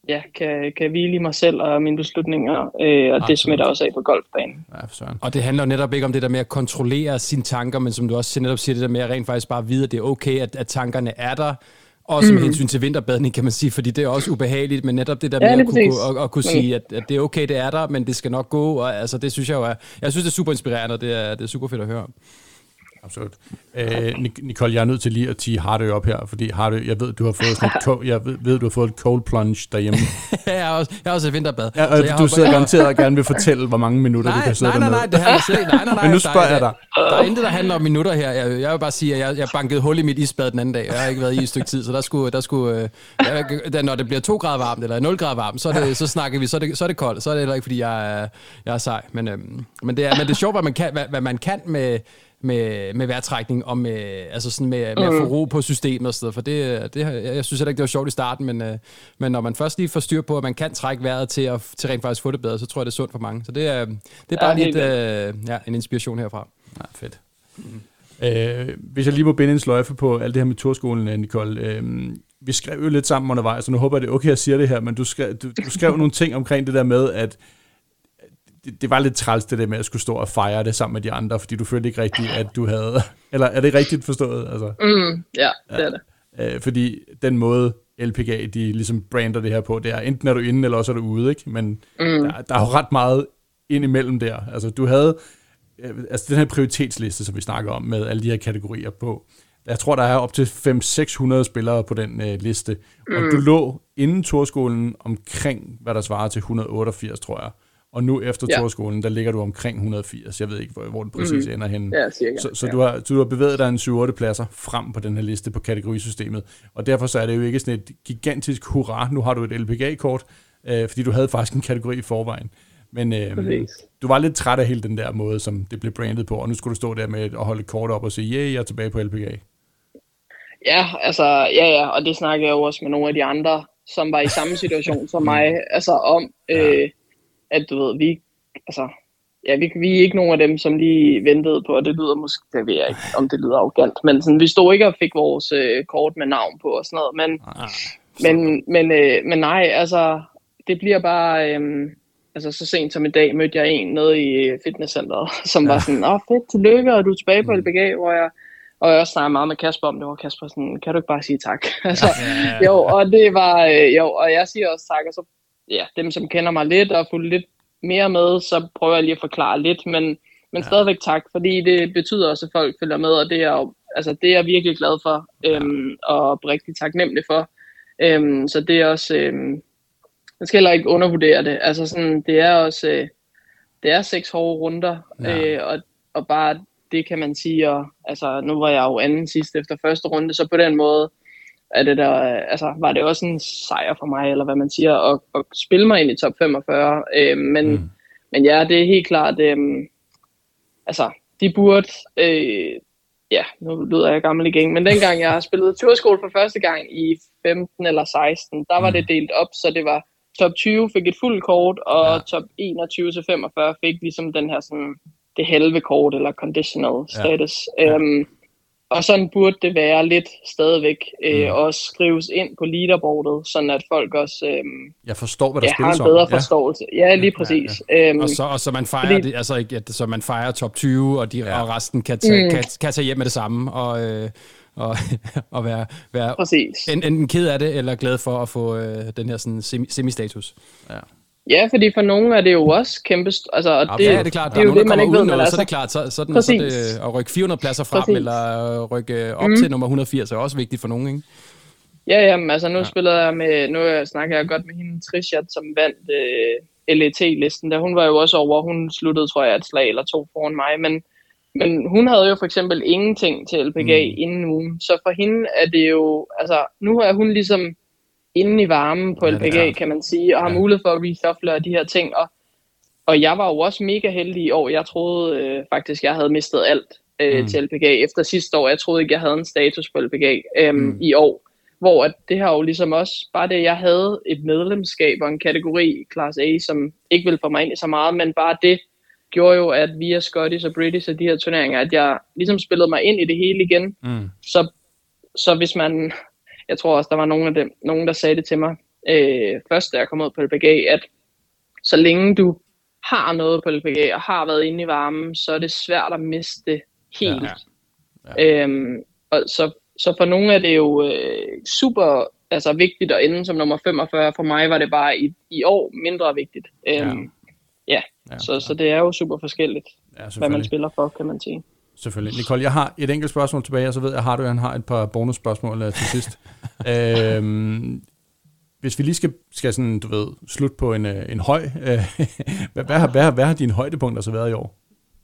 ja, kan, kan hvile i mig selv og mine beslutninger, øh, og det smitter også af på golfbanen. Ja, for søren. Og det handler jo netop ikke om det der med at kontrollere sine tanker, men som du også netop siger, det der med at rent faktisk bare vide, at det er okay, at, at tankerne er der, også med mm. hensyn til vinterbadning, kan man sige, fordi det er også ubehageligt, men netop det der med ja, at, kunne, at, at kunne sige, at, at det er okay, det er der, men det skal nok gå, og altså, det synes jeg jo er, jeg synes, det er super inspirerende, og det er, det er super fedt at høre. Absolut. Øh, Nicole, jeg er nødt til lige at tige Hardø op her, fordi Hardø, jeg ved, du har fået sådan et cold, jeg ved, ved, du har fået et cold plunge derhjemme. jeg, har også, jeg har også et vinterbad. Ja, og du sidder garanteret og gerne vil fortælle, hvor mange minutter nej, du kan sidde nej, nej, nej, det handler slet ikke. Nej, nej, nej. Men nu spørger jeg dig. Der, der er intet, der handler om minutter her. Jeg, jeg vil bare sige, at jeg, jeg bankede hul i mit isbad den anden dag. Jeg har ikke været i et stykke tid, så der skulle, der skulle øh, der, når det bliver to grader varmt, eller nul grader varmt, så, det, så snakker vi, så er, det, så er det koldt. Så er det heller ikke, fordi jeg er, jeg er sej. Men, øh, men, det er, men det er sjovt, hvad man kan, hvad, hvad man kan med med, med vejrtrækning og med, altså sådan med, med at få ro på systemet og sådan noget, for det, det, jeg synes heller ikke, det var sjovt i starten, men, men når man først lige får styr på, at man kan trække vejret til at til rent faktisk få det bedre, så tror jeg, det er sundt for mange. Så det er, det er bare ja, lidt øh, ja, en inspiration herfra. Ja, fedt. Mm. Øh, hvis jeg lige må binde en sløjfe på alt det her med turskolen, Nicole. Øh, vi skrev jo lidt sammen undervejs, så nu håber jeg, det er okay, at jeg siger det her, men du skrev, du, du skrev nogle ting omkring det der med, at det, det var lidt træls det der med at skulle stå og fejre det sammen med de andre, fordi du følte ikke rigtigt, at du havde... Eller er det rigtigt forstået? Altså, mm, ja, det er det. Øh, fordi den måde L P G A, de ligesom brander det her på, det er enten er du inde, eller også er du ude, ikke? Men mm. der, der er jo ret meget ind imellem der. Altså du havde... Altså den her prioritetsliste, som vi snakker om, med alle de her kategorier på. Jeg tror, der er op til fem til seks hundrede spillere på den øh, liste. Mm. Og du lå inden turskolen omkring, hvad der svarer til et hundrede og otteogfirs, tror jeg. Og nu efter ja. turskolen, der ligger du omkring et hundrede og firs. Jeg ved ikke, hvor, hvor den præcis mm. ender henne. Ja, cirka. Så, så ja. du, har, du har bevæget dig en syv otte pladser frem på den her liste på kategorisystemet. Og derfor så er det jo ikke sådan et gigantisk hurra. Nu har du et L P G A-kort, øh, fordi du havde faktisk en kategori i forvejen. Men øh, du var lidt træt af hele den der måde, som det blev brandet på, og nu skulle du stå der med at holde et kort op og sige, yeah, jeg er tilbage på L P G A. Ja, altså, ja, ja, og det snakker jeg jo også med nogle af de andre, som var i samme situation som mig, altså om, ja. øh, at du ved, vi, altså, ja, vi, vi er ikke nogen af dem, som lige ventede på, og det lyder måske, det ved jeg ikke, om det lyder arrogant, men sådan, vi stod ikke og fik vores øh, kort med navn på og sådan noget, men, ah, men, men, øh, men nej, altså, det bliver bare... Øh, Altså så sent som i dag mødte jeg en nede i fitnesscenteret, som ja. var sådan, åh fedt, tillykke, og du er tilbage på L P G A, hvor jeg, og jeg også snakkede meget med Kasper om det, hvor Kasper sådan, kan du ikke bare sige tak? altså, ja. Jo, og det var, jo, og jeg siger også tak, og så, ja, dem som kender mig lidt og fulgt lidt mere med, så prøver jeg lige at forklare lidt, men, men ja. stadigvæk tak, fordi det betyder også, at folk følger med, og det er jo, altså det er jeg virkelig glad for, øhm, og rigtig taknemmelig for, øhm, så det er også, øhm, man skal heller ikke undervurdere det. Altså sådan, det er også øh, det er seks hårde runder, ja. øh, og, og bare det kan man sige. Og, altså, nu var jeg jo anden sidst efter første runde, så på den måde er det der, altså, var det også en sejr for mig, eller hvad man siger, at, at spille mig ind i top femogfyrre. Øh, men, mm. men ja, det er helt klart, øh, altså, de burde, øh, ja, nu lyder jeg gammel igen, men dengang jeg spillede turskole for første gang i femten eller seksten, der var mm. det delt op, så det var top tyve fik et fuldt kort, og ja. top enogtyve til femogfyrre fik ligesom den her sådan, det halve kort, eller conditional status. Ja. Ja. Øhm, og sådan burde det være lidt stadigvæk, øh, mm. også skrives ind på leaderboardet, sådan at folk også øhm, jeg forstår, hvad der ja, spilles har en bedre forståelse. Ja, ja lige præcis. Ja, ja. Øhm, og, så, og så man fejrer fordi, det, altså ikke, at, så man fejrer top tyve, og, de, ja. og resten kan tage, mm. kan, kan tage hjem med det samme, og... Øh, og, og være, være enten ked af det, eller glad for at få øh, den her sådan semi- semi-status. Ja. Ja, fordi for nogen er det jo også kæmpe... Altså, og det, ja, det er klart. Der er nogen, der kommer uden noget, altså, så er det klart. Så, sådan, så det, at rykke fire hundrede pladser frem, præcis. Eller rykke op mm. til nummer et hundrede og firs, er også vigtigt for nogen, ikke? Ja, jamen, altså nu ja. spiller jeg med... Nu snakker jeg godt med hende, Trishat, som vandt øh, L E T-listen. Der hun var jo også over. Hun sluttede, tror jeg, et slag eller to foran mig, men... Men hun havde jo for eksempel ingenting til L P G A mm. inden ugen, så for hende er det jo, altså nu er hun ligesom inde i varmen på ja, L P G A, kan man sige, og har ja. mulighed for at reshuffle og de her ting, og, og jeg var jo også mega heldig i år. Jeg troede øh, faktisk, jeg havde mistet alt øh, mm. til L P G A efter sidste år. Jeg troede ikke, jeg havde en status på L P G A øh, mm. i år, hvor at det har jo ligesom også, bare det, jeg havde et medlemskab og en kategori, Class A, som ikke ville få mig ind i så meget, men bare det, gjorde jo, at via Scottish og British og de her turneringer, at jeg ligesom spillede mig ind i det hele igen. Mm. Så, så hvis man, jeg tror også, der var nogen af dem, nogen, der sagde det til mig, øh, først da jeg kom ud på L P G A, at så længe du har noget på L P G A og har været inde i varmen, så er det svært at miste det helt. Ja. Ja. Øhm, og så, så for nogle er det jo øh, super altså, vigtigt at ende som nummer femogfyrre. For mig var det bare i, i år mindre vigtigt. Øhm, ja. Ja. Ja, så, så det er jo super forskelligt, ja, hvad man spiller for, kan man sige. Selvfølgelig. Nicole, jeg har et enkelt spørgsmål tilbage, og så ved jeg, at han har et par bonusspørgsmål uh, til sidst. øhm, hvis vi lige skal, skal sådan, du ved, slutte på en, en høj, øh, hvad, hvad, har, hvad, har, hvad har dine højdepunkter så været i år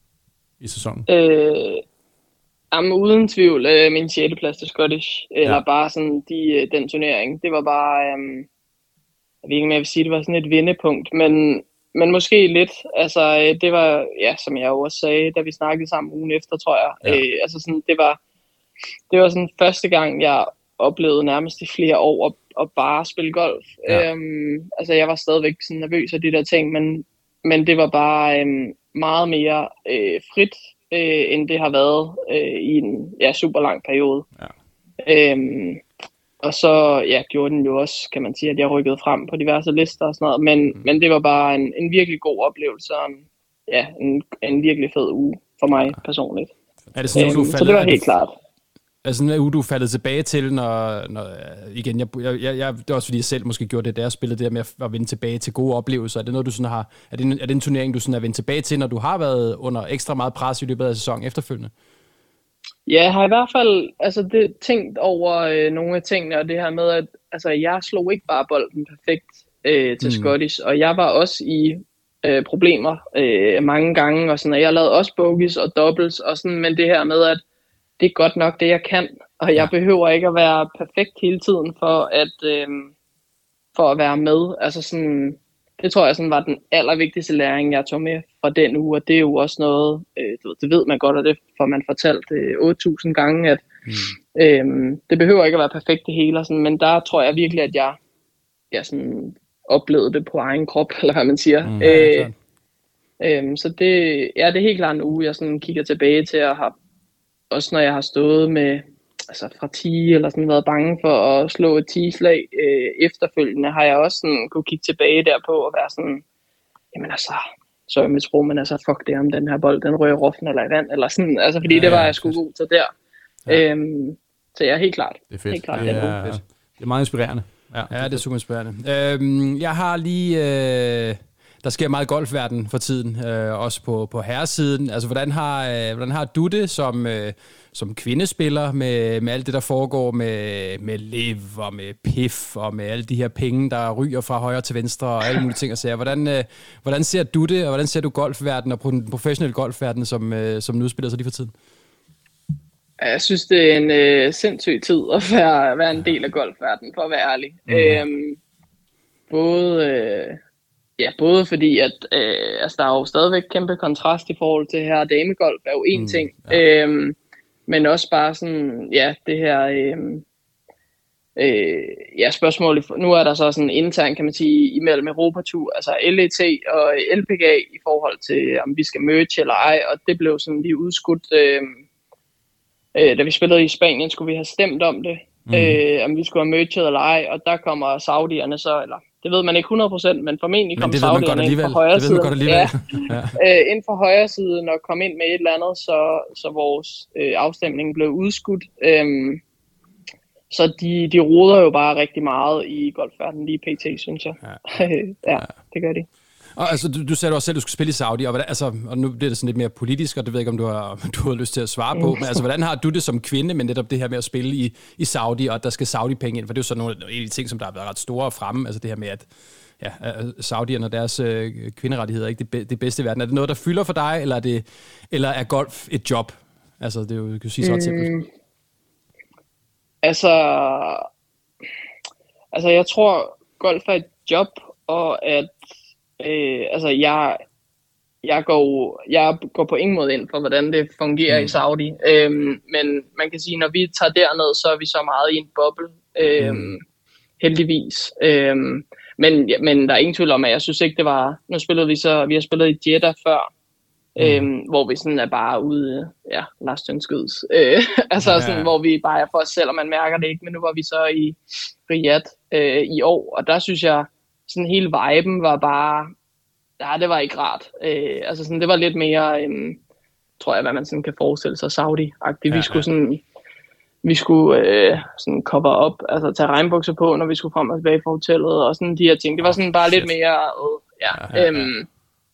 i sæsonen? Øh, jamen, uden tvivl, øh, min sjette plads til Scottish, eller ja. bare sådan de, den turnering, det var bare, øh, jeg ved ikke, om jeg vil sige, det var sådan et vendepunkt, men Men måske lidt, altså det var, ja, som jeg også sagde, da vi snakkede sammen ugen efter, tror jeg. Ja. Øh, altså sådan, det var, det var sådan første gang, jeg oplevede nærmest i flere år at, at bare spille golf. Ja. Øhm, altså jeg var stadigvæk sådan nervøs af de der ting, men, men det var bare øhm, meget mere øh, frit, øh, end det har været øh, i en ja, super lang periode. Ja. Øhm, Og så ja, gjorde den jo også, kan man sige, at jeg rykkede frem på diverse lister og sådan noget. Men, mm. men det var bare en, en virkelig god oplevelse og en, ja, en, en virkelig fed uge for mig ja. personligt. Er det sådan, øhm, du faldet, så det var helt klart. Er det sådan en uge, du faldet tilbage til, når, når igen, jeg, jeg, jeg, det er også fordi, jeg selv måske gjorde det, da jeg spillede det der med at vende tilbage til gode oplevelser. Er det noget, du sådan har, er det en, er det en turnering, du sådan er vendt tilbage til, når du har været under ekstra meget pres i løbet af sæsonen efterfølgende? Ja, jeg har i hvert fald altså det, tænkt over øh, nogle af tingene, og det her med, at altså, jeg slog ikke bare bolden perfekt øh, til mm. Scottish, og jeg var også i øh, problemer øh, mange gange, og sådan, og jeg lavede også bogeys og doubles, og sådan, men det her med, at det er godt nok det, jeg kan, og jeg ja. behøver ikke at være perfekt hele tiden for at, øh, for at være med. Altså sådan, det tror jeg sådan var den allervigtigste læring, jeg tog med fra den uge, og det er jo også noget, øh, det ved man godt, og det får man fortalt øh, otte tusind gange, at mm. øh, det behøver ikke at være perfekt det hele, og sådan, men der tror jeg virkelig, at jeg, jeg sådan oplevede det på egen krop, eller hvad man siger. Mm, øh, øh, så det, ja, det er helt klart en uge, jeg sådan kigger tilbage til, og har, også når jeg har stået med, altså fra ti eller sådan været bange for at slå et ti-slag øh, efterfølgende, har jeg også sådan kunne kigge tilbage derpå og være sådan, jamen altså, så er mit sprog, men altså fuck det om den her bold, den rører ruffen eller i vand, eller sådan, altså fordi ja, det var jeg sgu god til der. Ja. Øhm, så ja, helt klart. Det er fedt. Helt klart, det, er, det er meget inspirerende. Ja, ja det er super inspirerende. Øhm, jeg har lige... Øh Der sker meget i golfverdenen for tiden, øh, også på, på herresiden. Altså, hvordan har, øh, hvordan har du det som, øh, som kvindespiller med, med alt det, der foregår med, med liv og med pif og med alle de her penge, der ryger fra højre til venstre og alle mulige ting at sige. Hvordan, øh, hvordan ser du det, og hvordan ser du golfverdenen og den professionelle golfverden, som, øh, som nu spiller sig lige for tiden? Jeg synes, det er en øh, sindssyg tid at være, være en del af golfverdenen, for at være ærlig. Mm. Øhm, både... Øh, Ja, både fordi, at øh, altså, der er jo stadigvæk kæmpe kontrast i forhold til her damegolf, er jo én mm, ting. Ja. Øhm, men også bare sådan, ja, det her, øh, øh, ja, spørgsmål. Nu er der så sådan intern, kan man sige, imellem Europatur, altså L E T og L P G A i forhold til, om vi skal merge eller ej, og det blev sådan lige udskudt. Øh, øh, da vi spillede i Spanien, skulle vi have stemt om det, mm. øh, om vi skulle have merget eller ej, og der kommer saudierne så, eller det ved man ikke hundrede procent, men formentlig kommer saudierne ind fra højre siden. Ja, ja. øh, ind fra højre siden og kom ind med et eller andet, så, så vores øh, afstemning blev udskudt. Øhm, så de, de roder jo bare rigtig meget i golfverdenen lige pt, synes jeg. Ja, ja det gør de. Og altså, du, du sagde også selv, at du skulle spille i Saudi, og, hvordan, altså, og nu bliver det sådan lidt mere politisk, og det ved jeg ikke, om du har, du har lyst til at svare på, men altså, hvordan har du det som kvinde med netop det her med at spille i, i Saudi, og der skal Saudi-penge ind, for det er jo sådan nogle af de ting, som der har været ret store fremme, altså det her med, at ja, Saudierne og deres øh, kvinderettigheder er ikke det, det bedste i verden. Er det noget, der fylder for dig, eller er, det, eller er golf et job? Altså, det er jo, kan du sige så ret simpelt. Mm, altså, altså, jeg tror, golf er et job, og at Øh, altså jeg, jeg, går, jeg går på ingen måde ind for, hvordan det fungerer mm. i Saudi. Øhm, men man kan sige, når vi tager derned, så er vi så meget i en boble. Øhm, mm. Heldigvis. Øhm, men, ja, men der er ingen tvivl om, at jeg synes ikke, det var... Nu spillede vi så... Vi har spillet i Jeddah før. Mm. Øhm, hvor vi sådan er bare ude, ja, last turn skydes. Øh, altså ja. sådan, hvor vi bare er for os selv, og man mærker det ikke. Men nu var vi så i Riyadh øh, i år, og der synes jeg, sådan hele viben var bare, ja, det var ikke rart. Øh, altså sådan, det var lidt mere, øh, tror jeg, hvad man sådan kan forestille sig, Saudi-agtigt. Ja, vi skulle ja. sådan, vi skulle øh, sådan cover op, altså tage regnbukser på, når vi skulle frem og tilbage fra hotellet, og sådan de her ting. Det var sådan bare Shit. lidt mere, øh, ja, ja, ja, ja. Øhm,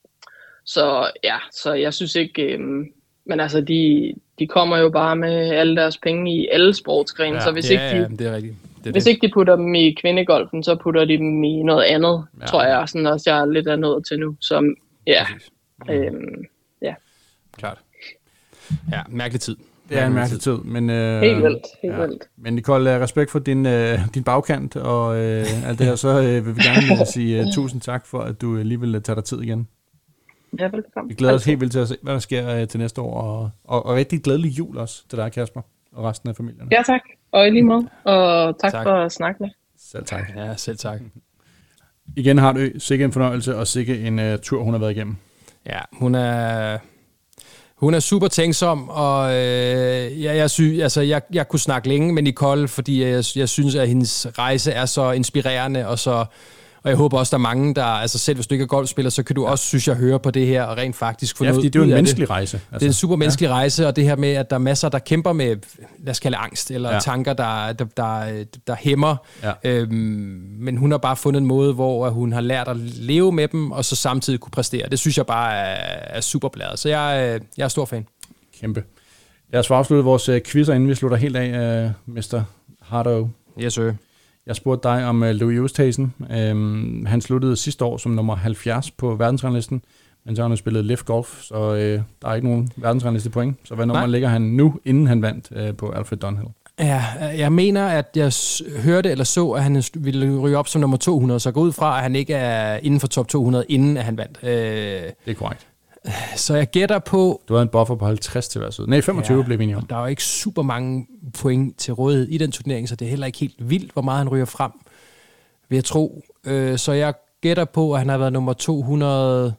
Så ja, så jeg synes ikke, øhm, men altså de, de kommer jo bare med alle deres penge i alle sportsgrene, ja, så hvis, ja, ikke, de, ja, det er rigtigt. Det er hvis det. ikke de putter dem i kvindegolfen, så putter de dem i noget andet, ja. tror jeg, sådan også jeg er lidt er nået til nu, som ja, mm. øhm, ja. Klart. Ja, mærkelig tid. Det er en mærkelig tid, men... Øh, helt vildt, helt ja. vildt. Men Nicole, respekt for din, øh, din bagkant og øh, alt det her, så øh, vil vi gerne sige uh, tusind tak for, at du lige vil tage dig tid igen. Ja, velkommen. Vi glæder os helt vildt til at se, hvad der sker uh, til næste år, og, og, og rigtig glædelig jul også til dig, Kasper, og resten af familien. Ja, tak. Og i lige måde, og tak, tak. for at snakke med. Selv tak. Ja, selv tak. Igen har du sikke en fornøjelse, og sikke en uh, tur, hun har været igennem. Ja, hun er... Hun er super tænksom, og øh, jeg, jeg, sy, altså, jeg, jeg kunne snakke længe med Nicole, fordi jeg, jeg synes, at hendes rejse er så inspirerende, og, så, og jeg håber også, der er mange, der, altså selv hvis du ikke er golfspiller, så kan du ja. også, synes jeg, høre på det her, og rent faktisk få ja, noget fordi det er jo en menneskelig det. rejse. Altså, det er en super menneskelig ja. rejse, og det her med, at der er masser, der kæmper med, lad os kalde angst, eller ja. tanker, der, der, der, der hæmmer, ja. øhm, men hun har bare fundet en måde, hvor hun har lært at leve med dem, og så samtidig kunne præstere. Det synes jeg bare er, er super bladet. Så jeg, jeg er stor fan. Kæmpe. Jeg skal afslutte vores quizzer, inden vi slutter helt af, uh, mister Hardo. Yes, sir. Jeg spurgte dig om uh, Louis Oosthuizen. Um, han sluttede sidste år som nummer halvfjerds på verdensranglisten, men så har han spillet Lift Golf, så uh, der er ikke nogen verdensrangliste point. Så hvad nummer Nej. ligger han nu, inden han vandt uh, på Alfred Dunhill? Ja, jeg mener, at jeg hørte eller så, at han ville ryge op som nummer to hundrede, så gå ud fra, at han ikke er inden for top to hundrede, inden at han vandt. Uh, det er korrekt. Så jeg gætter på... Du havde en buffer på halvtreds til hver side. Nej, femogtyve ja, blev vi enige om. Der er jo ikke super mange point til rådighed i den turnering, så det er heller ikke helt vildt, hvor meget han ryger frem, vil jeg tro. Øh, så jeg gætter på, at han har været nummer to hundrede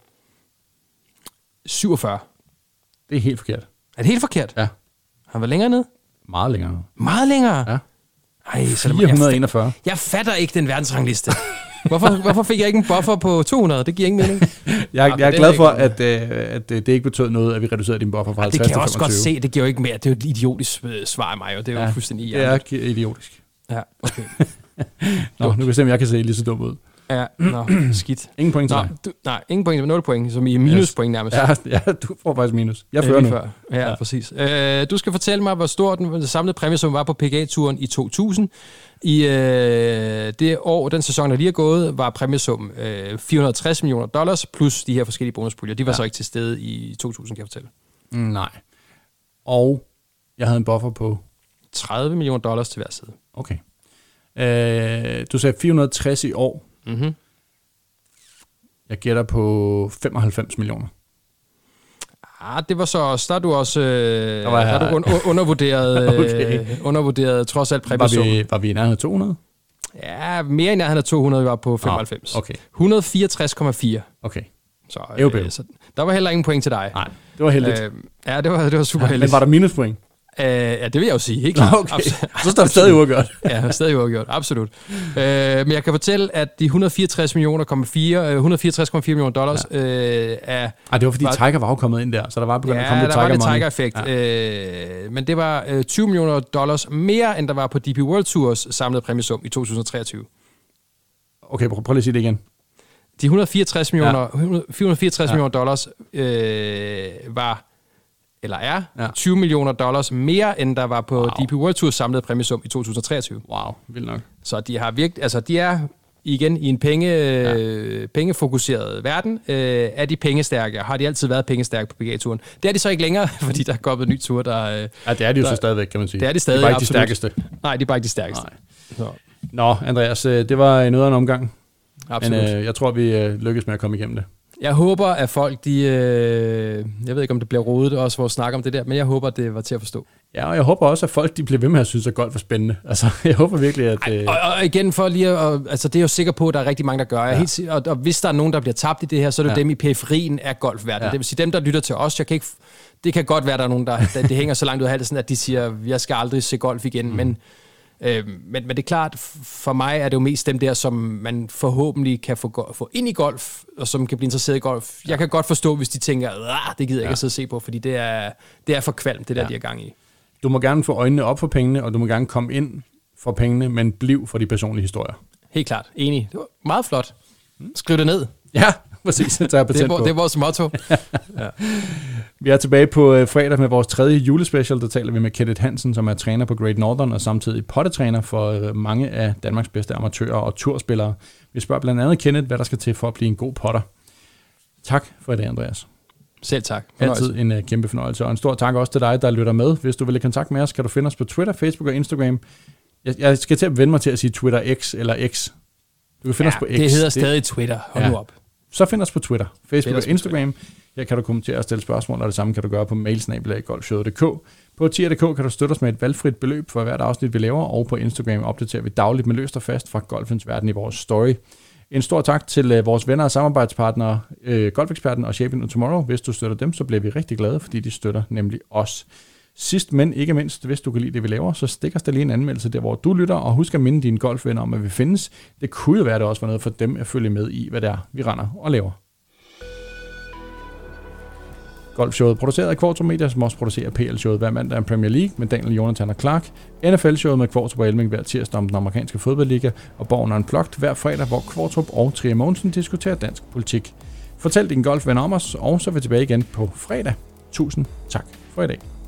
syvogfyrre. Det er helt forkert. Er det helt forkert? Ja. Han var længere ned? Meget længere. Meget længere? Ja. Ej, fire hundrede enogfyrre. Jeg, jeg fatter ikke den verdensrangliste. Hvorfor, hvorfor fik jeg ikke en buffer på to hundrede? Det giver ingen mening. jeg, jeg er glad for, at, at det ikke betød noget, at vi reducerede din buffer fra halvtreds til femogtyve. Det kan jeg også godt se. Det giver jo ikke mere. Det er jo et idiotisk svar af mig, og det er jo ja, fuldstændig det er idiotisk. Ja, okay. Nå, nu kan vi se, om jeg kan se lige så dum ud. Ja, nå, skidt. Ingen point til dig. Du, nej, ingen point, nul point, som i minuspoint nærmest. Ja, ja, du får faktisk minus. Jeg fører nu. Ja, ja, præcis. Øh, du skal fortælle mig, hvor stor den samlede præmiesum var på P G A-turen i to tusind. I øh, det år, den sæson, der lige er gået, var præmiesummen øh, fire hundrede og tres millioner dollars, plus de her forskellige bonuspuljer. De var ja. så ikke til stede i to tusind, kan jeg fortælle. Mm, nej. Og jeg havde en buffer på? tredive millioner dollars til hver side. Okay. Øh, du sagde fire hundrede og tres i år. Mm-hmm. Jeg gætter på femoghalvfems millioner. Ah, det var så også, der er du også øh, der var der er du un- undervurderet, okay. øh, undervurderet trods alt præmiesum. Var vi, var vi i nærheden af to hundrede? Ja, mere i nærheden af to hundrede, vi var på femoghalvfems. Ah, okay. et hundrede og fireogtres komma fire. Okay. Så, øh, så der var heller ingen point til dig. Nej, det var heldigt. Øh, ja, det var, det var super ja, heldigt. Men var der minuspoint? Uh, ja, det vil jeg jo sige, helt klart. Okay. Så står det stadig uafgjort. Ja, stadig uafgjort, absolut. Uh, men jeg kan fortælle, at de et hundrede og fireogtres komma fire millioner dollars ja. uh, er... Ah, det var fordi var, Tiger var jo kommet ind der, så der var begyndt ja, at komme lidt Tiger money. Ja, der var lidt Tiger-effekt. Ja. Uh, men det var uh, tyve millioner dollars mere, end der var på D P World Tours samlede præmiesum i to tusind og treogtyve. Okay, prøv, prøv lige at sige det igen. De et hundrede og fireogtres millioner, ja. fire hundrede og fireogtres ja. millioner dollars uh, var... eller er ja. tyve millioner dollars mere, end der var på wow. D P World Tours samlede præmiesum i to tusind og treogtyve. Wow, vildt nok. Så de har virkelig, altså de er igen i en penge, ja. pengefokuseret verden. Øh, er de pengestærke? Har de altid været pengestærke på P G A-turen? Det er de så ikke længere, fordi der er kommet en ny tur, der... Ja, det er de jo der, så stadigvæk, kan man sige. Det er de stadig, de er bare ikke absolut. De stærkeste. Nej, de er bare ikke de stærkeste. Nej. Nå, Andreas, det var noget af en omgang. Absolut. Men øh, jeg tror, vi øh, lykkes med at komme igennem det. Jeg håber, at folk, de... Øh, jeg ved ikke, om det bliver rodet også, hvor snakke om det der, men jeg håber, det var til at forstå. Ja, og jeg håber også, at folk, de bliver ved med at synes, at golf er spændende. Altså, jeg håber virkelig, at... Ej, og, og igen, for lige at... Altså, det er jo sikker på, at der er rigtig mange, der gør. Jeg ja. helt, og, og hvis der er nogen, der bliver tabt i det her, så er det ja. dem i periferien af golfverdenen. Ja. Det vil sige, dem, der lytter til os, jeg kan ikke... Det kan godt være, der er nogen, der... det hænger så langt ud af halsen, at de siger, jeg skal aldrig se golf igen, mm. men... Øh, men, men det er klart, for mig er det jo mest dem der, som man forhåbentlig kan få, få ind i golf, og som kan blive interesseret i golf. Jeg kan godt forstå, hvis de tænker, det gider jeg ikke ja. at sidde og se på, fordi det er, det er for kvalmt, det der, ja. de er gang i. Du må gerne få øjnene op for pengene, og du må gerne komme ind for pengene, men bliv for de personlige historier. Helt klart. Enig. Det var meget flot. Skriv det ned. Ja, præcis. Det, tager det, er, det er vores motto. ja. Vi er tilbage på øh, fredag med vores tredje julespecial. Der taler vi med Kenneth Hansen, som er træner på Great Northern og samtidig pottetræner for øh, mange af Danmarks bedste amatører og turspillere. Vi spørger blandt andet Kenneth, hvad der skal til for at blive en god potter. Tak for i dag, Andreas. Selv tak. Fornøjelse. Altid en uh, kæmpe fornøjelse. Og en stor tak også til dig, der lytter med. Hvis du vil i kontakt med os, kan du finde os på Twitter, Facebook og Instagram. Jeg, jeg skal til at vende mig til at sige Twitter X eller X. Du kan finde ja, os på X. Det hedder stadig Twitter. Hold ja. nu op. Så find os på Twitter, Facebook og Instagram. Her kan du kommentere og stille spørgsmål, og det samme kan du gøre på mailsnabelag golfshowet punktum d k. På tier punktum d k kan du støtte os med et valgfrit beløb for hvert afsnit, vi laver, og på Instagram opdaterer vi dagligt med løst og fast fra golfens verden i vores story. En stor tak til uh, vores venner og samarbejdspartnere, uh, Golfeksperten og Shaping New Tomorrow. Hvis du støtter dem, så bliver vi rigtig glade, fordi de støtter nemlig os. Sidst, men ikke mindst, hvis du kan lide det, vi laver, så stik os da lige en anmeldelse der, hvor du lytter, og husk at minde dine golfvenner om, at vi findes. Det kunne jo være, det også var noget for dem at følge med i, hvad det er, vi render og laver. Golfshowet produceret af Kvartrup Media, som også producerer P L-showet hver mandag af Premier League med Daniel, Jonathan og Clark, N F L-showet med Kvartrup og Elming hver tirsdag om den amerikanske fodboldliga, og Borgen Unplugged hver fredag, hvor Kvartrup og Trier Mogensen diskuterer dansk politik. Fortæl dine golfvenner om os, og så er vi tilbage igen på fredag. Tusind tak for i dag.